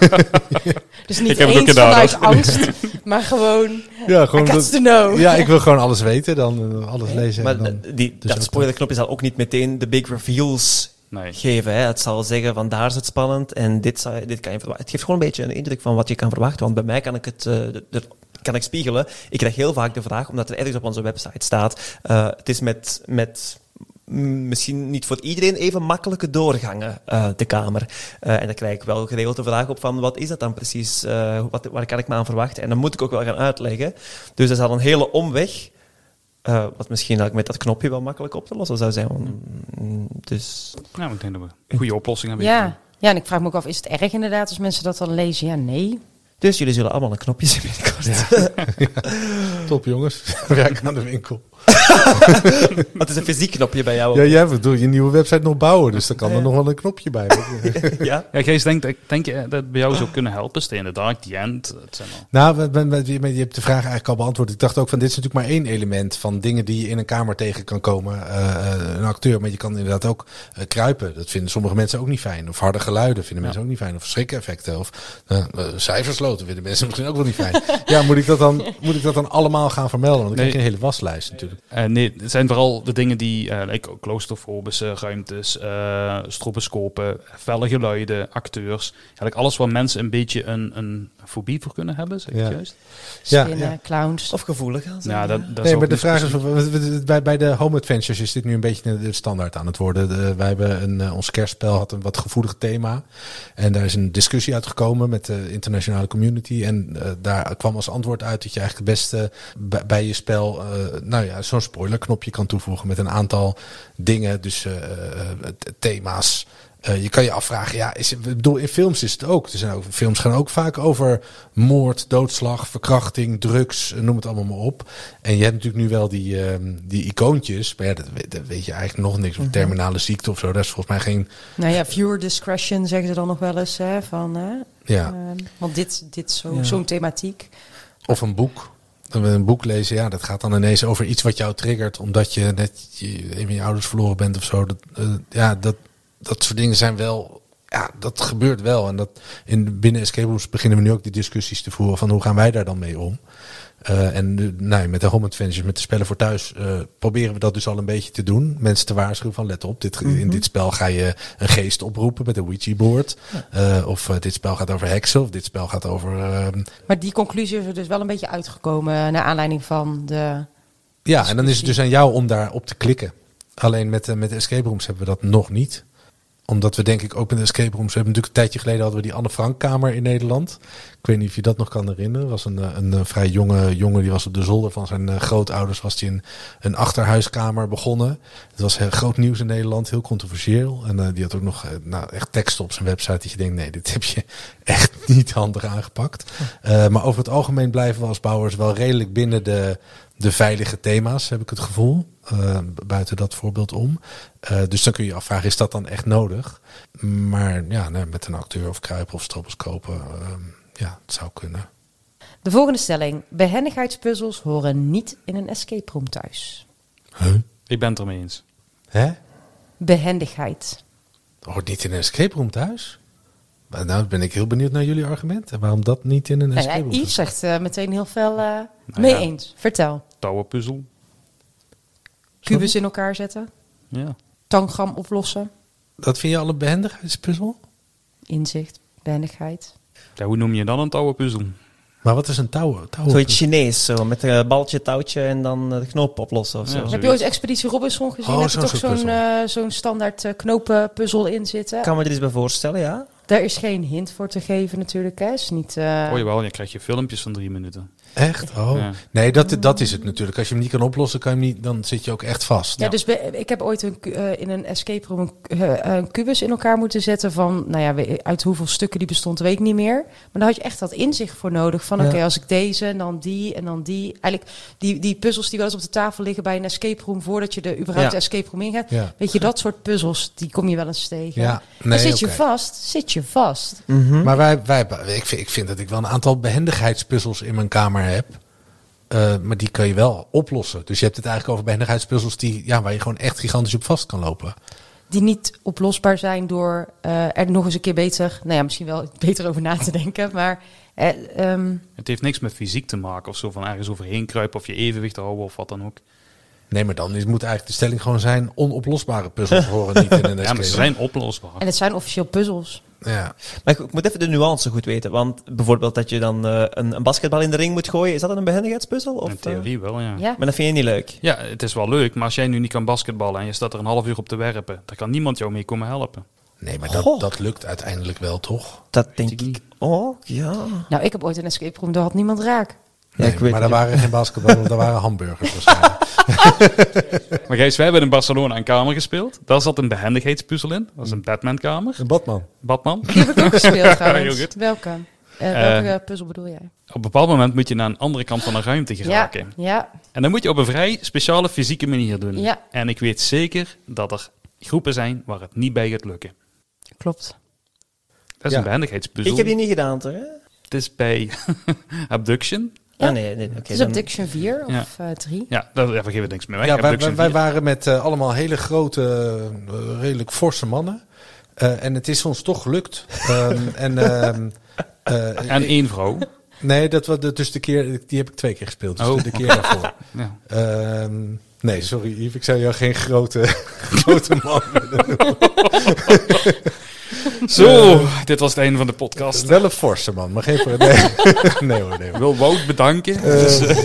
B: Dus niet
A: Ik heb het ook
B: eens
A: gedaan,
B: vanuit
A: hoor.
B: angst, maar gewoon...
C: Ja,
B: I
C: gewoon
B: got
C: dat-
B: to know.
C: ja, ik wil gewoon alles weten, dan uh, alles lezen.
D: Maar
C: en dan,
D: uh, die,
C: dus ook
D: dat spoilerknopje zal ook niet meteen de big reveals
A: Nee.
D: geven. Hè. Het zal zeggen van daar is het spannend en dit, zou, dit kan je verwachten. Het geeft gewoon een beetje een indruk van wat je kan verwachten. Want bij mij kan ik het uh, de, de, kan ik spiegelen. Ik krijg heel vaak de vraag, omdat er ergens op onze website staat, uh, het is met... met misschien niet voor iedereen even makkelijke doorgangen, uh, de kamer. Uh, en dan krijg ik wel geregeld de vraag op van, wat is dat dan precies? Uh, wat, waar kan ik me aan verwachten? En dan moet ik ook wel gaan uitleggen. Dus dat is al een hele omweg, uh, wat misschien ook met dat knopje wel makkelijk op te lossen zou zijn. Mm, dus...
A: Nou, ik denk dat we een goede oplossing hebben.
B: Ja. ja, en ik vraag me ook af, is het erg inderdaad als mensen dat dan lezen? Ja, nee.
D: Dus jullie zullen allemaal een knopje zien binnenkort.
C: Ja. Ja. Top jongens, werk aan de winkel.
D: Het is een fysiek knopje bij jou.
C: Ja, jij wil je nieuwe website nog bouwen, dus daar kan er
D: Ja.
C: nog wel een knopje bij.
D: Ja?
A: Ja, Gijs, denk, denk je dat het bij jou zou kunnen helpen? Stay in the dark, the end, et cetera.
C: Nou, we- we- we- je hebt de vraag eigenlijk al beantwoord. Ik dacht ook van, dit is natuurlijk maar één element van dingen die je in een kamer tegen kan komen. Uh, een acteur, maar je kan inderdaad ook uh, kruipen. Dat vinden sommige mensen ook niet fijn. Of harde geluiden vinden
A: Ja.
C: mensen ook niet fijn. Of schrik-effecten. Of uh, uh, cijfersloten vinden mensen misschien ook wel niet fijn. Ja, moet ik dat dan, moet ik dat dan allemaal gaan vermelden? Want dan krijg je
A: Nee.
C: een hele waslijst natuurlijk.
A: Uh, nee, het zijn vooral de dingen die, uh, like claustrofobische ruimtes, uh, stroboscopen, felle geluiden, acteurs. Eigenlijk alles waar mensen een beetje een, een fobie voor kunnen hebben, zeg ik
C: Ja.
A: het juist?
C: Ja,
B: Spinnen,
C: ja.
B: clowns.
D: Of gevoelig gaan zijn.
A: Ja, dat, dat
C: Nee,
A: is
C: maar
A: ook
C: de
A: niet
C: vraag is,
A: specifiek.
C: w- w- w- bij, bij de Home Adventures is dit nu een beetje de standaard aan het worden. De, wij hebben een, uh, ons kerstspel had een wat gevoelig thema. En daar is een discussie uitgekomen met de internationale community. En uh, daar kwam als antwoord uit dat je eigenlijk het beste bij, bij je spel, uh, nou ja, zo'n spoilerknopje kan toevoegen met een aantal dingen. Dus uh, uh, thema's. Uh, je kan je afvragen, ja, is, ik bedoel, in films is het ook. Er zijn ook. Films gaan ook vaak over moord, doodslag, verkrachting, drugs, noem het allemaal maar op. En je hebt natuurlijk nu wel die, uh, die icoontjes, maar ja, dat, weet- dat weet je eigenlijk nog niks. Of terminale ziekte of zo, daar is volgens mij geen...
B: Nou ja, viewer discretion zeggen ze dan nog wel eens. Hè, van, hè,
C: Ja.
B: ehm, want dit, dit zo,
D: Ja.
B: zo'n thematiek.
C: Of een boek. Dan we een boek lezen, ja, dat gaat dan ineens over iets wat jou triggert, omdat je net je, een van je ouders verloren bent of zo. Dat, uh, ja, dat, dat soort dingen zijn wel, ja, dat gebeurt wel. En dat in binnen escape rooms beginnen we nu ook die discussies te voeren van hoe gaan wij daar dan mee om. Uh, en nu, nou, met de Home Adventures, met de spellen voor thuis, uh, proberen we dat dus al een beetje te doen. Mensen te waarschuwen van let op, dit, in dit spel ga je een geest oproepen met een Ouija board. Uh, of uh, dit spel gaat over heksen, of dit spel gaat over... Uh,
B: Maar die conclusie is er dus wel een beetje uitgekomen naar aanleiding van de...
C: ja, en dan is het dus aan jou om daar op te klikken. Alleen met, uh, met de escape rooms hebben we dat nog niet. Omdat we denk ik ook met de escape rooms... We hebben natuurlijk een tijdje geleden hadden we die Anne Frank kamer in Nederland. Ik weet niet of je dat nog kan herinneren. Was een, een, een vrij jonge jongen, die was op de zolder van zijn uh, grootouders. Was die een, een achterhuiskamer begonnen. Het was heel groot nieuws in Nederland, heel controversieel. En uh, die had ook nog uh, nou, echt teksten op zijn website. Dat je denkt, nee, dit heb je echt niet handig aangepakt. Uh, maar over het algemeen blijven we als bouwers wel redelijk binnen de... de veilige thema's, heb ik het gevoel. Uh, buiten dat voorbeeld om. Uh, dus dan kun je je afvragen, is dat dan echt nodig? Maar ja, nee, met een acteur of kruipen of stroboscopen, uh, ja, het zou kunnen.
B: De volgende stelling. Behendigheidspuzzels horen niet in een escape room thuis.
C: Huh?
A: Ik ben het ermee eens.
C: Hè?
B: Behendigheid.
C: Dat hoort niet in een escape room thuis? Maar nou ben ik heel benieuwd naar jullie argument. En waarom dat niet in een
B: Nou
C: escape
B: ja,
C: room
B: Yves
C: staat.
B: zegt uh, meteen heel veel uh, mee
A: ja.
B: eens. Vertel.
A: Touwenpuzzel.
B: Kubus in elkaar zetten.
A: Ja.
B: Tangram oplossen.
C: Dat vind je al een behendigheidspuzzel?
B: Inzicht. Behendigheid.
A: Ja, hoe noem je dan een touwenpuzzel?
C: Maar wat is een touw?
D: Zoiets Chinees, zo, met een balletje, touwtje en dan de knoop oplossen of zo.
A: Ja,
B: Heb
A: zoiets.
B: je ooit Expeditie Robinson gezien?
C: Oh,
B: Heb je
C: zo'n
B: toch
C: soort
B: zo'n
C: puzzel.
B: uh, zo'n standaard uh, knopenpuzzel in zitten?
D: Ik kan me er eens bij voorstellen, ja.
B: Daar is geen hint voor te geven natuurlijk. Hè. Is niet, uh...
A: Oh jawel, je krijgt je filmpjes van drie minuten.
C: Echt? Oh.
A: Ja.
C: Nee, dat, dat is het natuurlijk. Als je hem niet kan oplossen, kan je hem niet, dan zit je ook echt vast.
B: Ja,
A: Ja.
B: dus be- ik heb ooit een, ku- uh, in een escape room een, uh, een kubus in elkaar moeten zetten van, nou ja, we- uit hoeveel stukken die bestond, weet ik niet meer. Maar daar had je echt dat inzicht voor nodig van,
C: Ja.
B: oké, als ik deze en dan die en dan die. Eigenlijk die, die puzzels die wel eens op de tafel liggen bij een escape room voordat je de überhaupt
D: Ja.
B: de escape room ingaat.
C: Ja.
B: Weet je, dat soort puzzels, die kom je wel eens tegen.
C: Ja,
B: en
C: nee,
B: zit je
C: oké.
B: vast, zit je vast.
D: Mhm.
C: Maar wij, wij, ik, vind, ik vind dat ik wel een aantal behendigheidspuzzels in mijn kamer heb. Uh, maar die kan je wel oplossen. Dus je hebt het eigenlijk over behendigheidspuzzels die, ja, waar je gewoon echt gigantisch op vast kan lopen.
B: Die niet oplosbaar zijn door uh, er nog eens een keer beter, nou ja, misschien wel beter over na te denken. Maar uh, um,
A: Het heeft niks met fysiek te maken of zo, van ergens overheen kruipen of je evenwicht houden of wat dan ook.
C: Nee, maar dan is, moet eigenlijk de stelling gewoon zijn, onoplosbare puzzels horen niet in een escape
A: Ja, maar ze
C: room.
A: zijn oplosbaar.
B: en het zijn officieel puzzels.
C: Ja.
D: Maar ik, ik moet even de nuance goed weten, want bijvoorbeeld dat je dan uh, een, een basketbal in de ring moet gooien, is dat een behendigheidspuzzel? Of,
A: In theorie wel, ja.
B: Ja.
D: Maar dat vind je niet leuk?
A: Ja, het is wel leuk, maar als jij nu niet kan basketballen en je staat er een half uur op te werpen, dan kan niemand jou mee komen helpen.
C: Nee, maar dat,
D: Goh.
C: dat lukt uiteindelijk wel, toch?
D: Dat denk
A: ik
D: ik.
A: niet.
D: Oh, ja.
B: Nou, ik heb ooit een escape room, daar had niemand raak.
D: Ja,
C: Nee,
D: ik weet
C: maar
D: het
C: daar
D: niet.
C: waren geen basketballen, daar waren hamburgers waarschijnlijk.
A: Maar Gijs, wij hebben in Barcelona een kamer gespeeld. Daar zat een behendigheidspuzzel in. Dat is een Batman-kamer.
C: Een badman.
A: Batman.
B: Die heb ik ook gespeeld trouwens.
A: Heel goed.
B: Welke? Uh, welke
A: Eh,
B: uh, puzzel bedoel jij?
A: Op een bepaald moment moet je naar een andere kant van de ruimte geraken.
B: Ja, ja,
A: En dat moet je op een vrij speciale fysieke manier doen.
B: Ja.
A: En ik weet zeker dat er groepen zijn waar het niet bij gaat lukken.
B: klopt.
A: Dat is
C: Ja.
A: een behendigheidspuzzel.
D: Ik heb die niet gedaan, toch? Hè?
A: Het is bij Abduction.
B: Ja.
D: Ah, nee, nee. Oké.
B: Het is
D: dan-
B: op Diction vier
A: Ja.
B: of uh, drie.
A: Ja, daar, daar vergeven we niks meer weg.
C: Ja, wij, wij,
A: Abduction
C: wij
A: vier.
C: waren met uh, allemaal hele grote, uh, redelijk forse mannen. Uh, en het is ons toch gelukt. um, en, um, uh,
A: En
C: ik-
A: één vrouw.
C: Nee, dat was de, dus de keer, die heb ik twee keer gespeeld. Dus
A: Oh.
C: de, de keer daarvoor.
A: Ja.
C: Um, nee, sorry Yves, ik zou jou geen grote, grote man willen noemen.
A: Zo, dit was het einde van de podcast.
C: Wel een forse man, maar geen voor. Nee, nee hoor, nee
A: Ik
C: hoor.
A: wil Wout bedanken.
C: Uh,
A: Dus, eh,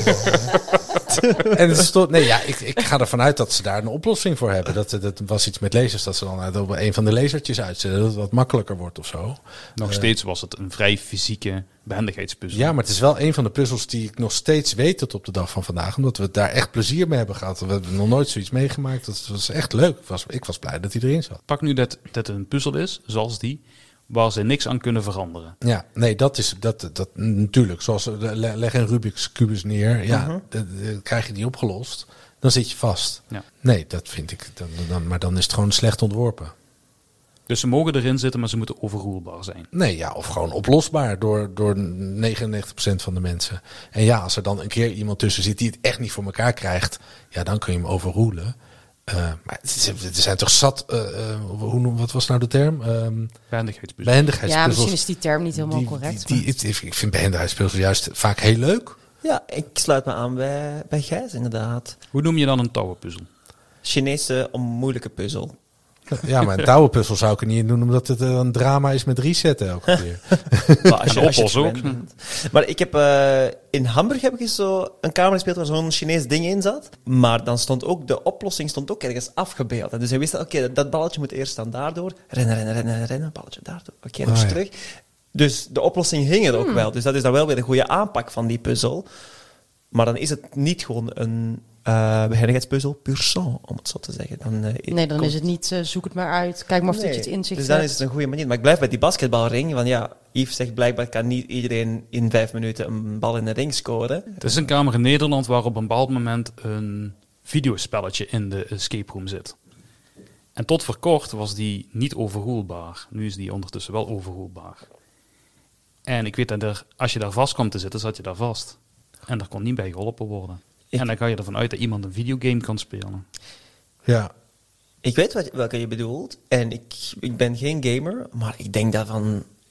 C: En het stond, nee, ja, ik, ik ga ervan uit dat ze daar een oplossing voor hebben. Dat, dat was iets met lasers, dat ze dan uit op een van de lasertjes uitzetten, dat het wat makkelijker wordt of zo.
A: nog steeds was het een vrij fysieke behendigheidspuzzel.
C: Ja, maar het is wel een van de puzzels die ik nog steeds weet tot op de dag van vandaag. Omdat we daar echt plezier mee hebben gehad. We hebben nog nooit zoiets meegemaakt. Dat was echt leuk. Ik was, ik was blij dat hij erin zat.
A: Pak nu dat dat het een puzzel is, zoals die, waar ze niks aan kunnen veranderen.
C: Ja, nee, dat is dat, dat natuurlijk. Zoals uh, le- leg een Rubik's kubus neer. Ja,
D: Mhm.
C: dan uh, krijg je die opgelost. Dan zit je vast.
A: Ja.
C: Nee, dat vind ik. Dan, dan, maar dan is het gewoon slecht ontworpen.
A: Dus ze mogen erin zitten, maar ze moeten overroelbaar zijn.
C: Nee, ja, of gewoon oplosbaar door, door negenennegentig procent van de mensen. En ja, als er dan een keer iemand tussen zit die het echt niet voor elkaar krijgt, ja, dan kun je hem overroelen. Uh, maar het is- er zijn toch zat, uh, uh, hoe, noem- wat was nou de term? Um,
A: Behendigheidspuzzel.
B: Ja,
C: behendigheidspuzzels.
B: misschien is die term niet helemaal
C: Die-
B: correct.
C: Die, die, ik ik vind behendigheidspuzzels juist vaak heel leuk.
D: Ja, ik sluit me aan bij, bij Gijs, inderdaad.
A: Hoe noem je dan een touwenpuzzel?
D: Chinese onmoeilijke puzzel.
C: Ja, maar een touwenpuzzel zou ik er niet in doen, omdat het uh, een drama is met resetten elke keer.
D: Maar als je,
A: En
D: als je het
A: oplossen ook.
D: gewend bent. Maar ik heb uh, in Hamburg heb ik eens zo een kamer gespeeld waar zo'n Chinees ding in zat. Maar dan stond ook de oplossing stond ook ergens afgebeeld. En dus hij wist dat, oké, dat balletje moet eerst dan daardoor. Rennen, rennen, rennen, rennen, balletje daardoor. Oké, nog
C: Oh,
D: eens
C: ja.
D: terug. Dus de oplossing hing er ook wel. Dus dat is dan wel weer een goede aanpak van die puzzel. Maar dan is het niet gewoon een uh, behendigheidspuzzel pur sang, om het zo te zeggen. Dan, uh,
B: Nee, dan
D: komt-
B: is het niet, uh, zoek het maar uit. Kijk maar of dat je het
D: Nee,
B: inzicht
D: dus dan
B: hebt.
D: is het een goede manier. Maar ik blijf bij die basketbalring. Want ja, Yves zegt blijkbaar kan niet iedereen in vijf minuten een bal in de ring scoren.
A: Het is een kamer in Nederland waar op een bepaald moment een videospelletje in de escape room zit. En tot voor kort was die niet overroelbaar. Nu is die ondertussen wel overroelbaar. En ik weet dat er, als je daar vast kwam te zitten, zat je daar vast. En daar kon niet bij geholpen worden.
D: Ik-
A: En dan ga je ervan uit dat iemand een videogame kan spelen.
C: Ja,
D: Ik weet wat, welke je bedoelt. En ik, ik ben geen gamer. Maar ik denk dat van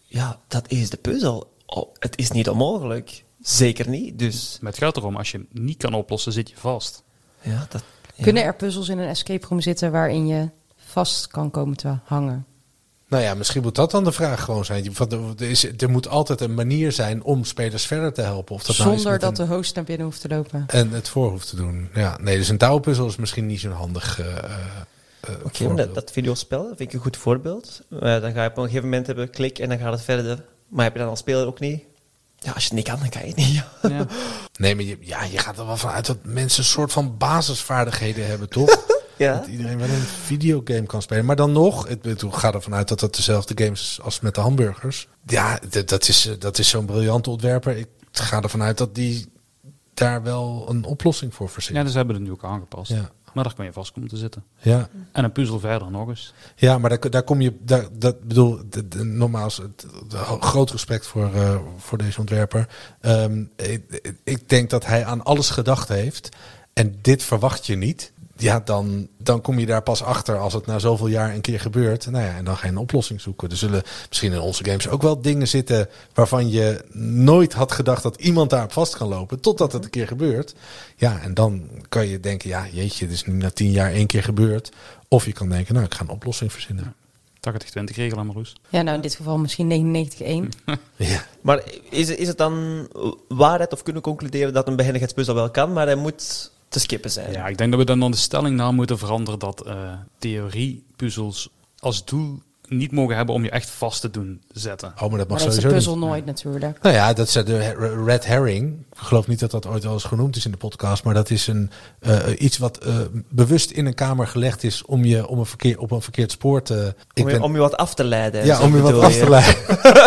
D: ja, dat is de puzzel. Oh, het is niet onmogelijk. Zeker niet. Dus
A: Maar het gaat erom, als je hem niet kan oplossen, zit je vast.
D: ja, dat... Ja.
B: Kunnen er puzzels in een escape room zitten waarin je vast kan komen te hangen?
C: Nou ja, misschien moet dat dan de vraag gewoon zijn. Want er, er, is, er moet altijd een manier zijn om spelers verder te helpen. Of dat nou is
B: Zonder
C: met
B: dat
C: een,
B: de host naar binnen hoeft te lopen.
C: en het voor hoeft te doen. Ja, nee, dus een touwpuzzel is misschien niet zo'n handig uh, uh,
D: Oké, okay,
C: voorbeeld.
D: dat, dat videospel dat vind ik een goed voorbeeld. Uh, dan ga je op een gegeven moment hebben, klik en dan gaat het verder. Maar heb je dan als speler ook niet? Ja, als je het niet kan, dan kan je het niet.
A: Ja.
C: Nee, maar je, ja, je gaat er wel vanuit dat mensen een soort van basisvaardigheden hebben, toch?
D: Ja.
C: Dat iedereen wel een videogame kan spelen. Maar dan nog, ik bedoel, ga ervan uit dat dat dezelfde games is als met de hamburgers. Ja, d- dat is, dat is zo'n briljante ontwerper. Ik ga ervan uit dat die daar wel een oplossing voor verzint.
A: Ja, dus hebben we het nu ook aangepast.
C: Ja.
A: Maar daar kan je vast komen te zitten.
C: Ja.
A: En een puzzel verder nog eens.
C: Ja, maar daar, daar kom je, daar, dat bedoel, de, de, nogmaals, het, de, groot respect voor, uh, voor deze ontwerper. Um, ik, ik denk dat hij aan alles gedacht heeft en dit verwacht je niet. Ja, dan, dan kom je daar pas achter als het na zoveel jaar een keer gebeurt. Nou ja, en dan ga je een oplossing zoeken. Er zullen misschien in onze games ook wel dingen zitten waarvan je nooit had gedacht dat iemand daarop vast kan lopen, totdat het een keer gebeurt. Ja, en dan kan je denken, ja, jeetje, het is nu na tien jaar één keer gebeurd. Of je kan denken, nou, ik ga een oplossing verzinnen.
A: tachtig twintig regel aan Marloes.
B: Ja, nou in dit geval misschien negenennegentig één.
C: Ja.
D: Maar is, is het dan waarheid of kunnen we concluderen dat een behendigheidspuzzel wel kan, maar hij moet te skippen zijn?
A: Ja, ik denk dat we dan, dan de stelling naar moeten veranderen dat uh, theoriepuzzels als doel niet mogen hebben om je echt vast te doen zetten.
C: Oh, maar dat mag
B: Maar dat is de
C: sowieso
B: puzzel
C: niet.
B: nooit natuurlijk.
C: Nou ja, dat is de he- red herring. Ik geloof niet dat dat ooit wel eens genoemd is in de podcast, maar dat is een uh, iets wat uh, bewust in een kamer gelegd is om je om een verkeer, op een verkeerd spoor te. Ik
D: Om je,
C: ben,
D: om je wat af te leiden.
C: ja,
D: zo
C: om je wat
D: bedoel
C: af te leiden.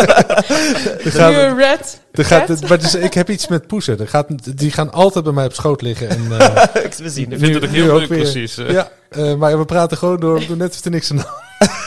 C: Er gaat-
B: You're red.
C: er gaat- maar dus, ik heb iets met poezen. Er gaat, die gaan altijd bij mij op schoot liggen. En, uh,
D: We zien
A: Ik
D: het.
A: vind het ook heel
C: nu
A: leuk,
C: weer.
A: precies. Uh,
C: Ja, uh, maar we praten gewoon door, door net of er niks aan de hand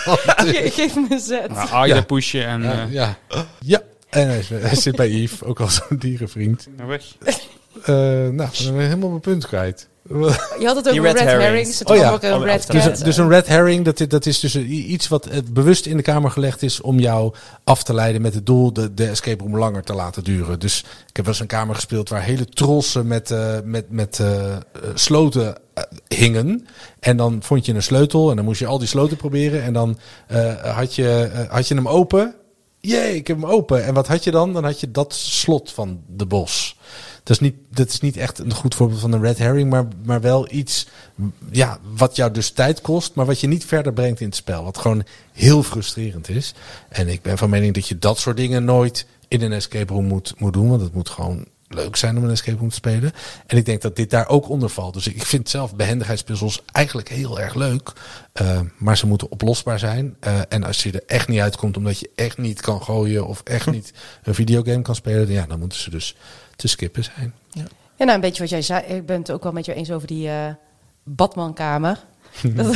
B: Ge- Geef me een zet.
A: Nou, Aida
C: Ja.
A: pushen en
C: Ja,
A: uh,
C: ja. ja. En hij, is- hij zit bij Yves, ook al zo'n dierenvriend.
A: nou weg.
C: Uh, nou, dan ben ik helemaal mijn punt kwijt.
B: Je had het
D: Die
B: over
D: red
B: red,
D: herrings.
B: herrings. Het
C: Oh
B: kan
C: ja.
B: ook een
D: Om
B: red
D: af te
C: Dus,
B: cat.
C: een- dus een red herring, dat, is- dat is dus een- iets wat het bewust in de kamer gelegd is om jou af te leiden met het doel de, de escape room langer te laten duren. Dus ik heb wel eens een kamer gespeeld waar hele trossen met, uh, met, met uh, uh, sloten uh, hingen. En dan vond je een sleutel en dan moest je al die sloten proberen. En dan uh, had, je, uh, had je hem open. Jee, ik heb hem open. En wat had je dan? Dan had je dat slot van de bos. Dat is niet, dat is niet echt een goed voorbeeld van een red herring, maar, maar wel iets ja, wat jou dus tijd kost, maar wat je niet verder brengt in het spel. Wat gewoon heel frustrerend is. En ik ben van mening dat je dat soort dingen nooit in een escape room moet, moet doen, want het moet gewoon leuk zijn om een escape room te spelen. En ik denk dat dit daar ook onder valt. Dus ik vind zelf behendigheidspuzzels eigenlijk heel erg leuk. Uh, maar ze moeten oplosbaar zijn. Uh, en als je er echt niet uitkomt omdat je echt niet kan gooien of echt niet een videogame kan spelen, dan, ja, dan moeten ze dus te skippen zijn.
B: Ja, nou, een beetje wat jij zei. Ik ben het ook wel met jou eens over die uh, Batmankamer. dat,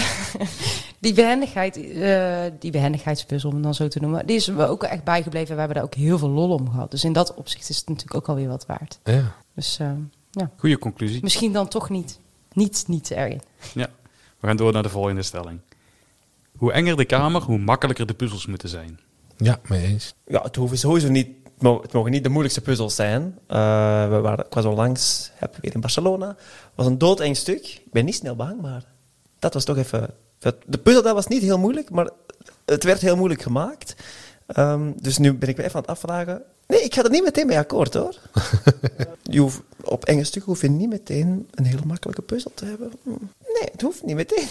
B: die behendigheid, uh, die behendigheidspuzzel, om het dan zo te noemen, die is me ook echt bijgebleven. We hebben daar ook heel veel lol om gehad. Dus in dat opzicht is het natuurlijk ook alweer wat waard.
C: Ja.
B: Dus uh, ja,
A: Goeie conclusie.
B: misschien dan toch niet, niet, niet erin.
A: Ja, we gaan door naar de volgende stelling. Hoe enger de kamer, hoe makkelijker de puzzels moeten zijn.
C: Ja, mee eens.
D: Ja, het hoeven sowieso niet, het mogen niet de moeilijkste puzzels zijn. Uh, we waren, ik was onlangs, heb weer in Barcelona, het was een doodeng stuk. Ik ben niet snel behangbaar. Dat was toch even... De puzzel dat was niet heel moeilijk, maar het werd heel moeilijk gemaakt. Um, dus nu ben ik me even aan het afvragen. Nee, ik ga er niet meteen mee akkoord, hoor. Je hoeft, op enge stukken hoef je niet meteen een heel makkelijke puzzel te hebben. Nee, het hoeft niet meteen.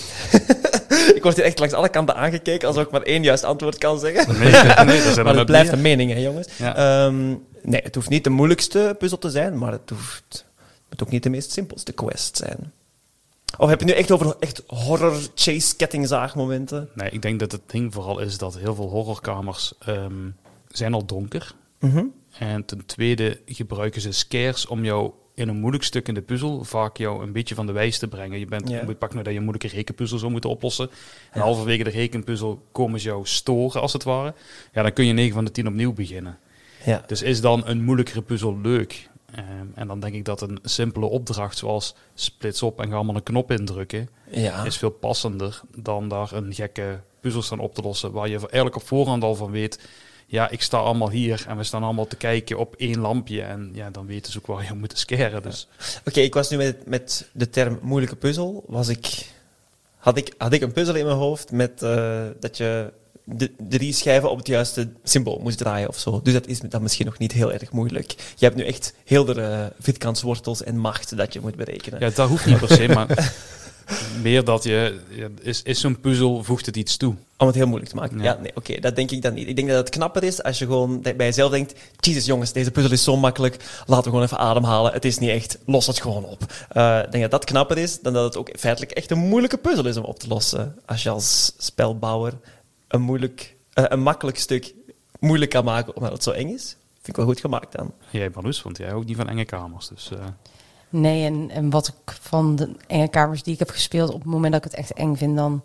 D: Ik word hier echt langs alle kanten aangekeken, alsof ik maar één juist antwoord kan zeggen.
A: Nee, nee, dat zijn
D: Maar
A: er
D: het blijft
A: meer.
D: een mening, hè, jongens.
A: Ja.
D: Um, nee, het hoeft niet de moeilijkste puzzel te zijn, maar het hoeft, het moet ook niet de meest simpelste quest zijn. Of heb je het nu echt over echt horror chase kettingzaagmomenten?
A: Nee, ik denk dat het ding vooral is dat heel veel horrorkamers um, zijn al donker.
D: Mm-hmm.
A: En ten tweede gebruiken ze scares om jou in een moeilijk stuk in de puzzel vaak jou een beetje van de wijs te brengen. Je bent,
D: Ja.
A: je moet pakken nou dat je een moeilijke rekenpuzzel zou moeten oplossen. En
D: Ja.
A: halverwege de rekenpuzzel komen ze jou storen, als het ware. Ja, dan kun je negen van de tien opnieuw beginnen.
D: Ja.
A: Dus is dan een moeilijkere puzzel leuk? Um, en dan denk ik dat een simpele opdracht zoals splits op en ga allemaal een knop indrukken,
D: Ja.
A: is veel passender dan daar een gekke puzzel staan op te lossen, waar je eigenlijk op voorhand al van weet, ja, ik sta allemaal hier en we staan allemaal te kijken op één lampje. En ja, dan weten ze ook waar je moet scaren. Dus.
D: Oké, okay, ik was nu met, met de term moeilijke puzzel. Was ik, had, ik, had ik een puzzel in mijn hoofd met uh, dat je de drie schijven op het juiste symbool moest draaien of zo. Dus dat is dan misschien nog niet heel erg moeilijk. Je hebt nu echt heel de uh, vierkantswortels en macht dat je moet berekenen.
A: Ja, dat hoeft niet per se, maar meer dat je... Ja, is, is zo'n puzzel, voegt het iets toe?
D: Om het heel moeilijk te maken. Ja,
A: Ja
D: nee, oké, okay, dat denk ik dan niet. Ik denk dat het knapper is als je gewoon bij jezelf denkt, jezus jongens, deze puzzel is zo makkelijk, laten we gewoon even ademhalen. Het is niet echt, los het gewoon op. Uh, ik denk dat dat knapper is dan dat het ook feitelijk echt een moeilijke puzzel is om op te lossen. Als je als spelbouwer een, moeilijk, uh, een makkelijk stuk moeilijk kan maken omdat het zo eng is, vind ik wel goed gemaakt dan.
A: Jij, Marloes, vond jij ook niet van enge kamers, dus... Uh...
B: Nee, en, en wat ik van de enge kamers die ik heb gespeeld, op het moment dat ik het echt eng vind, dan,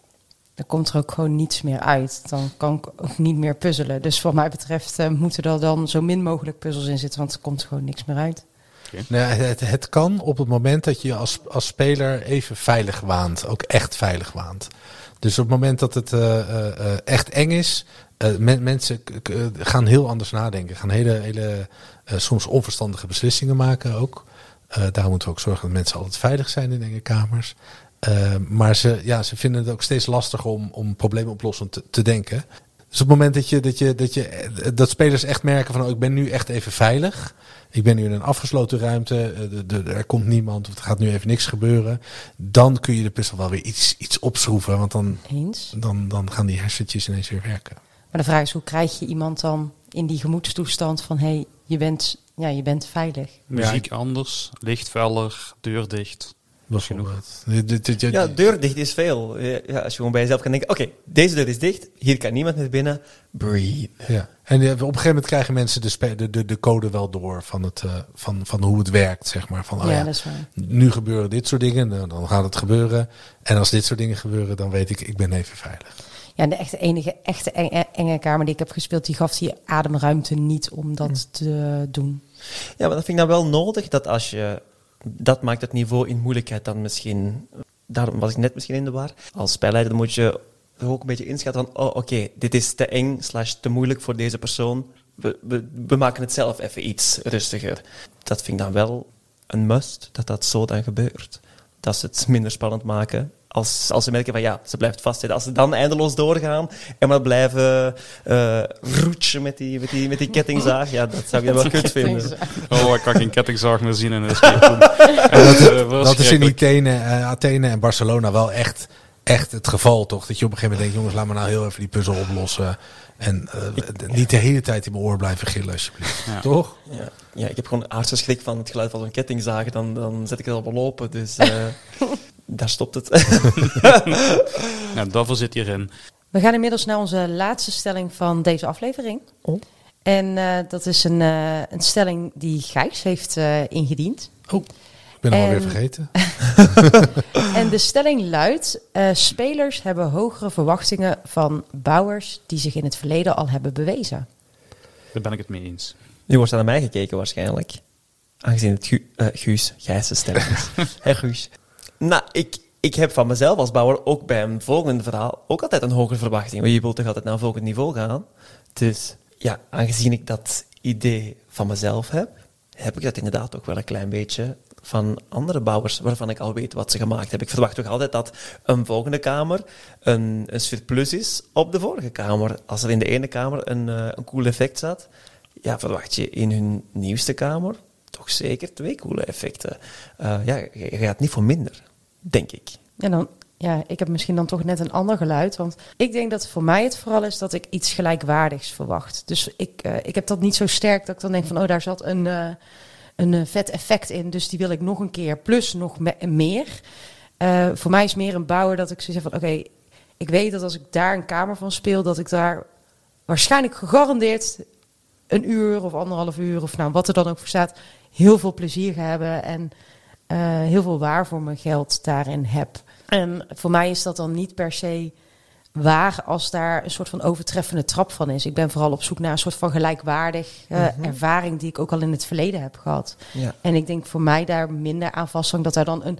B: dan komt er ook gewoon niets meer uit. Dan kan ik ook niet meer puzzelen. Dus wat mij betreft uh, moeten er dan zo min mogelijk puzzels in zitten, want er komt gewoon niks meer uit.
C: Okay. Nou, het, het kan op het moment dat je als, als speler even veilig waant, ook echt veilig waant. Dus op het moment dat het uh, uh, echt eng is, uh, men, mensen k- k- gaan heel anders nadenken. Gaan hele, hele uh, soms onverstandige beslissingen maken ook. Uh, daar moeten we ook zorgen dat mensen altijd veilig zijn in enge kamers. Uh, maar ze, ja, ze vinden het ook steeds lastiger om, om probleemoplossend te, te denken. Dus op het moment dat je, dat je, dat je, dat spelers echt merken van, oh, ik ben nu echt even veilig. Ik ben nu in een afgesloten ruimte. De, de, er komt niemand. Of er gaat nu even niks gebeuren. Dan kun je de puzzel wel weer iets, iets opschroeven. Want dan,
B: Eens.
C: dan, dan gaan die hersentjes ineens weer werken.
B: Maar de vraag is, hoe krijg je iemand dan in die gemoedstoestand van, hé, hey, je bent, ja, je bent veilig.
A: Muziek ja, anders, licht feller, deur dicht.
C: Dat is genoeg.
D: Ja, deur dicht is veel. Ja, als je gewoon bij jezelf kan denken, oké, okay, deze deur is dicht, hier kan niemand meer binnen, breathe.
C: Ja. En op een gegeven moment krijgen mensen de, spe- de, de, de code wel door van, het, uh, van, van hoe het werkt, zeg maar. Van, oh
B: ja,
C: ja,
B: dat is waar.
C: Nu gebeuren dit soort dingen, nou, dan gaat het gebeuren. En als dit soort dingen gebeuren, dan weet ik, ik ben even veilig.
B: Ja, de echte enige echte enge, enge kamer die ik heb gespeeld, die gaf die ademruimte niet om dat mm. te doen.
D: Ja, maar dat vind ik nou wel nodig, dat als je... Dat maakt het niveau in moeilijkheid dan misschien... Daarom was ik net misschien in de war. Als spelleider moet je ook een beetje inschatten van... Oh, oké, okay, dit is te eng slash te moeilijk voor deze persoon. We, we, we maken het zelf even iets rustiger. Dat vind ik dan wel een must, dat dat zo dan gebeurt. Dat ze het minder spannend maken. Als, als ze merken van ja, ze blijft vastzitten. Als ze dan eindeloos doorgaan en maar blijven uh, roetsen met die, met, die, met die kettingzaag, ja, dat zou ik wel kut vinden.
A: Oh, ik kan geen kettingzaag meer zien in een escape room.
C: Dat, uh, dat is in Athene, uh, Athene en Barcelona wel echt, echt het geval, toch? Dat je op een gegeven moment denkt, jongens, laat me nou heel even die puzzel oplossen. En uh, ik, niet de hele tijd in mijn oor blijven gillen, alsjeblieft. Ja. Toch?
D: Ja. Ja, ik heb gewoon aardse schrik van het geluid van zo'n kettingzaag. Dan, dan zet ik het al lopen, dus... Uh, daar stopt het.
A: Ja, daarvoor zit hierin.
B: We gaan inmiddels naar onze laatste stelling van deze aflevering. Oh. En uh, dat is een, uh, een stelling die Gijs heeft uh, ingediend.
C: Oh, ik ben hem alweer vergeten.
B: En de stelling luidt... Uh, spelers hebben hogere verwachtingen van bouwers die zich in het verleden al hebben bewezen.
A: Daar ben ik het mee eens.
D: Nu wordt er naar mij gekeken waarschijnlijk. Aangezien het Gu- uh, Guus, Gijs' stelling is. Hé Guus. Nou, ik, ik heb van mezelf als bouwer ook bij een volgende verhaal ook altijd een hogere verwachting. Want je wilt toch altijd naar een volgend niveau gaan. Dus ja, aangezien ik dat idee van mezelf heb, heb ik dat inderdaad ook wel een klein beetje van andere bouwers, waarvan ik al weet wat ze gemaakt hebben. Ik verwacht toch altijd dat een volgende kamer een, een surplus is op de vorige kamer. Als er in de ene kamer een, uh, een cool effect zat, ja, verwacht je in hun nieuwste kamer toch zeker twee coole effecten. Uh, ja, je, je gaat niet voor minder, denk ik.
B: En dan, ja, ik heb misschien dan toch net een ander geluid. Want ik denk dat voor mij het vooral is dat ik iets gelijkwaardigs verwacht. Dus ik, uh, ik heb dat niet zo sterk dat ik dan denk van, oh, daar zat een, uh, een uh, vet effect in. Dus die wil ik nog een keer, plus nog me- meer. Uh, voor mij is meer een bouwer dat ik zo zeg van, oké, okay, ik weet dat als ik daar een kamer van speel, dat ik daar waarschijnlijk gegarandeerd een uur of anderhalf uur of nou wat er dan ook voor staat, heel veel plezier ga hebben en uh, heel veel waar voor mijn geld daarin heb. En voor mij is dat dan niet per se waar als daar een soort van overtreffende trap van is. Ik ben vooral op zoek naar een soort van gelijkwaardig uh, mm-hmm. ervaring die ik ook al in het verleden heb gehad. Ja. En ik denk voor mij daar minder aan vasthangt dat daar dan een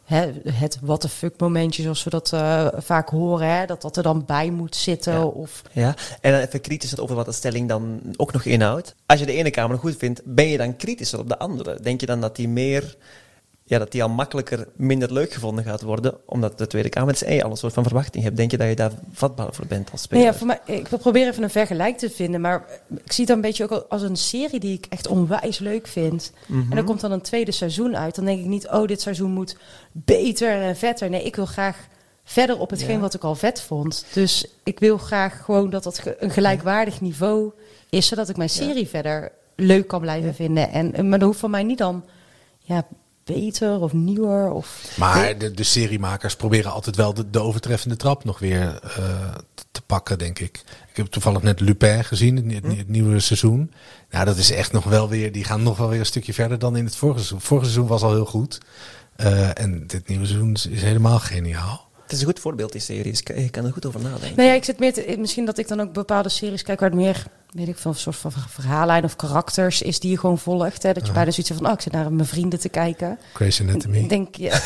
B: hè, het what the fuck momentje, zoals we dat uh, vaak horen, hè, dat dat er dan bij moet zitten.
D: Ja.
B: Of...
D: ja, en dan even kritisch over wat de stelling dan ook nog inhoudt. Als je de ene kamer goed vindt, ben je dan kritischer op de andere? Denk je dan dat die meer... Ja, dat die al makkelijker minder leuk gevonden gaat worden, omdat de Tweede Kamer is, hey, al een soort van verwachting hebt. Denk je dat je daar vatbaar voor bent als speler?
B: Nee, ja, voor mij, ik probeer even een vergelijk te vinden, maar ik zie het een beetje ook als een serie die ik echt onwijs leuk vind. Mm-hmm. En er komt dan een tweede seizoen uit. Dan denk ik niet, oh, dit seizoen moet beter en vetter. Nee, ik wil graag verder op hetgeen ja. wat ik al vet vond. Dus ik wil graag gewoon dat dat een gelijkwaardig niveau is, zodat ik mijn serie ja. verder leuk kan blijven ja. vinden. En, maar dat hoeft van mij niet dan... ja. beter of nieuwer. Of...
C: Maar de, de seriemakers proberen altijd wel de, de overtreffende trap nog weer uh, te pakken, denk ik. Ik heb toevallig net Lupin gezien, het, het, het nieuwe seizoen. Nou, dat is echt nog wel weer, die gaan nog wel weer een stukje verder dan in het vorige seizoen. Het vorige seizoen was al heel goed. Uh, en dit nieuwe seizoen is, is helemaal geniaal.
D: Het is een goed voorbeeld, die series. Je kan er goed over nadenken.
B: Nou ja, ik zit meer te, misschien dat ik dan ook bepaalde series kijk waar het meer, weet ik veel, een soort van verhaallijn of karakters is die je gewoon volgt. Hè? Dat je uh-huh. bijna zoiets van, oh, ik zit naar mijn vrienden te kijken.
C: Grey's Anatomy.
B: Ik denk, ja.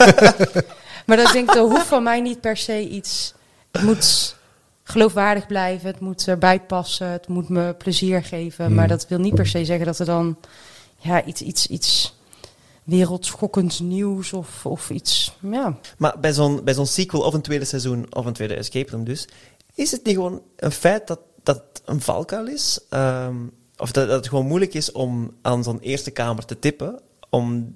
B: Maar dat denk ik, dat hoeft van mij niet per se iets. Het moet geloofwaardig blijven, het moet erbij passen, het moet me plezier geven. Hmm. Maar dat wil niet per se zeggen dat er dan ja, iets... iets, iets wereldschokkend nieuws of, of iets, ja.
D: Maar bij zo'n, bij zo'n sequel of een tweede seizoen of een tweede escape room dus, is het niet gewoon een feit dat dat een valkuil is? Um, of dat, dat het gewoon moeilijk is om aan zo'n eerste kamer te tippen? Om,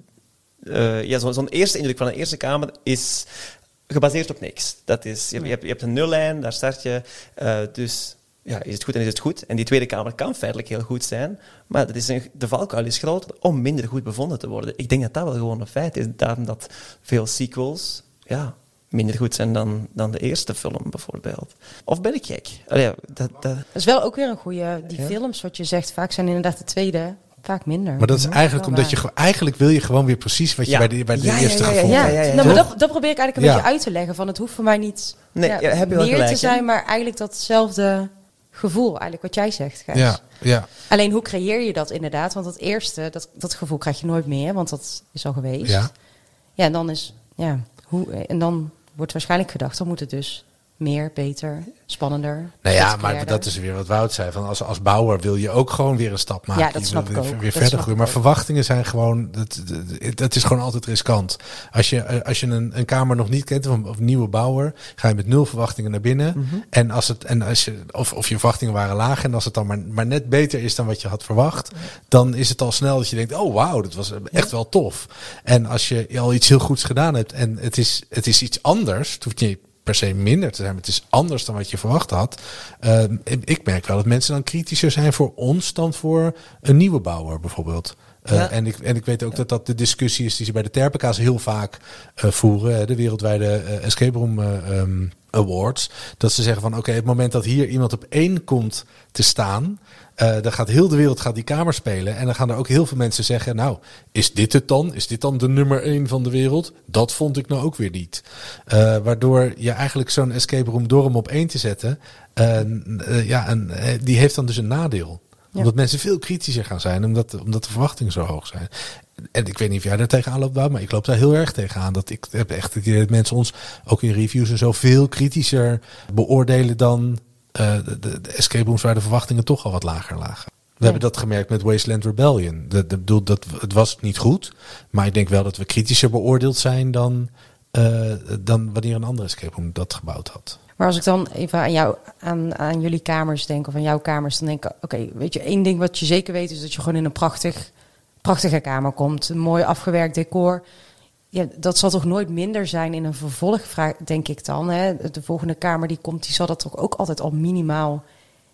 D: uh, ja, zo, zo'n eerste indruk van een eerste kamer is gebaseerd op niks. Dat is, je, je, hebt, je hebt een nullijn, daar start je, uh, dus... Ja, is het goed en is het goed. En die Tweede Kamer kan feitelijk heel goed zijn. Maar dat is een, de valkuil is groot om minder goed bevonden te worden. Ik denk dat dat wel gewoon een feit is. Daarom dat veel sequels ja, minder goed zijn dan, dan de eerste film bijvoorbeeld. Of ben ik gek? Allee, dat, dat...
B: dat is wel ook weer een goede... Die ja? films, wat je zegt, vaak zijn inderdaad de tweede... Vaak minder.
C: Maar dat is eigenlijk omdat je eigenlijk wil je gewoon weer precies wat je ja. bij de, bij de
B: ja,
C: eerste
B: ja, ja,
C: gevonden
B: ja,
C: hebt.
B: ja, ja, ja. Nou, maar dat, dat probeer ik eigenlijk een ja. beetje uit te leggen. Van het hoeft voor mij niet
D: nee,
B: ja,
D: ja, heb je wel
B: meer
D: gelijk,
B: te zijn,
D: hè?
B: maar eigenlijk datzelfde gevoel, eigenlijk wat jij zegt, Gijs.
C: Ja, ja.
B: Alleen hoe creëer je dat inderdaad? Want dat eerste, dat, dat gevoel krijg je nooit meer, want dat is al geweest.
C: Ja,
B: ja en dan is, ja, hoe, en dan wordt waarschijnlijk gedacht, dan moet het dus meer, beter, spannender.
C: Nou ja, maar dat is weer wat Wout zei. Van als, als bouwer wil je ook gewoon weer een stap maken.
B: Ja, dat snap
C: je
B: ik
C: weer,
B: ook.
C: weer
B: dat
C: verder groeien. Maar
B: ook.
C: verwachtingen zijn gewoon... Dat, dat, dat is gewoon altijd riskant. Als je, als je een, een kamer nog niet kent, of een, of een nieuwe bouwer, ga je met nul verwachtingen naar binnen. Mm-hmm. En als het, en als je, of, of je verwachtingen waren laag, en als het dan maar, maar net beter is dan wat je had verwacht, ja. dan is het al snel dat je denkt, oh wauw, dat was echt ja. wel tof. En als je al iets heel goeds gedaan hebt en het is, het is iets anders, het hoeft niet per se minder te zijn, maar het is anders dan wat je verwacht had. Uh, ik merk wel dat mensen dan kritischer zijn voor ons dan voor een nieuwe bouwer bijvoorbeeld. Uh, ja. en, ik, en ik weet ook ja. dat dat de discussie is die ze bij de Terpeka's heel vaak uh, voeren. De wereldwijde uh, Escape Room uh, um, Awards. Dat ze zeggen van oké, okay, het moment dat hier iemand op één komt te staan, Uh, dan gaat heel de wereld gaat die kamer spelen. En dan gaan er ook heel veel mensen zeggen, nou, is dit het dan? Is dit dan de nummer één van de wereld? Dat vond ik nou ook weer niet. Uh, waardoor je eigenlijk zo'n escape room, door hem op één te zetten, uh, uh, ja, een, uh, die heeft dan dus een nadeel. Ja. Omdat mensen veel kritischer gaan zijn, omdat, omdat de verwachtingen zo hoog zijn. En ik weet niet of jij daar tegenaan loopt, maar ik loop daar heel erg tegenaan. Dat ik heb echt het idee dat mensen ons ook in reviews en zo veel kritischer beoordelen dan Uh, de, de, de escape rooms waar de verwachtingen toch al wat lager lagen. We ja. hebben dat gemerkt met Wasteland Rebellion. De, de, de, dat, het was niet goed, maar ik denk wel dat we kritischer beoordeeld zijn dan, uh, dan wanneer een andere escape room dat gebouwd had.
B: Maar als ik dan even aan jou, aan, aan jullie kamers denk, of aan jouw kamers, dan denk ik, oké, okay, weet je, één ding wat je zeker weet is dat je gewoon in een prachtig, prachtige kamer komt. Een mooi afgewerkt decor. Ja, dat zal toch nooit minder zijn in een vervolgvraag, denk ik dan. Hè? De volgende kamer die komt, die zal dat toch ook altijd al minimaal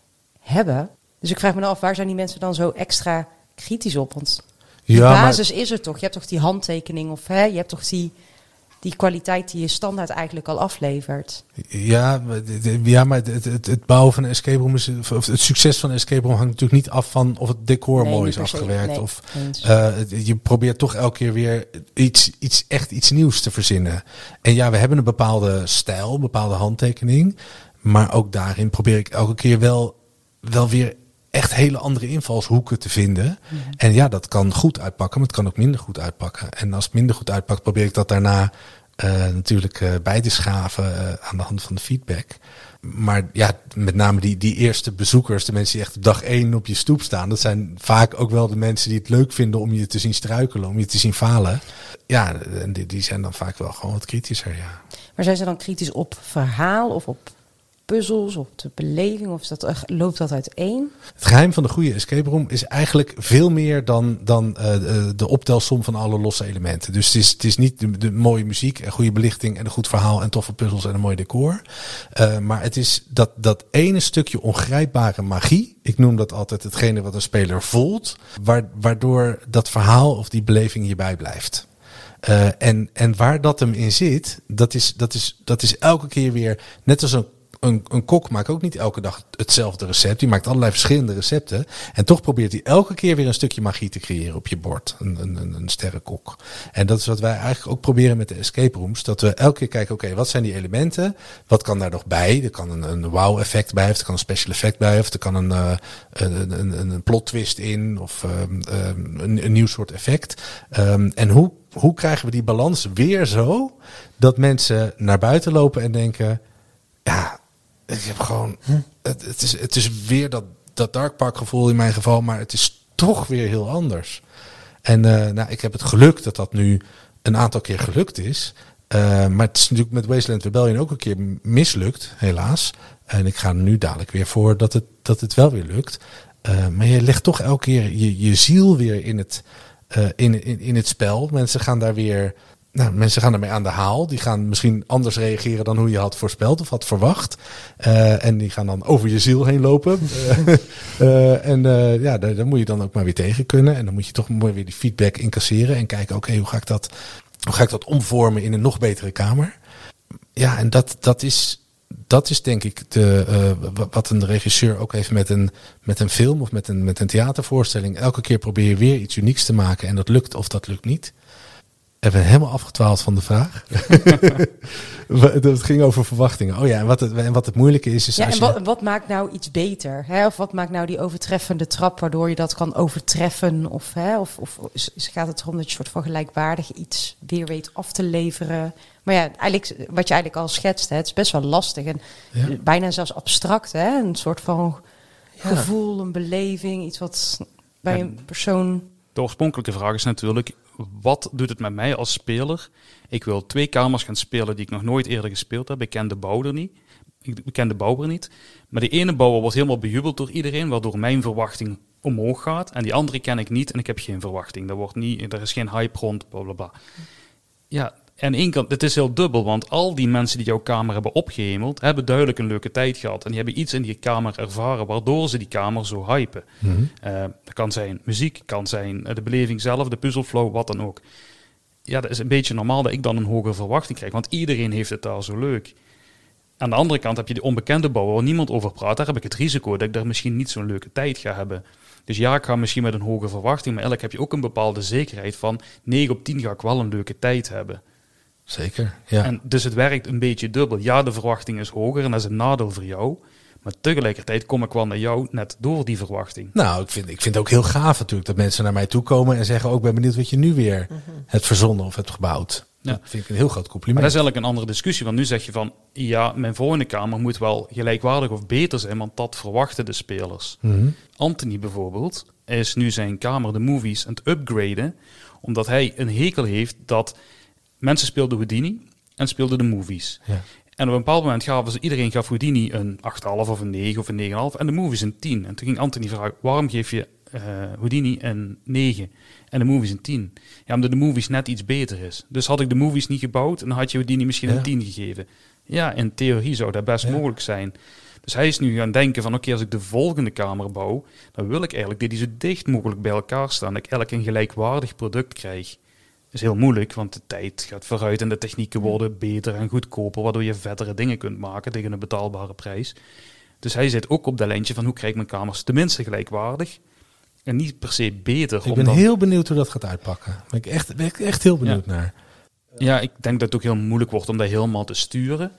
B: hebben. Dus ik vraag me dan af, waar zijn die mensen dan zo extra kritisch op? Want de ja, basis maar is er toch. Je hebt toch die handtekening of hè, je hebt toch die, die kwaliteit die je standaard eigenlijk al aflevert.
C: Ja, ja maar het, het, het bouwen van een escape room is, of het succes van een escape room hangt natuurlijk niet af van of het decor nee, mooi is afgewerkt. Nee, of uh, je probeert toch elke keer weer iets, iets, echt iets nieuws te verzinnen. En ja, we hebben een bepaalde stijl, een bepaalde handtekening. Maar ook daarin probeer ik elke keer wel, wel weer echt hele andere invalshoeken te vinden.
B: Mm-hmm.
C: En ja, dat kan goed uitpakken, maar het kan ook minder goed uitpakken. En als het minder goed uitpakt, probeer ik dat daarna uh, natuurlijk uh, bij te schaven uh, aan de hand van de feedback. Maar ja, met name die, die eerste bezoekers, de mensen die echt op dag één op je stoep staan, dat zijn vaak ook wel de mensen die het leuk vinden om je te zien struikelen, om je te zien falen. Ja, en die, die zijn dan vaak wel gewoon wat kritischer, ja.
B: Maar zijn ze dan kritisch op verhaal of op puzzels, op de beleving? Of is dat, loopt dat uiteen?
C: Het geheim van de goede escape room is eigenlijk veel meer dan, dan uh, de optelsom van alle losse elementen. Dus het is, het is niet de, de mooie muziek en goede belichting en een goed verhaal en toffe puzzels en een mooi decor. Uh, maar het is dat, dat ene stukje ongrijpbare magie. Ik noem dat altijd hetgene wat een speler voelt, waardoor dat verhaal of die beleving hierbij blijft. Uh, en, en waar dat hem in zit, dat is, dat is, dat is elke keer weer, net als een Een, een kok maakt ook niet elke dag hetzelfde recept. Die maakt allerlei verschillende recepten. En toch probeert hij elke keer weer een stukje magie te creëren op je bord. Een, een, een sterrenkok. En dat is wat wij eigenlijk ook proberen met de escape rooms. Dat we elke keer kijken, oké, okay, wat zijn die elementen? Wat kan daar nog bij? Er kan een, een wow effect bij, of er kan een special effect bij, of er kan een, uh, een, een, een plot twist in, of um, um, een, een nieuw soort effect. Um, en hoe, hoe krijgen we die balans weer zo dat mensen naar buiten lopen en denken, ja, ik heb gewoon, het, het, is, het is weer dat, dat Dark Park gevoel in mijn geval, maar het is toch weer heel anders. En uh, nou, ik heb het geluk dat dat nu een aantal keer gelukt is. Uh, maar het is natuurlijk met Wasteland Rebellion ook een keer mislukt, helaas. En ik ga er nu dadelijk weer voor dat het, dat het wel weer lukt. Uh, maar je legt toch elke keer je, je ziel weer in het, uh, in, in, in het spel. Mensen gaan daar weer... Nou, mensen gaan ermee aan de haal. Die gaan misschien anders reageren dan hoe je had voorspeld of had verwacht. Uh, en die gaan dan over je ziel heen lopen. uh, uh, en uh, ja, daar, daar moet je dan ook maar weer tegen kunnen. En dan moet je toch mooi weer die feedback incasseren. En kijken, oké, okay, hoe ga ik dat, hoe ga ik dat omvormen in een nog betere kamer? Ja, en dat, dat is... Dat is denk ik de, uh, wat een regisseur ook heeft met een, met een film of met een, met een theatervoorstelling. Elke keer probeer je weer iets unieks te maken en dat lukt of dat lukt niet. We hebben helemaal afgedwaald van de vraag. Het ging over verwachtingen. Oh ja, en wat het, en wat het moeilijke is... is
B: ja,
C: als
B: en wat,
C: je...
B: wat maakt nou iets beter? Hè? Of wat maakt nou die overtreffende trap waardoor je dat kan overtreffen? Of, hè? of, of is, gaat het erom dat je soort van gelijkwaardig iets weer weet af te leveren? Maar ja, eigenlijk, wat je eigenlijk al schetst, hè, het is best wel lastig. En
C: Ja.
B: bijna zelfs abstract. Hè? Een soort van
C: Ja.
B: gevoel, een beleving. Iets wat bij een persoon...
A: De oorspronkelijke vraag is natuurlijk, wat doet het met mij als speler? Ik wil twee kamers gaan spelen die ik nog nooit eerder gespeeld heb. Ik ken de bouwer niet. Ik ken de bouwer niet. Maar die ene bouwer wordt helemaal bejubeld door iedereen, waardoor mijn verwachting omhoog gaat. En die andere ken ik niet en ik heb geen verwachting. Er, wordt niet, er is geen hype rond, bla bla bla. Ja, en één kant, het is heel dubbel, want al die mensen die jouw kamer hebben opgehemeld, hebben duidelijk een leuke tijd gehad. En die hebben iets in die kamer ervaren, waardoor ze die kamer zo hypen.
C: Mm-hmm.
A: Uh, dat kan zijn muziek, kan zijn uh, de beleving zelf, de puzzelflow, wat dan ook. Ja, dat is een beetje normaal dat ik dan een hogere verwachting krijg, want iedereen heeft het daar zo leuk. Aan de andere kant heb je die onbekende bouwer waar niemand over praat. Daar heb ik het risico dat ik daar misschien niet zo'n leuke tijd ga hebben. Dus ja, ik ga misschien met een hoge verwachting, maar eigenlijk heb je ook een bepaalde zekerheid van negen op tien ga ik wel een leuke tijd hebben.
C: Zeker, ja.
A: En dus het werkt een beetje dubbel. Ja, de verwachting is hoger en dat is een nadeel voor jou. Maar tegelijkertijd kom ik wel naar jou net door die verwachting.
C: Nou, ik vind, ik vind het ook heel gaaf natuurlijk dat mensen naar mij toe komen en zeggen, oh, ik ben benieuwd wat je nu weer mm-hmm. hebt verzonnen of hebt gebouwd.
A: Ja.
C: Dat vind ik een heel groot compliment.
A: Maar dat is eigenlijk een andere discussie. Want nu zeg je van, ja, mijn volgende kamer moet wel gelijkwaardig of beter zijn, want dat verwachten de spelers.
C: Mm-hmm.
A: Anthony bijvoorbeeld is nu zijn kamer de movies aan het upgraden, omdat hij een hekel heeft dat mensen speelden Houdini en speelden de movies.
C: Ja.
A: En op een bepaald moment gaven ze, iedereen gaf Houdini een acht komma vijf of een negen of een negen komma vijf en de movies een tien. En toen ging Anthony vragen, waarom geef je uh, Houdini een negen en de movies een tien? Ja, omdat de movies net iets beter is. Dus had ik de movies niet gebouwd, dan had je Houdini misschien ja. een tien gegeven. Ja, in theorie zou dat best ja. mogelijk zijn. Dus hij is nu gaan denken van, oké, okay, als ik de volgende kamer bouw, dan wil ik eigenlijk dat die zo dicht mogelijk bij elkaar staan, dat ik eigenlijk een gelijkwaardig product krijg. Dat is heel moeilijk, want de tijd gaat vooruit en de technieken worden beter en goedkoper, waardoor je vettere dingen kunt maken tegen een betaalbare prijs. Dus hij zit ook op dat lijntje van hoe krijg ik mijn kamers tenminste gelijkwaardig en niet per se beter.
C: Ik ben
A: omdat...
C: heel benieuwd hoe dat gaat uitpakken. Daar ben ik echt, ben ik echt heel benieuwd
A: ja.
C: naar.
A: Ja, ik denk dat het ook heel moeilijk wordt om dat helemaal te sturen.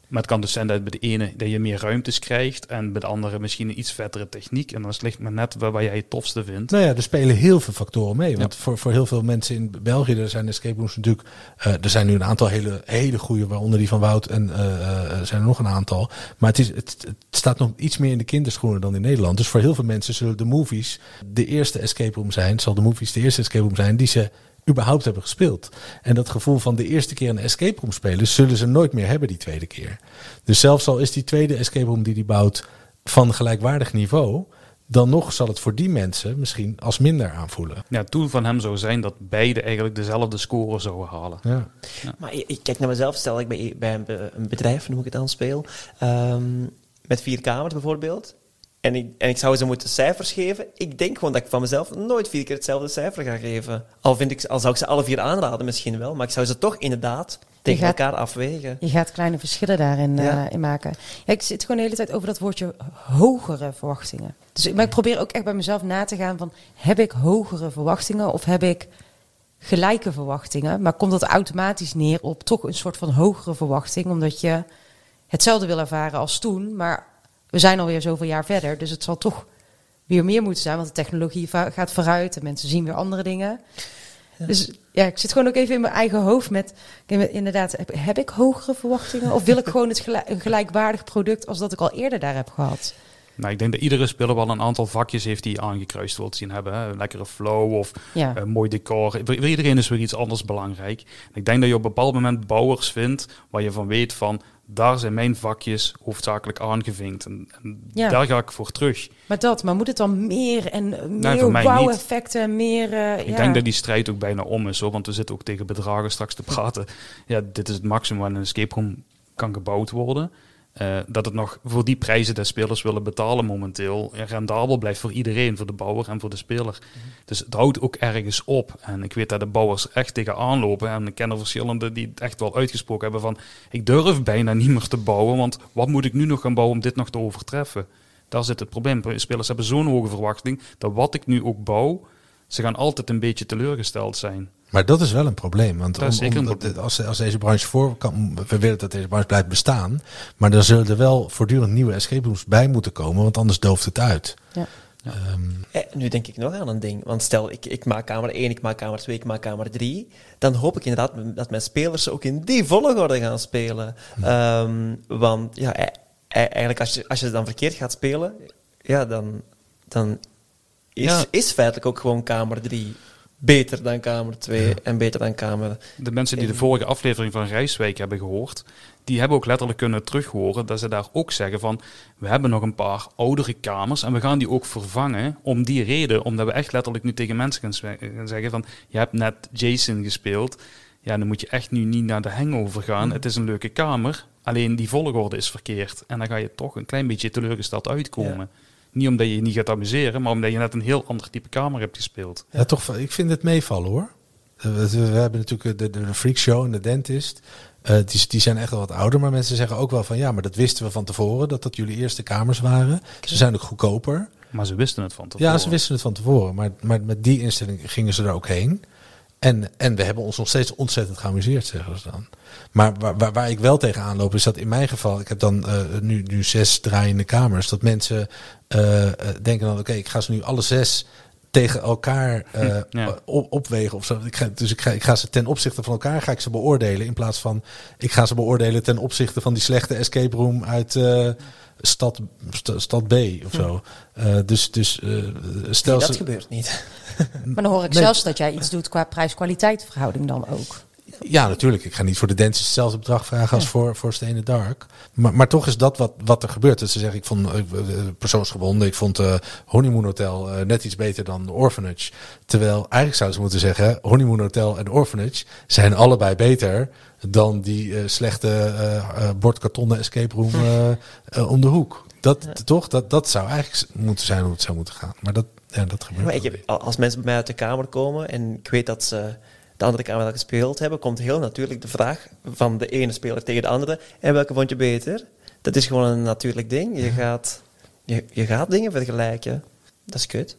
A: Maar het kan dus zijn dat bij de ene dat je meer ruimtes krijgt en bij de andere misschien een iets vettere techniek. En dan is het ligt maar net waar, waar jij het tofste vindt.
C: Nou ja, er spelen heel veel factoren mee. Want ja. voor, voor heel veel mensen in België, er zijn escape rooms natuurlijk... Uh, er zijn nu een aantal hele, hele goede, waaronder die van Wout en uh, uh, zijn er nog een aantal. Maar het, is, het, het staat nog iets meer in de kinderschoenen dan in Nederland. Dus voor heel veel mensen zullen de movies de eerste escape room zijn. Zal de movies de eerste escape room zijn die ze überhaupt hebben gespeeld. En dat gevoel van de eerste keer een escape room spelen, zullen ze nooit meer hebben die tweede keer. Dus zelfs al is die tweede escape room die hij bouwt van gelijkwaardig niveau, dan nog zal het voor die mensen misschien als minder aanvoelen.
A: Ja, het doel van hem zou zijn dat beide eigenlijk dezelfde score zouden halen.
C: Ja.
D: Ja. Maar ik kijk naar mezelf, stel ik bij, bij een, een bedrijf, noem ik het dan, speel, um, met vier kamers bijvoorbeeld. En ik, en ik zou ze moeten cijfers geven. Ik denk gewoon dat ik van mezelf nooit vier keer hetzelfde cijfer ga geven. Al, vind ik, al zou ik ze alle vier aanraden misschien wel. Maar ik zou ze toch inderdaad tegen gaat, elkaar afwegen.
B: Je gaat kleine verschillen daarin ja. uh, in maken. Ja, ik zit gewoon de hele tijd over dat woordje hogere verwachtingen. Dus, maar ik probeer ook echt bij mezelf na te gaan van... heb ik hogere verwachtingen of heb ik gelijke verwachtingen? Maar komt dat automatisch neer op toch een soort van hogere verwachting? Omdat je hetzelfde wil ervaren als toen, maar... we zijn alweer zoveel jaar verder, dus het zal toch weer meer moeten zijn. Want de technologie va- gaat vooruit en mensen zien weer andere dingen. Ja. Dus ja, ik zit gewoon ook even in mijn eigen hoofd met... inderdaad, heb, heb ik hogere verwachtingen? Of wil ik gewoon het gelijk, een gelijkwaardig product als dat ik al eerder daar heb gehad?
A: Nou, ik denk dat iedere speler wel een aantal vakjes heeft die aangekruist wilt zien hebben. Hè. Een lekkere flow of ja. uh, mooi decor. Voor iedereen is weer iets anders belangrijk. Ik denk dat je op een bepaald moment bouwers vindt waar je van weet van... daar zijn mijn vakjes hoofdzakelijk aangevinkt. En, en ja. daar ga ik voor terug.
B: Maar dat, maar moet het dan meer en meer nee, bouweffecten, meer... Uh,
A: ik
B: ja.
A: denk dat die strijd ook bijna om is, hoor, want we zitten ook tegen bedragen straks te praten. Ja, dit is het maximum waar een escape room kan gebouwd worden. Uh, dat het nog voor die prijzen de spelers willen betalen momenteel rendabel blijft voor iedereen, voor de bouwer en voor de speler. Mm-hmm. Dus het houdt ook ergens op. En ik weet dat de bouwers echt tegenaan lopen. En ik ken er verschillende die het echt wel uitgesproken hebben van... ik durf bijna niet meer te bouwen, want wat moet ik nu nog gaan bouwen om dit nog te overtreffen? Daar zit het probleem. Spelers hebben zo'n hoge verwachting dat wat ik nu ook bouw, ze gaan altijd een beetje teleurgesteld zijn.
C: Maar dat is wel een probleem. Want
A: dat is
C: om, om,
A: een probleem.
C: Als, als deze branche voor kan, we willen dat deze branche blijft bestaan, maar dan zullen er wel voortdurend nieuwe escape rooms bij moeten komen, want anders dooft het uit. Ja.
D: Ja. Um, eh, nu denk ik nog aan een ding. Want stel, ik, ik maak kamer één, ik maak kamer twee, ik maak kamer drie. Dan hoop ik inderdaad dat mijn spelers ook in die volgorde gaan spelen. Ja. Um, want ja, eh, eigenlijk als je, als je dan verkeerd gaat spelen, ja, dan, dan is, ja. is feitelijk ook gewoon kamer drie beter dan kamer twee ja. en beter dan kamer...
A: De mensen die de vorige aflevering van Rijswijk hebben gehoord, die hebben ook letterlijk kunnen terughoren dat ze daar ook zeggen van, we hebben nog een paar oudere kamers en we gaan die ook vervangen om die reden, omdat we echt letterlijk nu tegen mensen gaan zeggen van, je hebt net Jason gespeeld, ja, dan moet je echt nu niet naar de hangover gaan. Mm. Het is een leuke kamer, alleen die volgorde is verkeerd. En dan ga je toch een klein beetje teleurgesteld uitkomen. Ja. Niet omdat je je niet gaat amuseren, maar omdat je net een heel ander type kamer hebt gespeeld.
C: Ja, toch, ik vind het meevallen, hoor. We, we hebben natuurlijk de, de, de Freak Show en de Dentist. Uh, die, die zijn echt wel wat ouder, maar mensen zeggen ook wel van, ja, maar dat wisten we van tevoren, dat dat jullie eerste kamers waren. Ze zijn ook goedkoper.
A: Maar ze wisten het van tevoren.
C: Ja, ze wisten het van tevoren, maar, maar met die instelling gingen ze er ook heen. En, en we hebben ons nog steeds ontzettend geamuseerd, zeggen ze dan. Maar waar, waar, waar ik wel tegenaan loop, is dat in mijn geval, ik heb dan uh, nu, nu zes draaiende kamers, dat mensen uh, denken dan, oké, okay, ik ga ze nu alle zes tegen elkaar uh, ja. op, opwegen of zo. Ik ga, dus ik ga, ik ga ze ten opzichte van elkaar ga ik ze beoordelen, in plaats van ik ga ze beoordelen ten opzichte van die slechte escape room uit uh, stad, st, stad B of zo. Uh, dus dus uh, stel
D: nee, dat
C: ze,
D: gebeurt niet.
B: Maar dan hoor ik nee. zelfs dat jij iets doet qua prijs-kwaliteit verhouding dan ook.
C: Ja, natuurlijk. Ik ga niet voor de Dentist hetzelfde bedrag vragen als ja. voor, voor Stay in the Dark. Maar, maar toch is dat wat, wat er gebeurt. Dus ze zeggen, ik vond uh, persoonsgebonden, ik vond uh, Honeymoon Hotel uh, net iets beter dan Orphanage. Terwijl eigenlijk zouden ze moeten zeggen, Honeymoon Hotel en Orphanage zijn allebei beter dan die uh, slechte uh, uh, bordkartonnen escape room uh, uh, om de hoek. Dat ja. toch? Dat, dat zou eigenlijk moeten zijn hoe het zou moeten gaan. Maar dat, ja, dat gebeurt.
D: Maar ik heb, als mensen bij mij uit de kamer komen en ik weet dat ze de andere kamer al gespeeld hebben, komt heel natuurlijk de vraag van de ene speler tegen de andere. En welke vond je beter? Dat is gewoon een natuurlijk ding. Je gaat, je, je gaat dingen vergelijken. Dat is kut.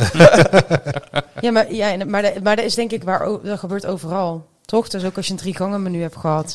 B: Ja, maar, ja, maar, de, maar dat is denk ik waar dat gebeurt overal. Toch? Dus ook als je een drie gangen menu hebt gehad.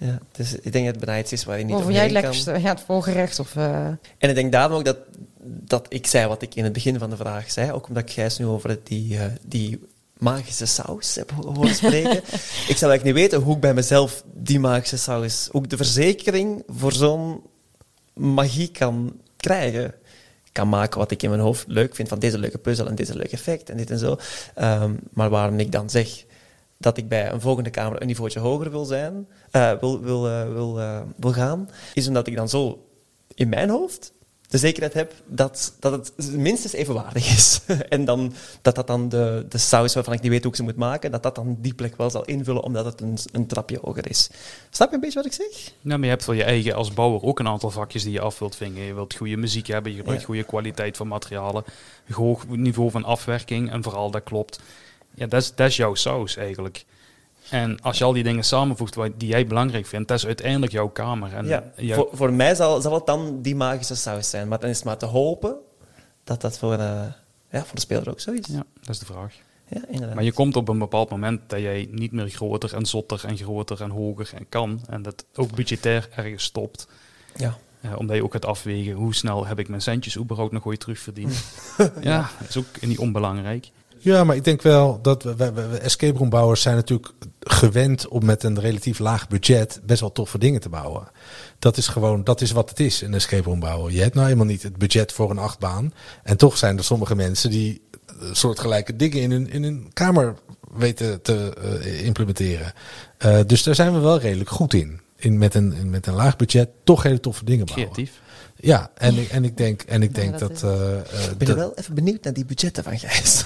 D: Ja, dus ik denk dat het bijna iets is waar je niet
B: Wat vond jij het
D: omheen kan.
B: lekkerste? Ja, het voorgerecht of... Uh...
D: En ik denk daarom ook dat, dat ik zei wat ik in het begin van de vraag zei. Ook omdat ik Gijs nu over die, uh, die magische saus heb ho- horen spreken. Ik zou eigenlijk niet weten hoe ik bij mezelf die magische saus... ook de verzekering voor zo'n magie kan krijgen. Ik kan maken wat ik in mijn hoofd leuk vind. Van deze leuke puzzel en deze leuke effect en dit en zo. Um, maar waarom ik dan zeg... dat ik bij een volgende kamer een niveautje hoger wil zijn, uh, wil, wil, uh, wil, uh, wil gaan, is omdat ik dan zo in mijn hoofd de zekerheid heb dat, dat het minstens evenwaardig is. En dan, dat dat dan de, de saus waarvan ik niet weet hoe ik ze moet maken, dat dat dan die plek wel zal invullen, omdat het een, een trapje hoger is. Snap je een beetje wat ik zeg?
A: Nou, maar je hebt voor je eigen als bouwer ook een aantal vakjes die je af wilt vingen. Je wilt goede muziek hebben, je wilt
D: Ja.
A: goede kwaliteit van materialen, een hoog niveau van afwerking en vooral dat klopt. Ja, dat is, dat is jouw saus eigenlijk. En als je al die dingen samenvoegt wat- die jij belangrijk vindt, dat is uiteindelijk jouw kamer. En
D: Ja,
A: jouw-
D: voor, voor mij zal, zal het dan die magische saus zijn. Maar dan is het maar te hopen dat dat voor, uh, ja, voor de speler ook zo is.
A: ja, dat is de vraag.
D: Ja, inderdaad.
A: Maar je komt op een bepaald moment dat jij niet meer groter en zotter en groter en hoger en kan. En dat ook budgetair ergens stopt.
D: Ja.
A: Eh, omdat je ook gaat afwegen, hoe snel heb ik mijn centjes überhaupt nog ooit terugverdiend. Ja, dat is ook niet onbelangrijk.
C: Ja, maar ik denk wel dat we, we, we escape room bouwers zijn natuurlijk gewend om met een relatief laag budget best wel toffe dingen te bouwen. Dat is gewoon, dat is wat het is, een escape room bouwen. Je hebt nou helemaal niet het budget voor een achtbaan. En toch zijn er sommige mensen die soortgelijke dingen in hun, in hun kamer weten te uh, implementeren. Uh, dus daar zijn we wel redelijk goed in. in met, een, met een laag budget toch hele toffe dingen bouwen.
A: Creatief.
C: Ja, en ik, en ik denk, en ik denk
B: Ja,
C: dat...
B: dat
C: dat uh,
D: Ik ben
C: dat,
D: wel even benieuwd naar die budgetten van Gijs.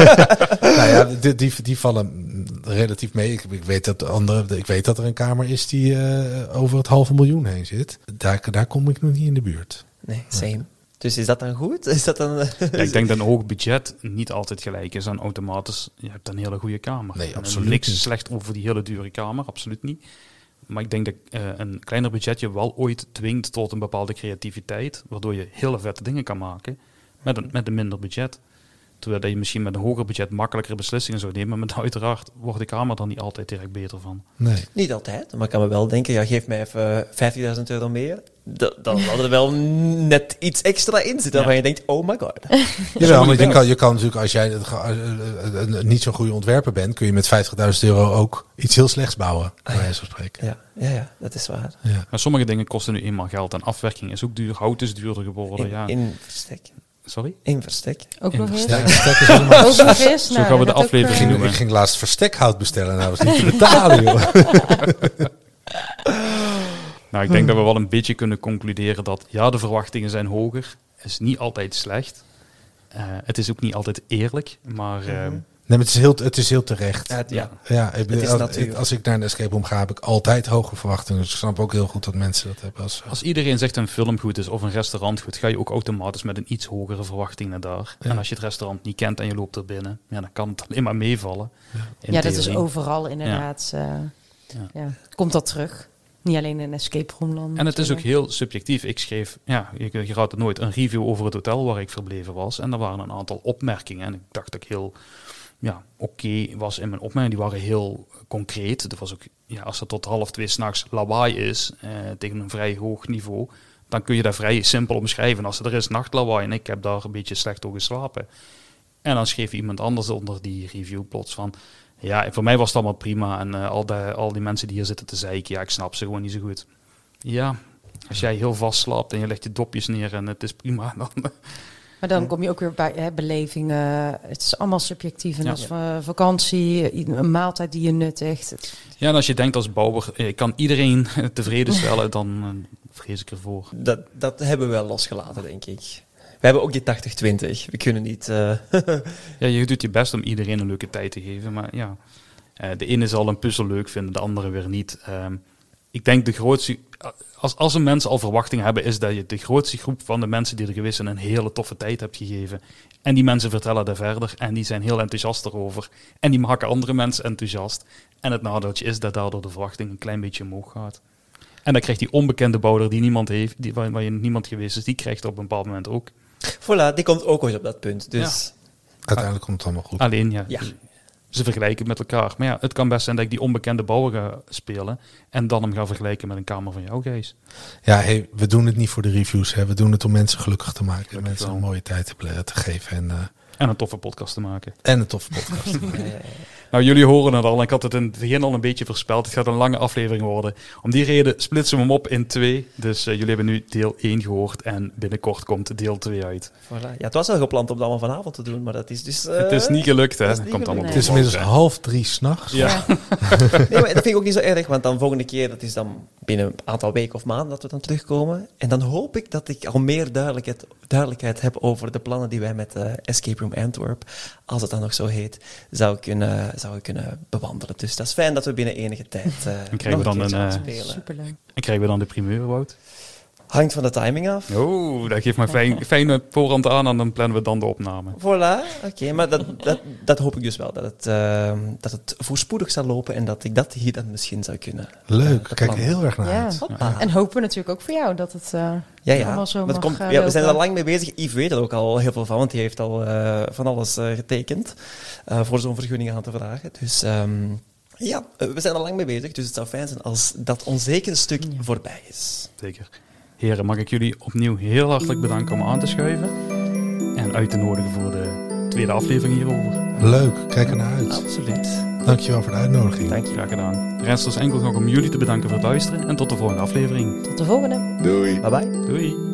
C: nou ja, die, die, die vallen relatief mee. Ik, ik, weet dat de andere, ik weet dat er een kamer is die uh, over het halve miljoen heen zit. Daar, daar kom ik nog niet in de buurt.
D: Nee, same. Dus is dat dan goed? Is dat dan...
A: Ja, ik denk dat een hoog budget niet altijd gelijk is aan automatisch. Je hebt een hele goede kamer.
C: Nee,
A: En
C: absoluut
A: niks
C: niet.
A: slecht over die hele dure kamer, absoluut niet. Maar ik denk dat uh, een kleiner budget je wel ooit dwingt tot een bepaalde creativiteit, waardoor je hele vette dingen kan maken met een, met een minder budget. Terwijl dat je misschien met een hoger budget makkelijker beslissingen zou nemen, maar uiteraard wordt de kamer dan niet altijd direct beter van.
C: Nee.
D: Niet altijd, maar ik kan me wel denken, ja, geef mij even vijftigduizend euro meer. Da- dan hadden er wel net iets extra in zitten, waarvan je denkt, oh my god.
C: Jawel, maar je kan, je kan natuurlijk, als jij uh, uh, uh, niet zo'n goede ontwerper bent, kun je met vijftigduizend euro ook iets heel slechts bouwen, bij wijze van spreken.
D: Ja, ja, ja, dat is waar.
C: Ja.
A: Maar sommige dingen kosten nu eenmaal geld en afwerking is ook duur, hout is duurder geworden.
D: In,
A: ja.
D: in verstek.
A: Sorry?
D: In verstek.
B: Ook
A: In
B: nog eens?
C: Ja, verstek is helemaal...
B: Ook nog eens?
A: Zo gaan we de aflevering
C: Ik ging,
A: noemen.
C: ik ging laatst verstekhout bestellen, nou was niet te betalen, joh.
A: Nou, ik denk dat we wel een beetje kunnen concluderen dat ja, de verwachtingen zijn hoger. Is niet altijd slecht. Uh, het is ook niet altijd eerlijk, maar uh,
D: Mhm.
C: Nee, maar het is heel, het is heel terecht.
D: Ja, het- ja.
C: Ja, ik,
D: Het is
C: als,
D: natuur.
C: als ik naar een escape room ga, heb ik altijd hoge verwachtingen. Dus ik snap ook heel goed dat mensen dat hebben. Als,
A: als iedereen zegt een film goed is of een restaurant goed, ga je ook automatisch met een iets hogere verwachting naar daar.
C: Ja.
A: En als je het restaurant niet kent en je loopt er binnen, ja, dan kan het alleen maar meevallen. In
B: Ja, dat is
A: theorie.
B: overal inderdaad. Uh,
A: Ja.
B: ja. Komt dat terug? Niet alleen in escape room land.
A: En het is ook heel subjectief. Ik schreef, ja, je, je raadt het nooit, een review over het hotel waar ik verbleven was. En er waren een aantal opmerkingen. En ik dacht dat ik heel ja, oké was in mijn opmerkingen. Die waren heel concreet. Er was ook, ja, als er tot half twee 's nachts lawaai is, eh, tegen een vrij hoog niveau, dan kun je dat vrij simpel omschrijven. Als er is nachtlawaai en ik heb daar een beetje slecht door geslapen. En dan schreef iemand anders onder die review plots van, ja, voor mij was het allemaal prima. En uh, al, die, al die mensen die hier zitten te zeiken, ja, ik snap ze gewoon niet zo goed. Ja, als jij heel vast slaapt en je legt je dopjes neer en het is prima, dan...
B: Maar dan kom je ook weer bij hè, belevingen. Het is allemaal subjectief. En
A: Ja.
B: als uh, vakantie, een maaltijd die je nuttigt. Het-
A: Ja, en als je denkt als bouwer, ik kan iedereen tevreden stellen, dan uh, vrees ik ervoor.
D: Dat, dat hebben we wel losgelaten, denk ik. We hebben ook die tachtig twintig. We kunnen niet... Uh...
A: Ja, je doet je best om iedereen een leuke tijd te geven, maar ja, uh, de ene zal een puzzel leuk vinden, de andere weer niet. Um, ik denk de grootste... Als, als een mensen al verwachtingen hebben, is dat je de grootste groep van de mensen die er geweest zijn een hele toffe tijd hebt gegeven. En die mensen vertellen dat verder en die zijn heel enthousiast erover. En die maken andere mensen enthousiast. En het nadeeltje is dat daardoor de verwachting een klein beetje omhoog gaat. En dan krijgt die onbekende bouwer die niemand heeft, die, waar, waar je niemand geweest is, die krijgt op een bepaald moment ook.
D: Voilà, die komt ook ooit op dat punt. Dus
C: Uiteindelijk komt het allemaal goed.
A: Alleen, ja,
D: Ja.
A: ze vergelijken het met elkaar. Maar ja, het kan best zijn dat ik die onbekende bouwer ga spelen en dan hem ga vergelijken met een kamer van jou, Gijs.
C: Ja, hey, we doen het niet voor de reviews. Hè. We doen het om mensen gelukkig te maken. En
A: Gelukkig
C: mensen
A: wel.
C: een mooie tijd te, te geven. En, uh,
A: En een toffe podcast te maken.
C: en een toffe podcast.
D: Ja, ja, ja.
A: Nou, jullie horen het al. Ik had het in het begin al een beetje voorspeld. Het gaat een lange aflevering worden. Om die reden splitsen we hem op in twee. Dus uh, jullie hebben nu deel één gehoord. En binnenkort komt deel twee uit.
D: Voilà. Ja, het was al gepland om dat allemaal vanavond te doen, maar dat is dus... Uh,
A: het is niet gelukt, hè?
D: dat is
A: Het
D: niet
A: komt
D: gelukt.
A: allemaal
C: Het is
A: door
C: inmiddels
A: elkaar.
C: half drie s'nachts.
A: Ja.
D: Nee, maar dat vind ik ook niet zo erg, want dan volgende keer, dat is dan binnen een aantal weken of maanden dat we dan terugkomen. En dan hoop ik dat ik al meer duidelijkheid, duidelijkheid heb over de plannen die wij met uh, Escape Room Antwerp, als het dan nog zo heet, zou kunnen, zou kunnen bewandelen. Dus dat is fijn dat we binnen enige tijd uh,
A: En krijgen we dan een, uh,
D: spelen.
B: Superleuk.
A: En krijgen we dan de primeur, Wout?
D: Hangt van de timing af.
A: Oh, dat geeft me fijn, fijne voorhand aan en dan plannen we dan de opname.
D: Voilà, oké, okay, maar dat, dat, dat hoop ik dus wel. Dat het, uh, dat het voorspoedig zal lopen en dat ik dat hier dan misschien zou kunnen.
C: Leuk,
D: uh,
C: kijk er heel erg naar
B: Ja.
C: uit.
D: Hoppa.
B: En hopen we natuurlijk ook voor jou dat het uh,
D: Ja, ja.
B: allemaal zo
D: Maar
B: mag
D: het komt,
B: uh,
D: ja, we zijn er al
B: lopen.
D: lang mee bezig. Yves weet er ook al heel veel van, want die heeft al uh, van alles uh, getekend uh, voor zo'n vergunning aan te vragen. Dus um, ja, uh, we zijn er lang mee bezig. Dus het zou fijn zijn als dat onzekere stuk
B: Ja.
D: voorbij is.
A: Zeker. Heren, mag ik jullie opnieuw heel hartelijk bedanken om aan te schuiven. En uit te nodigen voor de tweede aflevering hierover.
C: Leuk, kijk er naar uit.
D: Absoluut.
C: Dankjewel voor de uitnodiging.
D: Dank je.
A: Graag gedaan. Rest ons enkel nog om jullie te bedanken voor het luisteren. En tot de volgende aflevering.
B: Tot de volgende.
C: Doei.
D: Bye bye.
A: Doei.